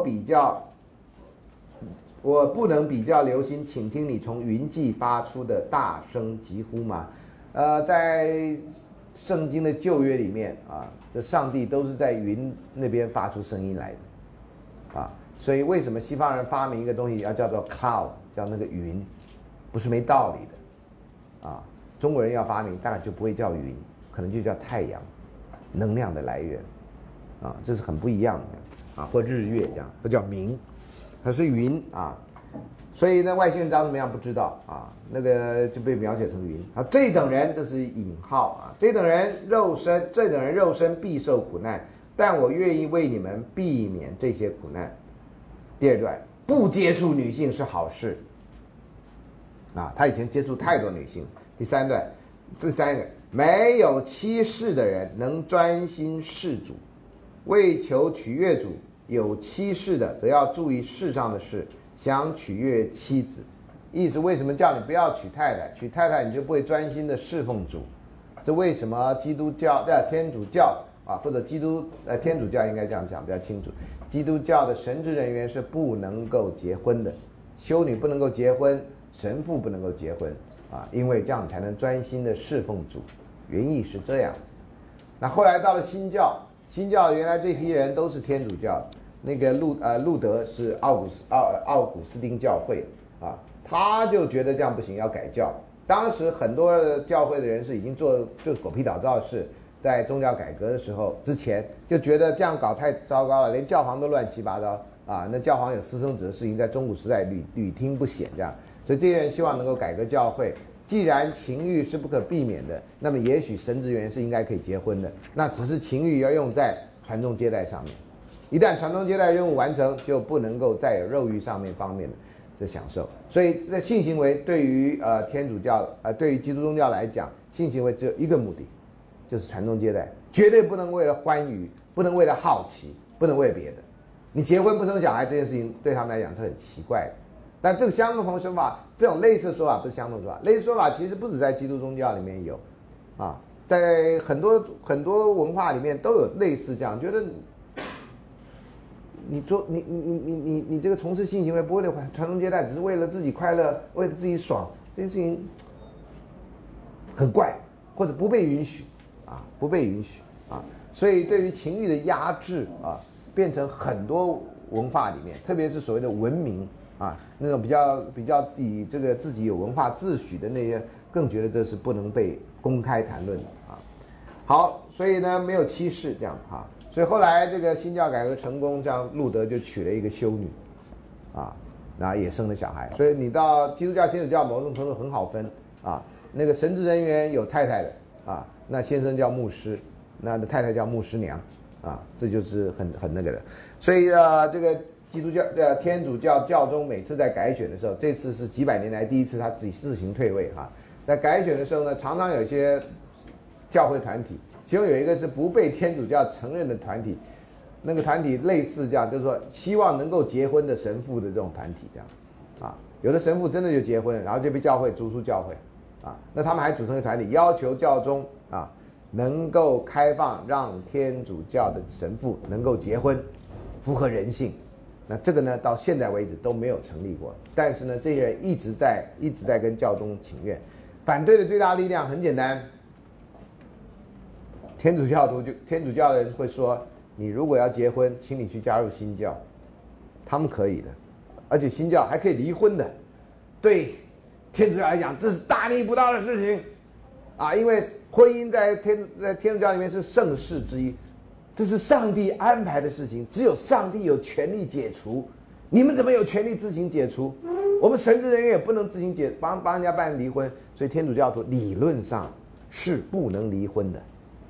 不能比较留心倾听你从云际发出的大声疾呼吗？在圣经的旧约里面啊，这上帝都是在云那边发出声音来的啊。所以为什么西方人发明一个东西要叫做 cloud， 叫那个云，不是没道理的啊。中国人要发明大概就不会叫云，可能就叫太阳，能量的来源啊，这是很不一样的啊，或日月这样，它叫明，它是云啊。所以呢，外星人长什么样不知道啊，那个就被描写成云啊。这等人，这是引号啊，这等人肉身必受苦难，但我愿意为你们避免这些苦难。第二段，不接触女性是好事啊，他以前接触太多女性。第三段，第三个，没有妻室的人能专心事主，为求取悦主；有妻室的则要注意世上的事，想取悦妻子。意思为什么叫你不要娶太太？娶太太你就不会专心的侍奉主。这为什么基督教天主教啊，或者天主教应该这样讲比较清楚，基督教的神职人员是不能够结婚的，修女不能够结婚，神父不能够结婚啊，因为这样才能专心的侍奉主，原意是这样子。那后来到了新教，原来这批人都是天主教，那个路德是奥古斯丁教会啊，他就觉得这样不行，要改教。当时很多的教会的人是已经做狗屁倒灶的事，在宗教改革的时候之前就觉得这样搞太糟糕了，连教皇都乱七八糟啊！那教皇有私生子的事情在中古时代屡听不鲜，这样，所以这些人希望能够改革教会。既然情欲是不可避免的，那么也许神职员是应该可以结婚的，那只是情欲要用在传宗接代上面。一旦传宗接代任务完成，就不能够再有肉欲上面方面的享受。所以这性行为对于天主教对于基督宗教来讲，性行为只有一个目的，就是传宗接代，绝对不能为了欢愉，不能为了好奇，不能为了别的。你结婚不生小孩这件事情对他们来讲是很奇怪的。但这个相同的说法，这种类似的说法不是相同的说法，类似说法其实不止在基督宗教里面有啊，在很多文化里面都有类似这样，觉得你这个从事性行为不为了传宗接代，只是为了自己快乐，为了自己爽，这件事情很怪，或者不被允许啊，不被允许啊。所以对于情欲的压制啊，变成很多文化里面，特别是所谓的文明啊，那种比较以这个自己有文化自诩的那些，更觉得这是不能被公开谈论的啊。好，所以呢没有歧视这样啊。所以后来这个新教改革成功，这样路德就娶了一个修女，啊，然后也生了小孩。所以你到基督教、天主教某种程度很好分啊，那个神职人员有太太的啊，那先生叫牧师，那太太叫牧师娘啊，这就是很那个的。所以这个基督教天主教教宗每次在改选的时候，这次是几百年来第一次他自己自行退位哈，在改选的时候呢，常常有一些教会团体。其中有一个是不被天主教承认的团体，那个团体类似这样，就是说希望能够结婚的神父的这种团体这样，啊，有的神父真的就结婚了，然后就被教会逐出教会，啊，那他们还组成一个团体，要求教宗啊能够开放让天主教的神父能够结婚，符合人性。那这个呢，到现在为止都没有成立过。但是呢，这些人一直在跟教宗请愿，反对的最大力量很简单。天主教的人会说，你如果要结婚，请你去加入新教，他们可以的，而且新教还可以离婚的。对天主教来讲，这是大逆不道的事情啊！因为婚姻在天主教里面是圣事之一，这是上帝安排的事情，只有上帝有权利解除，你们怎么有权利自行解除？我们神职人员也不能自行帮人家办离婚，所以天主教徒理论上是不能离婚的。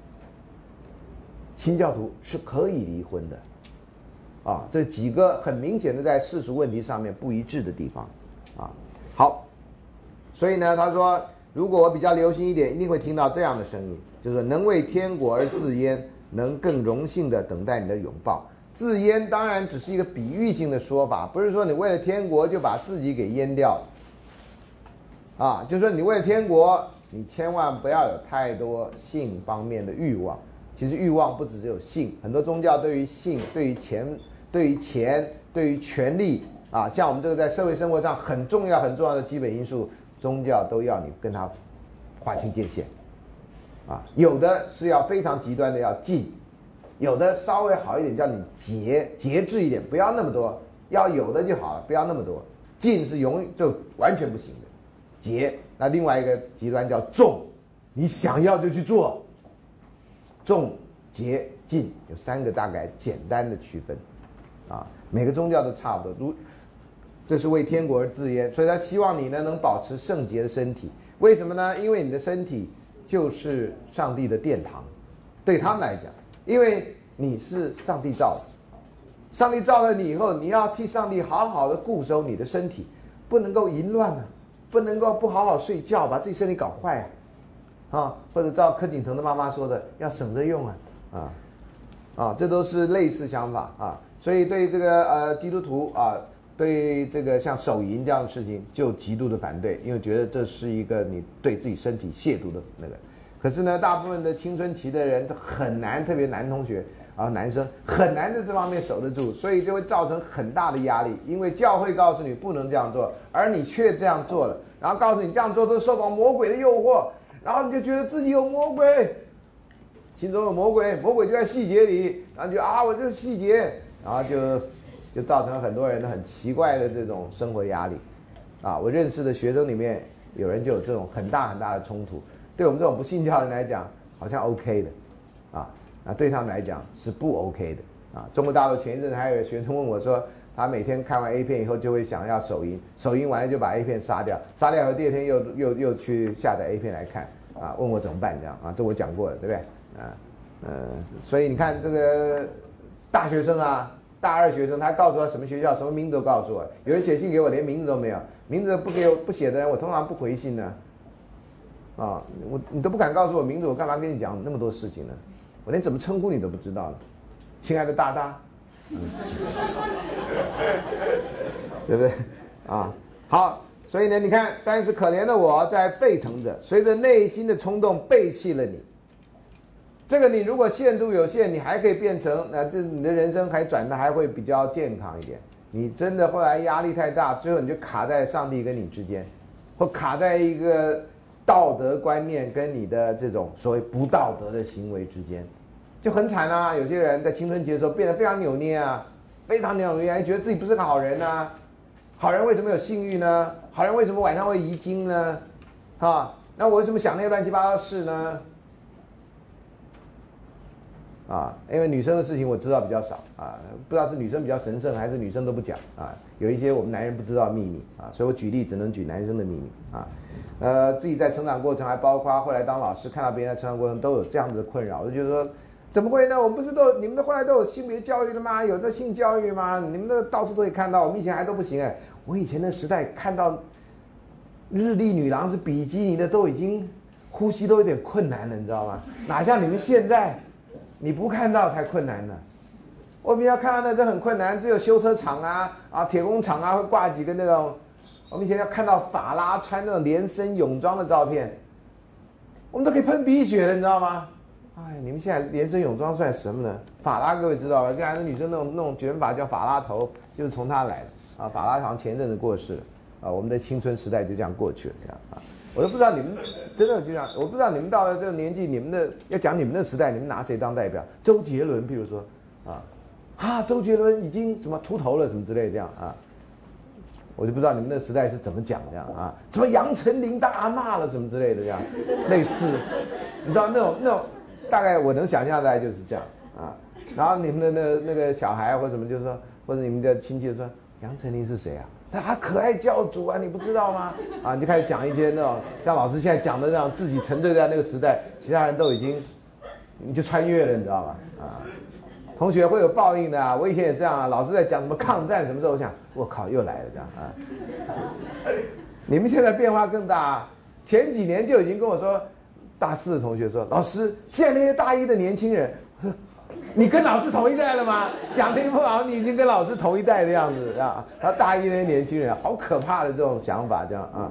新教徒是可以离婚的，啊，这几个很明显的在世俗问题上面不一致的地方，啊，好，所以呢，他说，如果我比较留心一点，一定会听到这样的声音，就是能为天国而自阉，能更荣幸的等待你的拥抱。自阉当然只是一个比喻性的说法，不是说你为了天国就把自己给阉掉了，啊，就是说你为了天国，你千万不要有太多性方面的欲望。其实欲望不只有性，很多宗教对于性、对于钱、对于权力啊，像我们这个在社会生活上很重要的基本因素，宗教都要你跟他划清界限，啊，有的是要非常极端的要禁，有的稍微好一点叫你节制一点，不要那么多，要有的就好了，不要那么多。禁是就完全不行的，节那另外一个极端叫重，你想要就去做。重、节、禁有3个大概简单的区分，啊，每个宗教都差不多。这是为天国而自阉，所以他希望你呢能保持圣洁的身体。为什么呢？因为你的身体就是上帝的殿堂，对他们来讲，因为你是上帝造的，上帝造了你以后，你要替上帝好好的固守你的身体，不能够淫乱啊，不能够不好好睡觉，把自己身体搞坏啊。或者照柯景腾的妈妈说的，要省着用这都是类似想法啊。所以对这个基督徒啊，对这个像手淫这样的事情就极度的反对，因为觉得这是一个你对自己身体亵渎的那个。可是呢，大部分的青春期的人都很难，特别男同学啊，男生很难在这方面守得住，所以就会造成很大的压力。因为教会告诉你不能这样做，而你却这样做了，然后告诉你这样做都受到魔鬼的诱惑。然后你就觉得自己有魔鬼，心中有魔鬼，魔鬼就在细节里，然后就我这是细节，然后就造成很多人的很奇怪的这种生活压力，我认识的学生里面有人就有这种很大的冲突，对我们这种不信教的人来讲好像 OK 的，对他们来讲是不 OK 的，中国大陆前一阵还有学生问我说，他每天看完 A 片以后就会想要手淫，手淫完了就把 A 片杀掉，杀掉以后第二天又去下载 A 片来看，问我怎么办这样，这我讲过了，对不对？所以你看这个大学生大2学生，他告诉我什么学校什么名字都告诉我，有人写信给我连名字都没有，名字不写的人我通常不回信呢，你都不敢告诉我名字，我干嘛跟你讲那么多事情呢？我连怎么称呼你都不知道了，亲爱的大大。对不对好，所以呢你看，但是可怜的我在沸腾着，随着内心的冲动背弃了你， 这个你如果限度有限，你还可以变成这你的人生还转的还会比较健康一点。你真的后来压力太大，最后你就卡在上帝跟你之间，或卡在一个道德观念跟你的这种所谓不道德的行为之间，就很惨啊。有些人在青春期的时候变得非常扭捏啊，非常扭捏，觉得自己不是个好人啊。好人为什么有性欲呢？好人为什么晚上会遗精呢？那我为什么想那些乱七八糟的事呢？因为女生的事情我知道比较少不知道是女生比较神圣还是女生都不讲有一些我们男人不知道的秘密所以我举例只能举男生的秘密自己在成长过程还包括后来当老师看到别人在成长过程都有这样子的困扰，我就觉得说怎么会呢？我们不是你们后来都有性别教育了吗？有这性教育吗？你们到处都可以看到，我们以前还都不行我以前那时代看到日历女郎是比基尼的都已经呼吸都有点困难了，你知道吗？哪像你们现在你不看到才困难呢。我们要看到那真很困难，只有修车厂铁工厂会挂几个那种，我们以前要看到法拉穿那种连身泳装的照片，我们都可以喷鼻血的，你知道吗？你们现在连身泳装算什么呢？法拉各位知道吧？现在女生那种卷发叫法拉头，就是从她来的法拉好像前一阵子过世了我们的青春时代就这样过去了我都不知道你们真的就这样，我不知道你们到了这个年纪，你们的要讲你们的时代，你们拿谁当代表？周杰伦，譬如说周杰伦已经什么秃头了什么之类这样我就不知道你们的时代是怎么讲这样什么杨丞琳当阿嬷了什么之类的这样，类似，你知道那种大概我能想象大概就是这样然后你们的那个小孩或者什么就是说，或者你们的亲戚就说杨丞琳是谁他可爱教主你不知道吗？你就开始讲一些那种像老师现在讲的那样，自己沉醉在那个时代，其他人都已经你就穿越了，你知道吗？同学会有报应的我以前也这样老师在讲什么抗战什么时候，我想我靠又来了这样你们现在变化更大前几年就已经跟我说，大四的同学说老师，现在那些大一的年轻人，我说你跟老师同一代了吗？讲得不好，你已经跟老师同一代的样子他大一那些年轻人好可怕的这种想法这样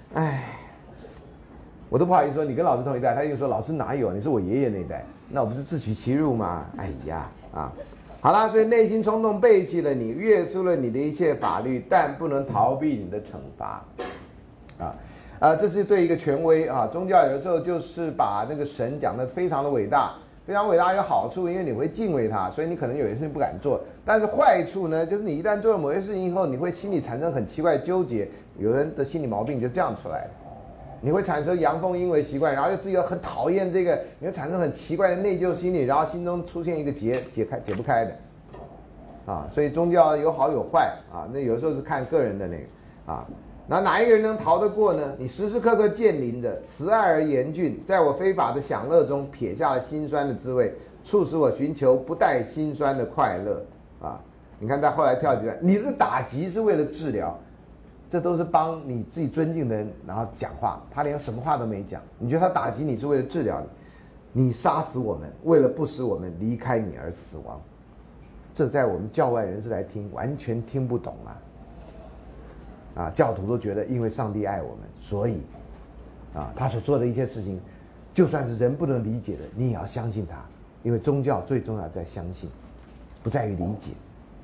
我都不好意思说你跟老师同一代，他就说老师哪有，你是我爷爷那一代，那我不是自取其辱吗？好啦，所以内心冲动背弃了你，越出了你的一切法律，但不能逃避你的惩罚这是对一个权威宗教有的时候就是把那个神讲得非常的伟大，非常伟大有好处，因为你会敬畏他，所以你可能有些事情不敢做。但是坏处呢，就是你一旦做了某些事情以后，你会心里产生很奇怪的纠结。有人的心理毛病就这样出来的，你会产生阳奉阴违习惯，然后又自己又很讨厌这个，你会产生很奇怪的内疚心理，然后心中出现一个解不开的所以宗教有好有坏那有时候是看个人的那个那哪一个人能逃得过呢？你时时刻刻见临着，慈爱而严峻，在我非法的享乐中撇下了辛酸的滋味，促使我寻求不带辛酸的快乐你看他后来跳起来，你的打击是为了治疗，这都是帮你自己尊敬的人然后讲话，他连什么话都没讲，你觉得他打击你是为了治疗你杀死我们，为了不使我们离开你而死亡，这在我们教外人士来听完全听不懂教徒都觉得因为上帝爱我们，所以他所做的一切事情，就算是人不能理解的，你也要相信他，因为宗教最重要在相信，不在于理解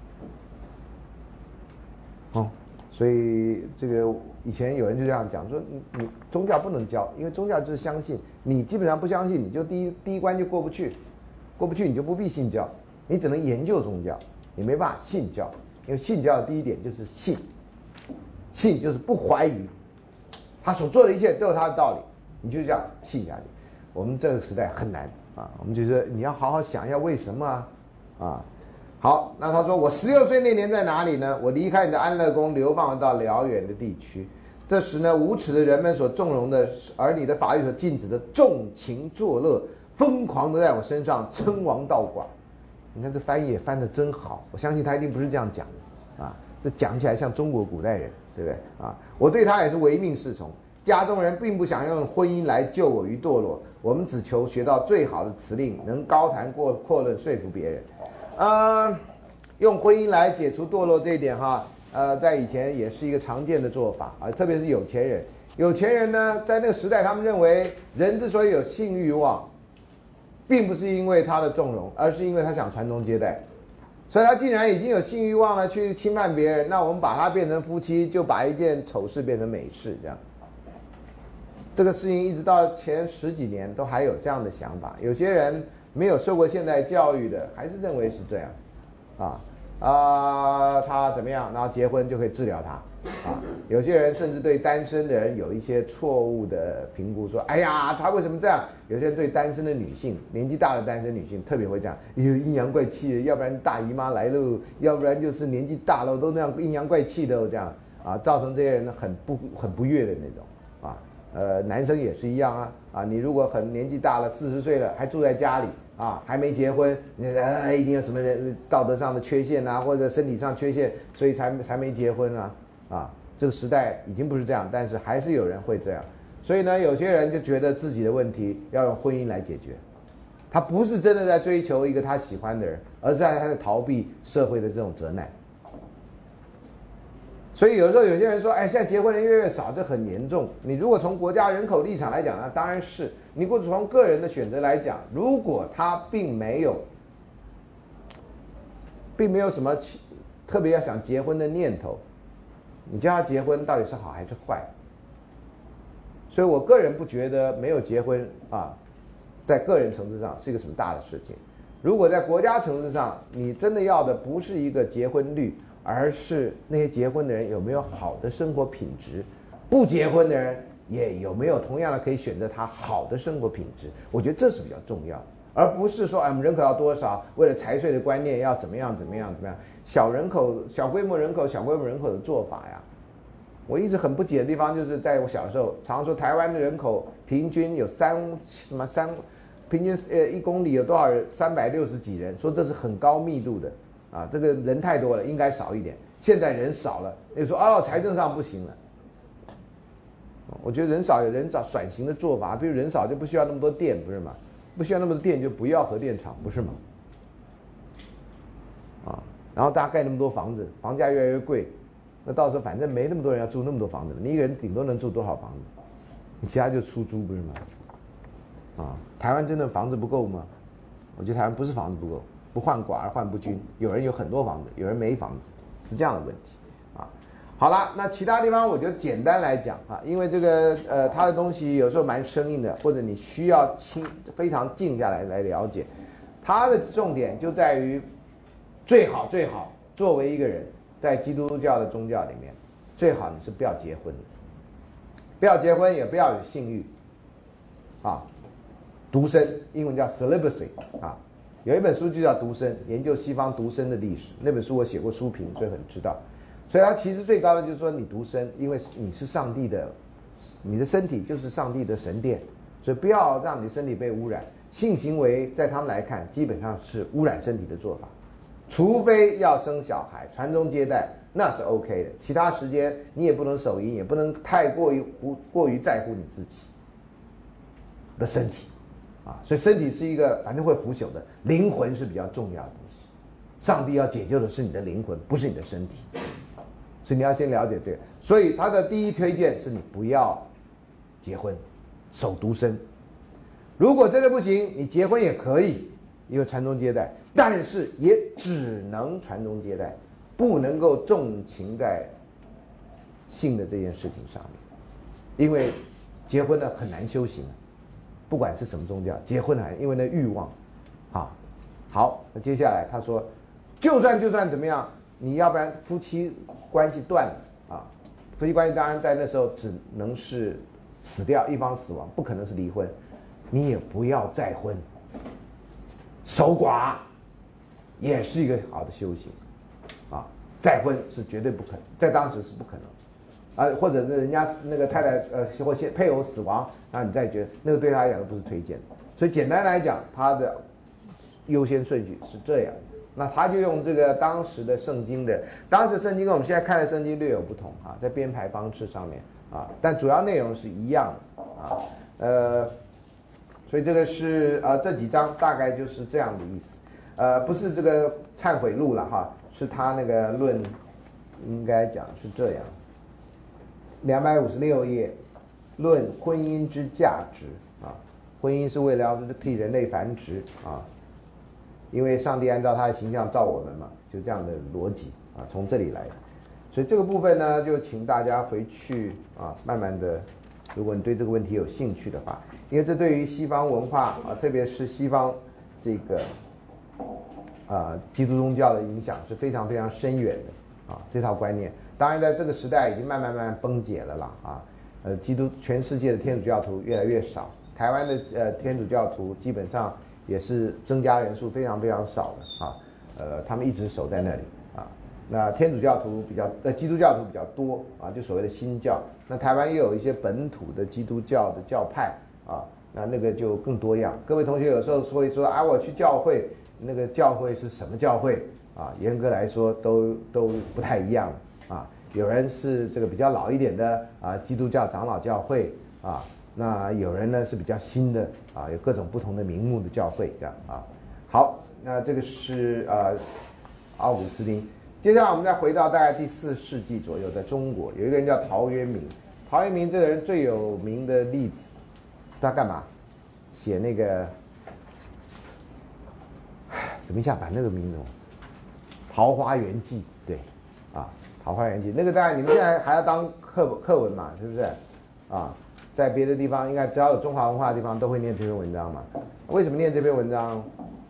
所以这个以前有人就这样讲说，你宗教不能教，因为宗教就是相信，你基本上不相信，你就第一关就过不去你就不必信教，你只能研究宗教，你没办法信教，因为信教的第一点就是信就是不怀疑，他所做的一切都有他的道理，你就这样信下去。我们这个时代很难我们就是你要好好想一下为什么好，那他说我16岁那年在哪里呢？我离开你的安乐宫，流放到辽远的地区。这时呢，无耻的人们所纵容的，而你的法律所禁止的纵情作乐，疯狂的在我身上称王道寡。你看这翻译也翻得真好，我相信他一定不是这样讲的这讲起来像中国古代人，对不对我对他也是唯命是从。家中人并不想用婚姻来救我于堕落，我们只求学到最好的辞令，能高谈阔论说服别人。用婚姻来解除堕落这一点在以前也是一个常见的做法特别是有钱人。有钱人呢，在那个时代，他们认为人之所以有性欲望， 并不是因为他的纵容，而是因为他想传宗接代。所以他既然已经有性欲望了，去侵犯别人，那我们把他变成夫妻，就把一件丑事变成美事，这样。这个事情一直到前10几年都还有这样的想法。有些人没有受过现代教育的，还是认为是这样，他怎么样，然后结婚就可以治疗他。有些人甚至对单身的人有一些错误的评估，说哎呀他为什么这样。有些人对单身的女性，年纪大的单身女性特别会这样，阴阳怪气的，要不然大姨妈来了，要不然就是年纪大了都那样阴阳怪气的这样造成这些人很不悦的那种男生也是一样你如果很年纪大了40岁了还住在家里还没结婚，一定有什么人道德上的缺陷或者身体上缺陷，所以才没结婚这个时代已经不是这样，但是还是有人会这样。所以呢，有些人就觉得自己的问题要用婚姻来解决，他不是真的在追求一个他喜欢的人，而是他在逃避社会的这种责难。所以有时候有些人说，现在结婚人越来越少，这很严重。你如果从国家人口立场来讲，那当然是；你如果从个人的选择来讲，如果他并没有什么特别要想结婚的念头，你叫他结婚到底是好还是坏？所以我个人不觉得没有结婚在个人层次上是一个什么大的事情。如果在国家层次上，你真的要的不是一个结婚率，而是那些结婚的人有没有好的生活品质，不结婚的人也有没有同样的可以选择他好的生活品质。我觉得这是比较重要，而不是说我们人口要多少，为了财税的观念要怎么样，小规模人口的做法呀。我一直很不解的地方，就是在我小时候常说台湾的人口平均有平均1公里有多少人，360几人，说这是很高密度的这个人太多了，应该少一点。现在人少了，你说财政上不行了。我觉得人少有人少转型的做法，比如人少就不需要那么多电，不是吗？不需要那么多电就不要核电厂，不是吗？然后大家盖那么多房子，房价越来越贵。那到时候反正没那么多人要住那么多房子了，你一个人顶多能住多少房子？你其他就出租，不是吗？台湾真的房子不够吗？我觉得台湾不是房子不够，不患寡而患不均，有人有很多房子，有人没房子，是这样的问题好了，那其他地方我就简单来讲因为这个它的东西有时候蛮生硬的，或者你需要非常静下来了解。它的重点就在于最好作为一个人。在基督教的宗教里面，最好你是不要结婚的，不要结婚，也不要有性欲独身，英文叫 celibacy 有一本书就叫独身，研究西方独身的历史，那本书我写过书评，所以很知道。所以它其实最高的就是说你独身，因为你是上帝的，你的身体就是上帝的神殿，所以不要让你身体被污染。性行为在他们来看基本上是污染身体的做法，除非要生小孩传宗接代，那是 OK 的。其他时间你也不能手淫，也不能太过于在乎你自己的身体所以身体是一个反正会腐朽的，灵魂是比较重要的东西。上帝要解救的是你的灵魂，不是你的身体，所以你要先了解这个。所以他的第一推荐是你不要结婚，守独身。如果真的不行，你结婚也可以，因为传宗接代，但是也只能传宗接代，不能够重情在性的这件事情上面，因为结婚呢很难修行，不管是什么宗教，结婚还因为那欲望好，那接下来他说，就算怎么样，你要不然夫妻关系断了夫妻关系当然在那时候只能是死掉，一方死亡，不可能是离婚。你也不要再婚，守寡也是一个好的修行再婚是绝对不可能，在当时是不可能或者是人家那个太太或配偶死亡，然后你再觉得那个对他来讲都不是推荐的。所以简单来讲，他的优先顺序是这样。那他就用这个当时的圣经跟我们现在看的圣经略有不同在编排方式上面但主要内容是一样的所以这个是这几章大概就是这样的意思不是这个忏悔录了是他那个论，应该讲是这样256页论婚姻之价值婚姻是为了要替人类繁殖啊，因为上帝按照他的形象造我们嘛，就这样的逻辑啊，从这里来的。所以这个部分呢，就请大家回去啊，慢慢的，如果你对这个问题有兴趣的话，因为这对于西方文化啊，特别是西方这个基督宗教的影响是非常非常深远的啊，这套观念。当然，在这个时代已经慢慢崩解了啦啊，全世界的天主教徒越来越少，台湾的天主教徒基本上也是增加人数非常非常少的啊，他们一直守在那里啊。那天主教徒基督教徒比较多啊，就所谓的新教。那台湾也有一些本土的基督教的教派啊，那个就更多样。各位同学有时候会说啊，我去教会，那个教会是什么教会啊？严格来说都不太一样啊。有人是这个比较老一点的基督教长老教会啊，那有人呢是比较新的啊，有各种不同的名目的教会这样啊。好，那这个是奥古斯丁。接下来我们再回到大概第4世纪左右，在中国有一个人叫陶渊明。陶渊明这个人最有名的例子是他干嘛？写那个，怎么一下把那个名字《桃花源记》对，《桃花源记》那个当然你们现在还要当课文嘛，是不是？在别的地方应该只要有中华文化的地方都会念这篇文章嘛。为什么念这篇文章？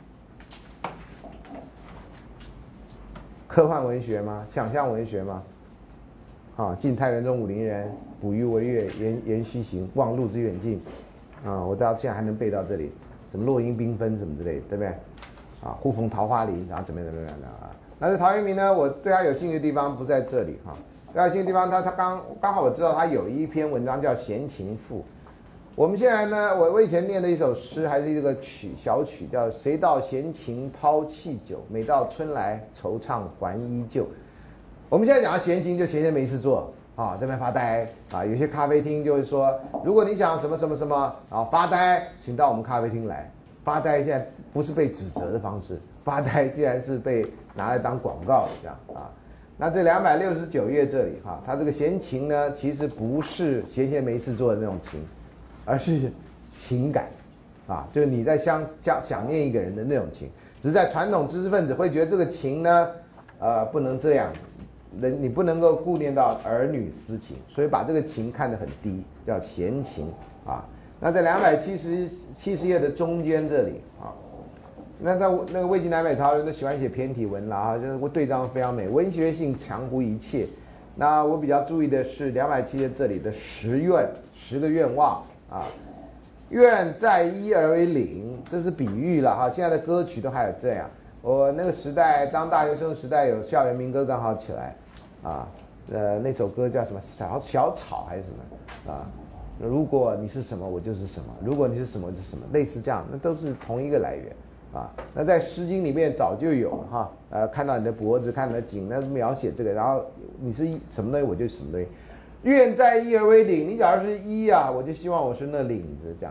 科幻文学吗？想象文学吗？晋太原中武陵人，捕鱼为乐，沿溪行，望路之远近。我到现在还能背到这里，什么落英缤纷什么之类的，对不对？忽逢桃花林，然后怎么样啊？但是陶渊明呢，我对他有兴趣的地方不在这里对他有兴趣的地方，他刚好我知道他有一篇文章叫《闲情赋》。我们现在呢，我以前念的一首诗，还是一个小曲，叫谁道闲情抛弃酒，每到春来惆怅还依旧。我们现在讲的闲情，就闲着没事做在那边发呆有些咖啡厅就会说，如果你想什么什么什么发呆，请到我们咖啡厅来。发呆现在不是被指责的方式，发呆竟然是被拿来当广告这样那这269页这里它这个闲情呢，其实不是闲闲没事做的那种情，而是情感就是你在想念一个人的那种情。只是在传统知识分子会觉得这个情呢不能这样，你不能够顾念到儿女私情，所以把这个情看得很低，叫闲情那在270页的中间这里那在那个魏晋南北朝人都喜欢写骈体文啦就是对仗非常美，文学性强乎一切。那我比较注意的是270页这里的10个愿望愿在一而为领，这是比喻了现在的歌曲都还有这样。我那个时代当大学生时代有校园民歌刚好起来那首歌叫什么小草还是什么如果你是什么我就是什么，如果你是什么就是什么，类似这样，那都是同一个来源那在《诗经》里面早就有了看到你的脖子，看你的颈，那描写这个，然后你是什么东西我就什么东西。愿在一而为领，你假如是一我就希望我是那领子这样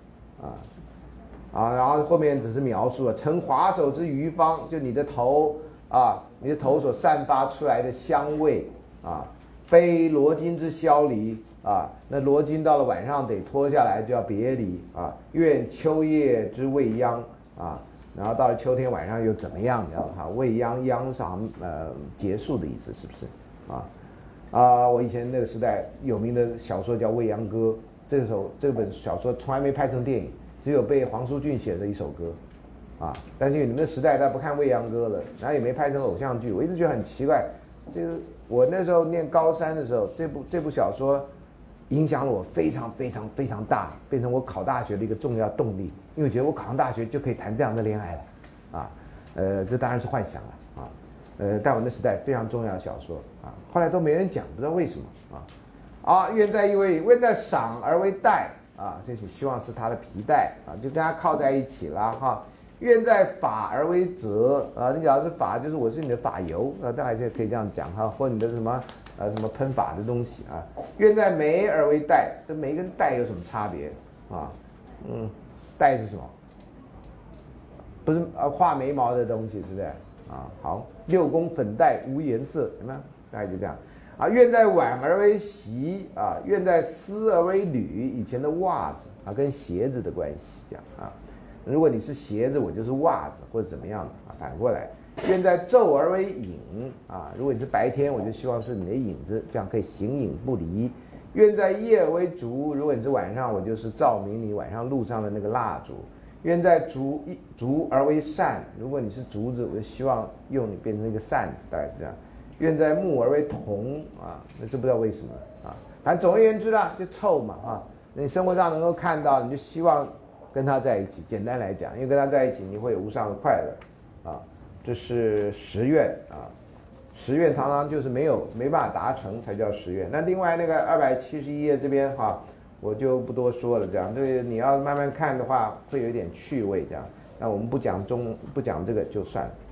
然后后面只是描述了乘华首之余芳，就你的头你的头所散发出来的香味背罗巾之萧离那罗巾到了晚上得脱下来就要别离愿秋夜之未央然后到了秋天晚上又怎么样未央央是结束的意思，是不是我以前那个时代有名的小说叫《未央歌》，这本小说从来没拍成电影，只有被黄舒骏写的一首歌但是因为你们的时代他不看《未央歌》了，然后也没拍成偶像剧，我一直觉得很奇怪。我那时候念高3的时候，这部小说影响了我非常非常非常大，变成我考大学的一个重要动力，因为我觉得我考上大学就可以谈这样的恋爱了这当然是幻想了但我那时代非常重要的小说后来都没人讲，不知道为什么愿在赏而为带这是希望是他的皮带就跟他靠在一起了愿在法而为则你只要是法，就是我是你的法油大概就可以这样讲或你的什么喷法的东西愿在眉而为带，这眉跟带有什么差别带是什么？不是画眉毛的东西，是不是好，6宫粉带无颜色，有没有？大概就这样啊，愿在碗而为席啊，愿在丝而为履。以前的袜子啊，跟鞋子的关系这样啊。如果你是鞋子，我就是袜子或者怎么样的啊，反过来。愿在昼而为影啊，如果你是白天，我就希望是你的影子，这样可以形影不离。愿在夜而为烛，如果你是晚上，我就是照明你晚上路上的那个蜡烛。愿在竹而为扇，如果你是竹子，我就希望用你变成一个扇子，大概是这样。愿在木而为铜啊，那这不知道为什么啊，反正总而言之啦，就凑嘛啊，你生活上能够看到，你就希望跟他在一起。简单来讲，因为跟他在一起，你会有无上的快乐啊，这是十愿啊。十愿常常就是没办法达成才叫十愿。那另外那个271页这边哈，我就不多说了，这样，这个你要慢慢看的话，会有一点趣味这样。那我们不讲这个就算了。